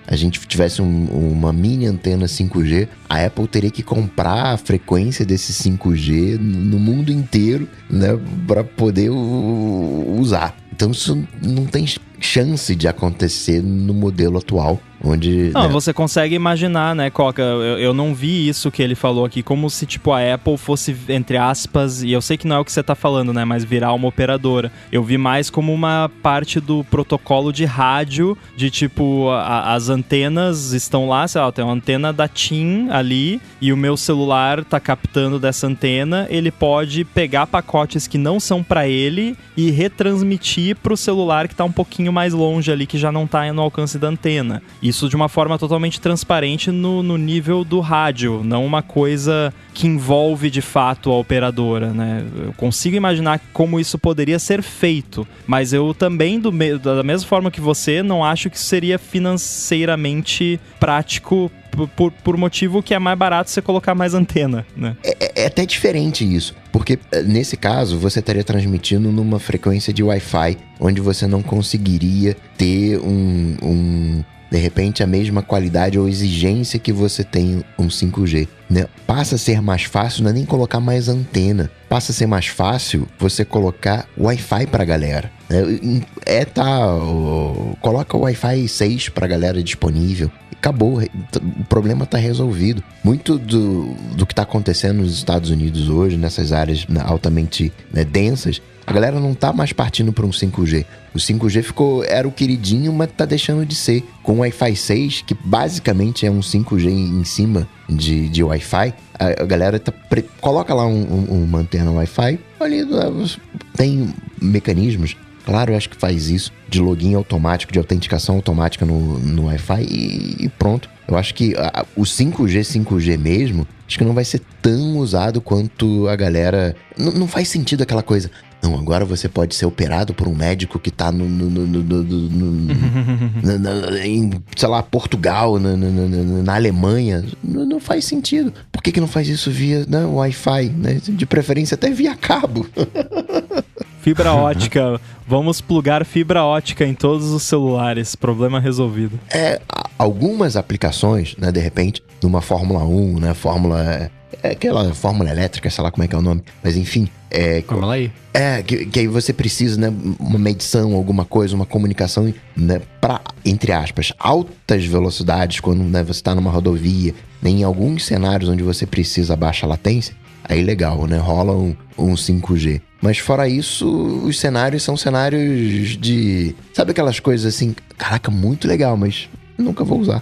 a gente tivesse um, uma mini antena cinco G, a Apple teria que comprar a frequência desse cinco G no mundo inteiro, né, para poder usar. Então isso não tem chance de acontecer no modelo atual, onde... Não, né? Você consegue imaginar, né, Coca? Eu, eu não vi isso que ele falou aqui, como se, tipo, a Apple fosse, entre aspas, e eu sei que não é o que você tá falando, né, mas virar uma operadora. Eu vi mais como uma parte do protocolo de rádio, de, tipo, a, as antenas estão lá, sei lá, tem uma antena da TIM ali, e o meu celular tá captando dessa antena, ele pode pegar pacotes que não são pra ele e retransmitir pro celular que tá um pouquinho mais longe ali, que já não tá no alcance da antena. Isso de uma forma totalmente transparente no, no nível do rádio, não uma coisa que envolve de fato a operadora, né? Eu consigo imaginar como isso poderia ser feito, mas eu também, do me- da mesma forma que você, não acho que seria financeiramente prático Por, por motivo que é mais barato você colocar mais antena, né? É, é até diferente isso, porque nesse caso você estaria transmitindo numa frequência de Wi-Fi, onde você não conseguiria ter um, um de repente a mesma qualidade ou exigência que você tem um cinco G, né? Passa a ser mais fácil, não é nem colocar mais antena, passa a ser mais fácil você colocar Wi-Fi pra galera. É, tá, coloca o Wi-Fi seis pra galera disponível. Acabou, o problema está resolvido. Muito do, do que está acontecendo nos Estados Unidos hoje, nessas áreas altamente, né, densas, a galera não tá mais partindo para um cinco G. O cinco G ficou, era o queridinho, mas tá deixando de ser. Com o Wi-Fi seis, que basicamente é um cinco G em cima de, de Wi-Fi, a, a galera tá pre... coloca lá um, um, uma antena Wi-Fi, ali tem mecanismos. Claro, eu acho que faz isso, de login automático, de autenticação automática no, no Wi-Fi e, e pronto. Eu acho que a, o cinco G, cinco G mesmo, acho que não vai ser tão usado quanto a galera... N- não faz sentido aquela coisa... Não, agora você pode ser operado por um médico que tá no, no, no, no, no, no na, na, em, sei lá, Portugal, na, na, na, na Alemanha. Não, não faz sentido. Por que que não faz isso via, né, Wi-Fi, né? De preferência até via cabo. Fibra ótica. Vamos plugar fibra ótica em todos os celulares. Problema resolvido. É, algumas aplicações, né, de repente, numa Fórmula um, né, Fórmula... É aquela fórmula elétrica, sei lá como é que é o nome. Mas enfim... É, Fórmula E. É, que, que aí você precisa, né, uma medição, alguma coisa, uma comunicação, né, para, entre aspas, altas velocidades, quando, né, você está numa rodovia, né, em alguns cenários onde você precisa baixa latência, aí legal, né, rola um, um cinco G. Mas fora isso, os cenários são cenários de... Sabe aquelas coisas assim, caraca, muito legal, mas nunca vou usar.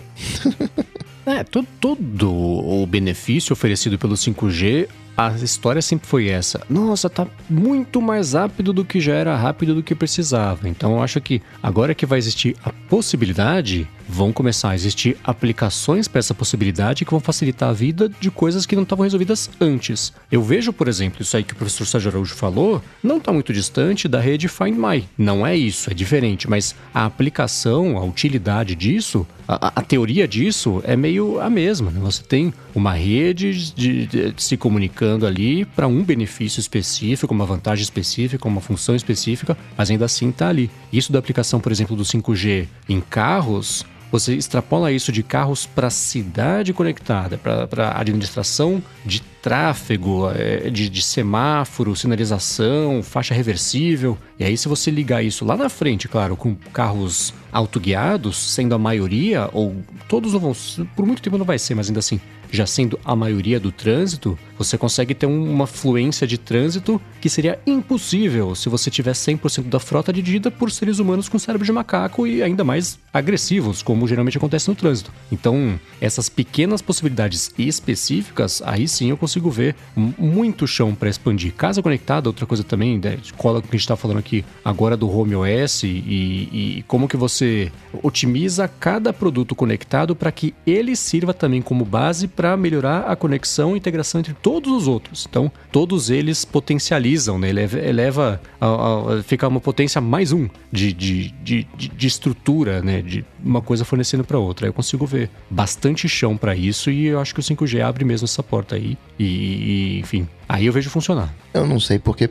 É, todo, todo o benefício oferecido pelo cinco G, a história sempre foi essa. Nossa, tá muito mais rápido do que já era rápido do que precisava. Então eu acho que agora que vai existir a possibilidade, vão começar a existir aplicações para essa possibilidade que vão facilitar a vida de coisas que não estavam resolvidas antes. Eu vejo, por exemplo, isso aí que o professor Sérgio Araújo falou, não está muito distante da rede Find My. Não é isso, é diferente, mas a aplicação, a utilidade disso, a, a teoria disso é meio a mesma, né? Você tem uma rede de, de, de se comunicando ali para um benefício específico, uma vantagem específica, uma função específica, mas ainda assim está ali. Isso da aplicação, por exemplo, do cinco G em carros, você extrapola isso de carros para cidade conectada, para administração de tráfego, de, de semáforo, sinalização, faixa reversível. E aí, se você ligar isso lá na frente, claro, com carros autoguiados, sendo a maioria, ou todos não vão, por muito tempo não vai ser, mas ainda assim, já sendo a maioria do trânsito, você consegue ter uma fluência de trânsito que seria impossível se você tiver cem por cento da frota dirigida por seres humanos com cérebro de macaco e ainda mais agressivos, como geralmente acontece no trânsito. Então, essas pequenas possibilidades específicas, aí sim eu consigo ver muito chão para expandir. Casa conectada, outra coisa também, né, cola com o que a gente está falando aqui agora do Home O S e, e como que você otimiza cada produto conectado para que ele sirva também como base para melhorar a conexão e integração entre todos os outros. Então, todos eles potencializam, né? Eleva, eleva a, a, fica uma potência mais um de, de, de, de estrutura, né? De uma coisa fornecendo para outra. Eu consigo ver bastante chão para isso e eu acho que o cinco G abre mesmo essa porta aí. E, e enfim, Aí eu vejo funcionar. Eu não sei porque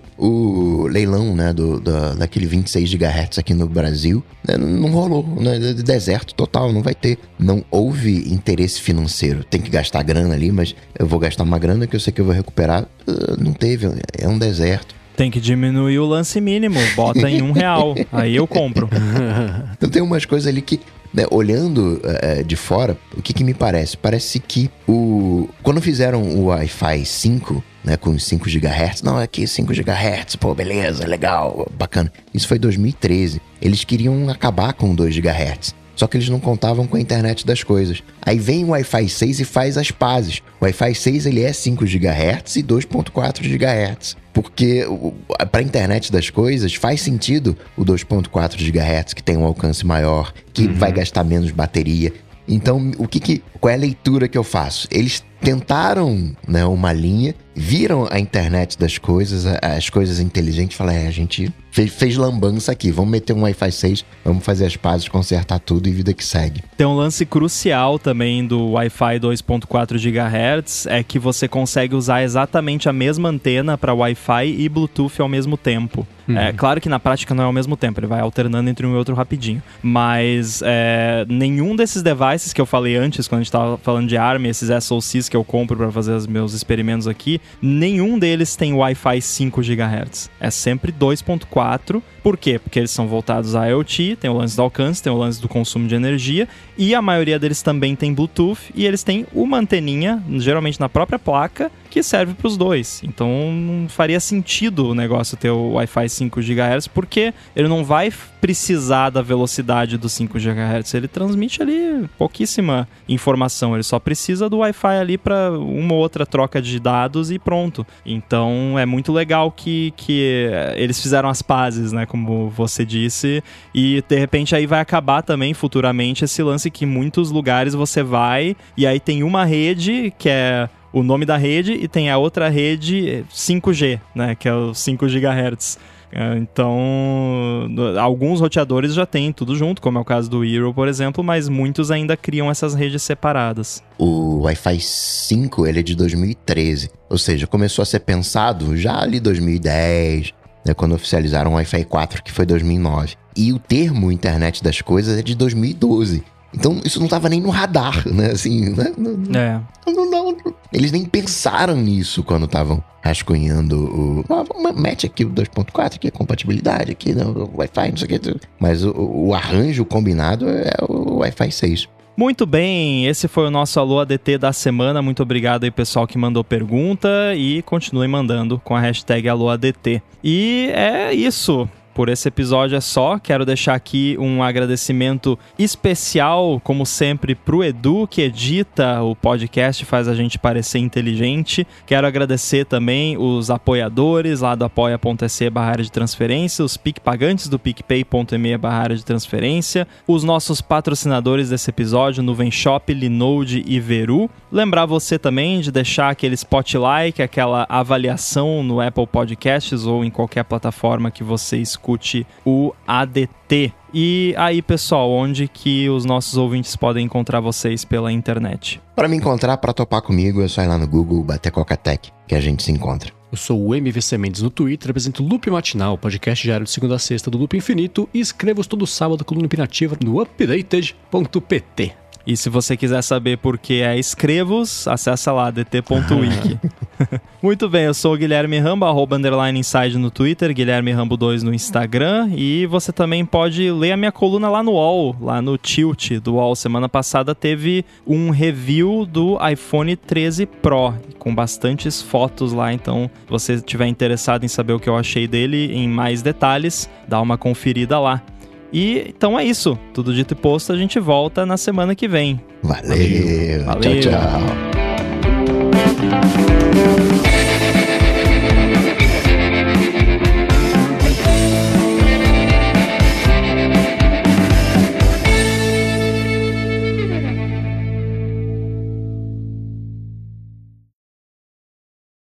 o leilão, né, do, da, daquele vinte e seis gigahertz aqui no Brasil, né, não rolou, né, deserto total, não vai ter. Não houve interesse financeiro. Tem que gastar grana ali, mas eu vou gastar uma grana que eu sei que eu vou recuperar. Uh, não teve, é um deserto. Tem que diminuir o lance mínimo, bota em um real, aí eu compro. Então tem umas coisas ali que, né, olhando uh, de fora, o que que me parece? Parece que o quando fizeram o Wi-Fi cinco, né, com cinco gigahertz, não, aqui cinco gigahertz, pô, beleza, legal, bacana. Isso foi em dois mil e treze. Eles queriam acabar com dois gigahertz. Só que eles não contavam com a internet das coisas. Aí vem o Wi-Fi seis e faz as pazes. O Wi-Fi seis ele é cinco gigahertz e dois ponto quatro gigahertz. Porque para a internet das coisas faz sentido o dois ponto quatro gigahertz, que tem um alcance maior, que uhum. vai gastar menos bateria. Então, o que que, qual é a leitura que eu faço? Eles tentaram, né, uma linha, viram a internet das coisas, as coisas inteligentes, falaram, é, a gente fez, fez lambança aqui, vamos meter um Wi-Fi seis, vamos fazer as pazes, consertar tudo e vida que segue. Tem um lance crucial também do Wi-Fi dois ponto quatro gigahertz, é que você consegue usar exatamente a mesma antena para Wi-Fi e Bluetooth ao mesmo tempo. Uhum. É claro que na prática não é ao mesmo tempo, ele vai alternando entre um e outro rapidinho. Mas é, nenhum desses devices que eu falei antes, quando a gente estava falando de ARM, esses S O Cs que eu compro para fazer os meus experimentos aqui, nenhum deles tem Wi-Fi cinco gigahertz. É sempre dois ponto quatro. Por quê? Porque eles são voltados a IoT, tem o lance do alcance, tem o lance do consumo de energia, e a maioria deles também tem Bluetooth, e eles têm uma anteninha, geralmente na própria placa, que serve para os dois. Então não faria sentido o negócio ter o Wi-Fi cinco gigahertz, porque ele não vai precisar da velocidade do cinco gigahertz, ele transmite ali pouquíssima informação, ele só precisa do Wi-Fi ali para uma ou outra troca de dados e pronto. Então é muito legal que, que eles fizeram as pazes, né, como você disse, e de repente aí vai acabar também futuramente esse lance que em muitos lugares você vai e aí tem uma rede que é o nome da rede e tem a outra rede cinco G, né, que é o cinco gigahertz. Então, alguns roteadores já têm tudo junto, como é o caso do Eero, por exemplo, mas muitos ainda criam essas redes separadas. O Wi-Fi cinco, ele é de dois mil e treze, ou seja, começou a ser pensado já ali em dois mil e dez, né, quando oficializaram o Wi-Fi quatro, que foi dois mil e nove. E o termo internet das coisas é de dois mil e doze. Então, isso não estava nem no radar, né? Assim, né? Não, é. não, não, não. Eles nem pensaram nisso quando estavam rascunhando o... Ah, mete aqui o dois ponto quatro, aqui a compatibilidade, aqui né, o Wi-Fi, não sei o que. Mas o, o arranjo combinado é o Wi-Fi seis. Muito bem, esse foi o nosso Alô A D T da semana. Muito obrigado aí, pessoal, que mandou pergunta e continue mandando com a hashtag Alô A D T. E é isso. Por esse episódio é só. Quero deixar aqui um agradecimento especial, como sempre, pro Edu, que edita o podcast e faz a gente parecer inteligente. Quero agradecer também os apoiadores lá do apoia.se barra área de transferência, os PicPagantes do picpay.me barra área de transferência, os nossos patrocinadores desse episódio, Nuvem Shop, Linode e Veru. Lembrar você também de deixar aquele spotlight, aquela avaliação no Apple Podcasts ou em qualquer plataforma que você escuta Escute o A D T. E aí, pessoal, onde que os nossos ouvintes podem encontrar vocês pela internet? Para me encontrar, para topar comigo, é só ir lá no Google, bater Coca-Tech, que a gente se encontra. Eu sou o M V C Mendes no Twitter, apresento o Loop Matinal, podcast diário de segunda a sexta do Loop Infinito, e escrevo todo sábado com coluna opinativa no updated ponto p t. E se você quiser saber por que é escrevos, acessa lá, d t ponto wiki. Muito bem, eu sou o Guilherme Rambo, arroba underline inside no Twitter, Guilherme Rambo dois no Instagram, e você também pode ler a minha coluna lá no U O L, lá no Tilt do U O L. Semana passada teve um review do iPhone treze Pro, com bastantes fotos lá, então se você estiver interessado em saber o que eu achei dele em mais detalhes, dá uma conferida lá. E então é isso. Tudo dito e posto, a gente volta na semana que vem. Valeu. Valeu. Tchau, tchau.